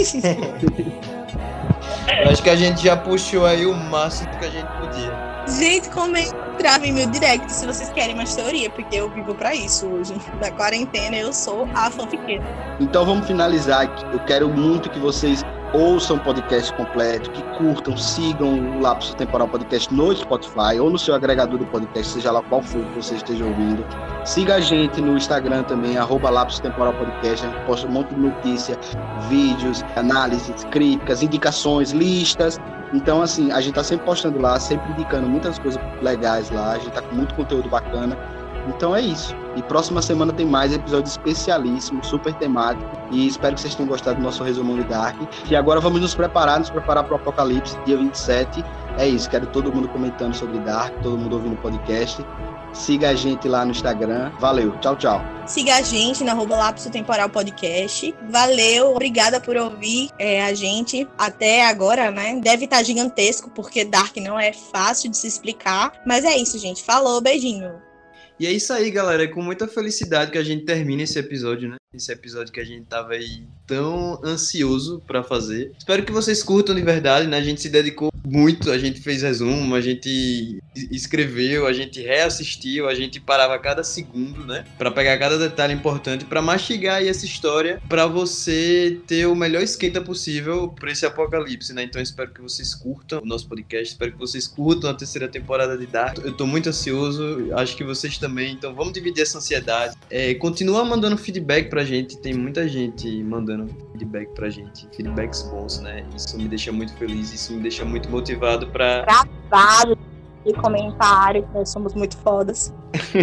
Eu acho que a gente já puxou aí o máximo que a gente podia. Gente, comenta em meu direct se vocês querem mais teoria, porque eu vivo pra isso hoje. Da quarentena, eu sou a fanfiqueira. Então vamos finalizar aqui. Eu quero muito que vocês ouçam o podcast completo, que curtam, sigam o Lapso Temporal Podcast no Spotify ou no seu agregador de podcast, seja lá qual for que você esteja ouvindo. Siga a gente no Instagram também, @Lapso Temporal Podcast. A gente posta um monte de notícia, vídeos, análises, críticas, indicações, listas. Então, assim, a gente tá sempre postando lá, sempre indicando muitas coisas legais lá. A gente tá com muito conteúdo bacana. Então é isso. E próxima semana tem mais episódio especialíssimo, super temático. E espero que vocês tenham gostado do nosso resumão de Dark. E agora vamos nos preparar para o Apocalipse, dia 27. É isso, quero todo mundo comentando sobre Dark, todo mundo ouvindo o podcast. Siga a gente lá no Instagram. Valeu, tchau, tchau. Siga a gente na @Lapso Temporal Podcast. Valeu, obrigada por ouvir a gente até agora, né? Deve estar gigantesco, porque Dark não é fácil de se explicar. Mas é isso, gente. Falou, beijinho. E é isso aí, galera. É com muita felicidade que a gente termina esse episódio, né? Esse episódio que a gente tava aí tão ansioso pra fazer. Espero que vocês curtam de verdade, né? A gente se dedicou muito, a gente fez resumo, a gente escreveu, a gente reassistiu, a gente parava cada segundo, né? Pra pegar cada detalhe importante, pra mastigar aí essa história, pra você ter o melhor esquenta possível pra esse apocalipse, né? Então espero que vocês curtam o nosso podcast, espero que vocês curtam a terceira temporada de Dark. Eu tô muito ansioso, acho que vocês também, então vamos dividir essa ansiedade. Continua mandando feedback pra gente, tem muita gente mandando feedback pra gente, feedbacks bons, né? Isso me deixa muito feliz, isso me deixa muito motivado pra... Gravado e comentário, nós somos muito fodas.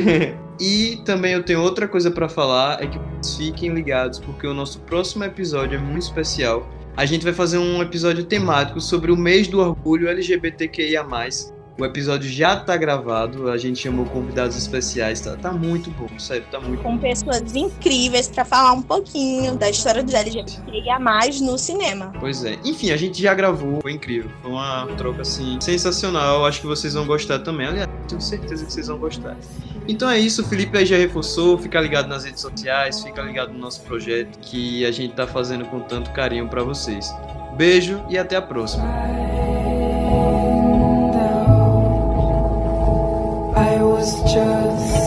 E também eu tenho outra coisa pra falar, é que fiquem ligados, porque o nosso próximo episódio é muito especial. a gente vai fazer um episódio temático sobre o mês do orgulho LGBTQIA+. O episódio já tá gravado, a gente chamou convidados especiais, tá muito bom, sério, tá muito bom. Com pessoas incríveis para falar um pouquinho da história dos LGBTQIA+, no cinema. Pois é, enfim, a gente já gravou, foi incrível, foi uma troca, assim, sensacional, acho que vocês vão gostar também, aliás, tenho certeza que vocês vão gostar. Então é isso, o Felipe aí já reforçou, fica ligado nas redes sociais, fica ligado no nosso projeto, que a gente tá fazendo com tanto carinho pra vocês. Beijo e até a próxima. I was just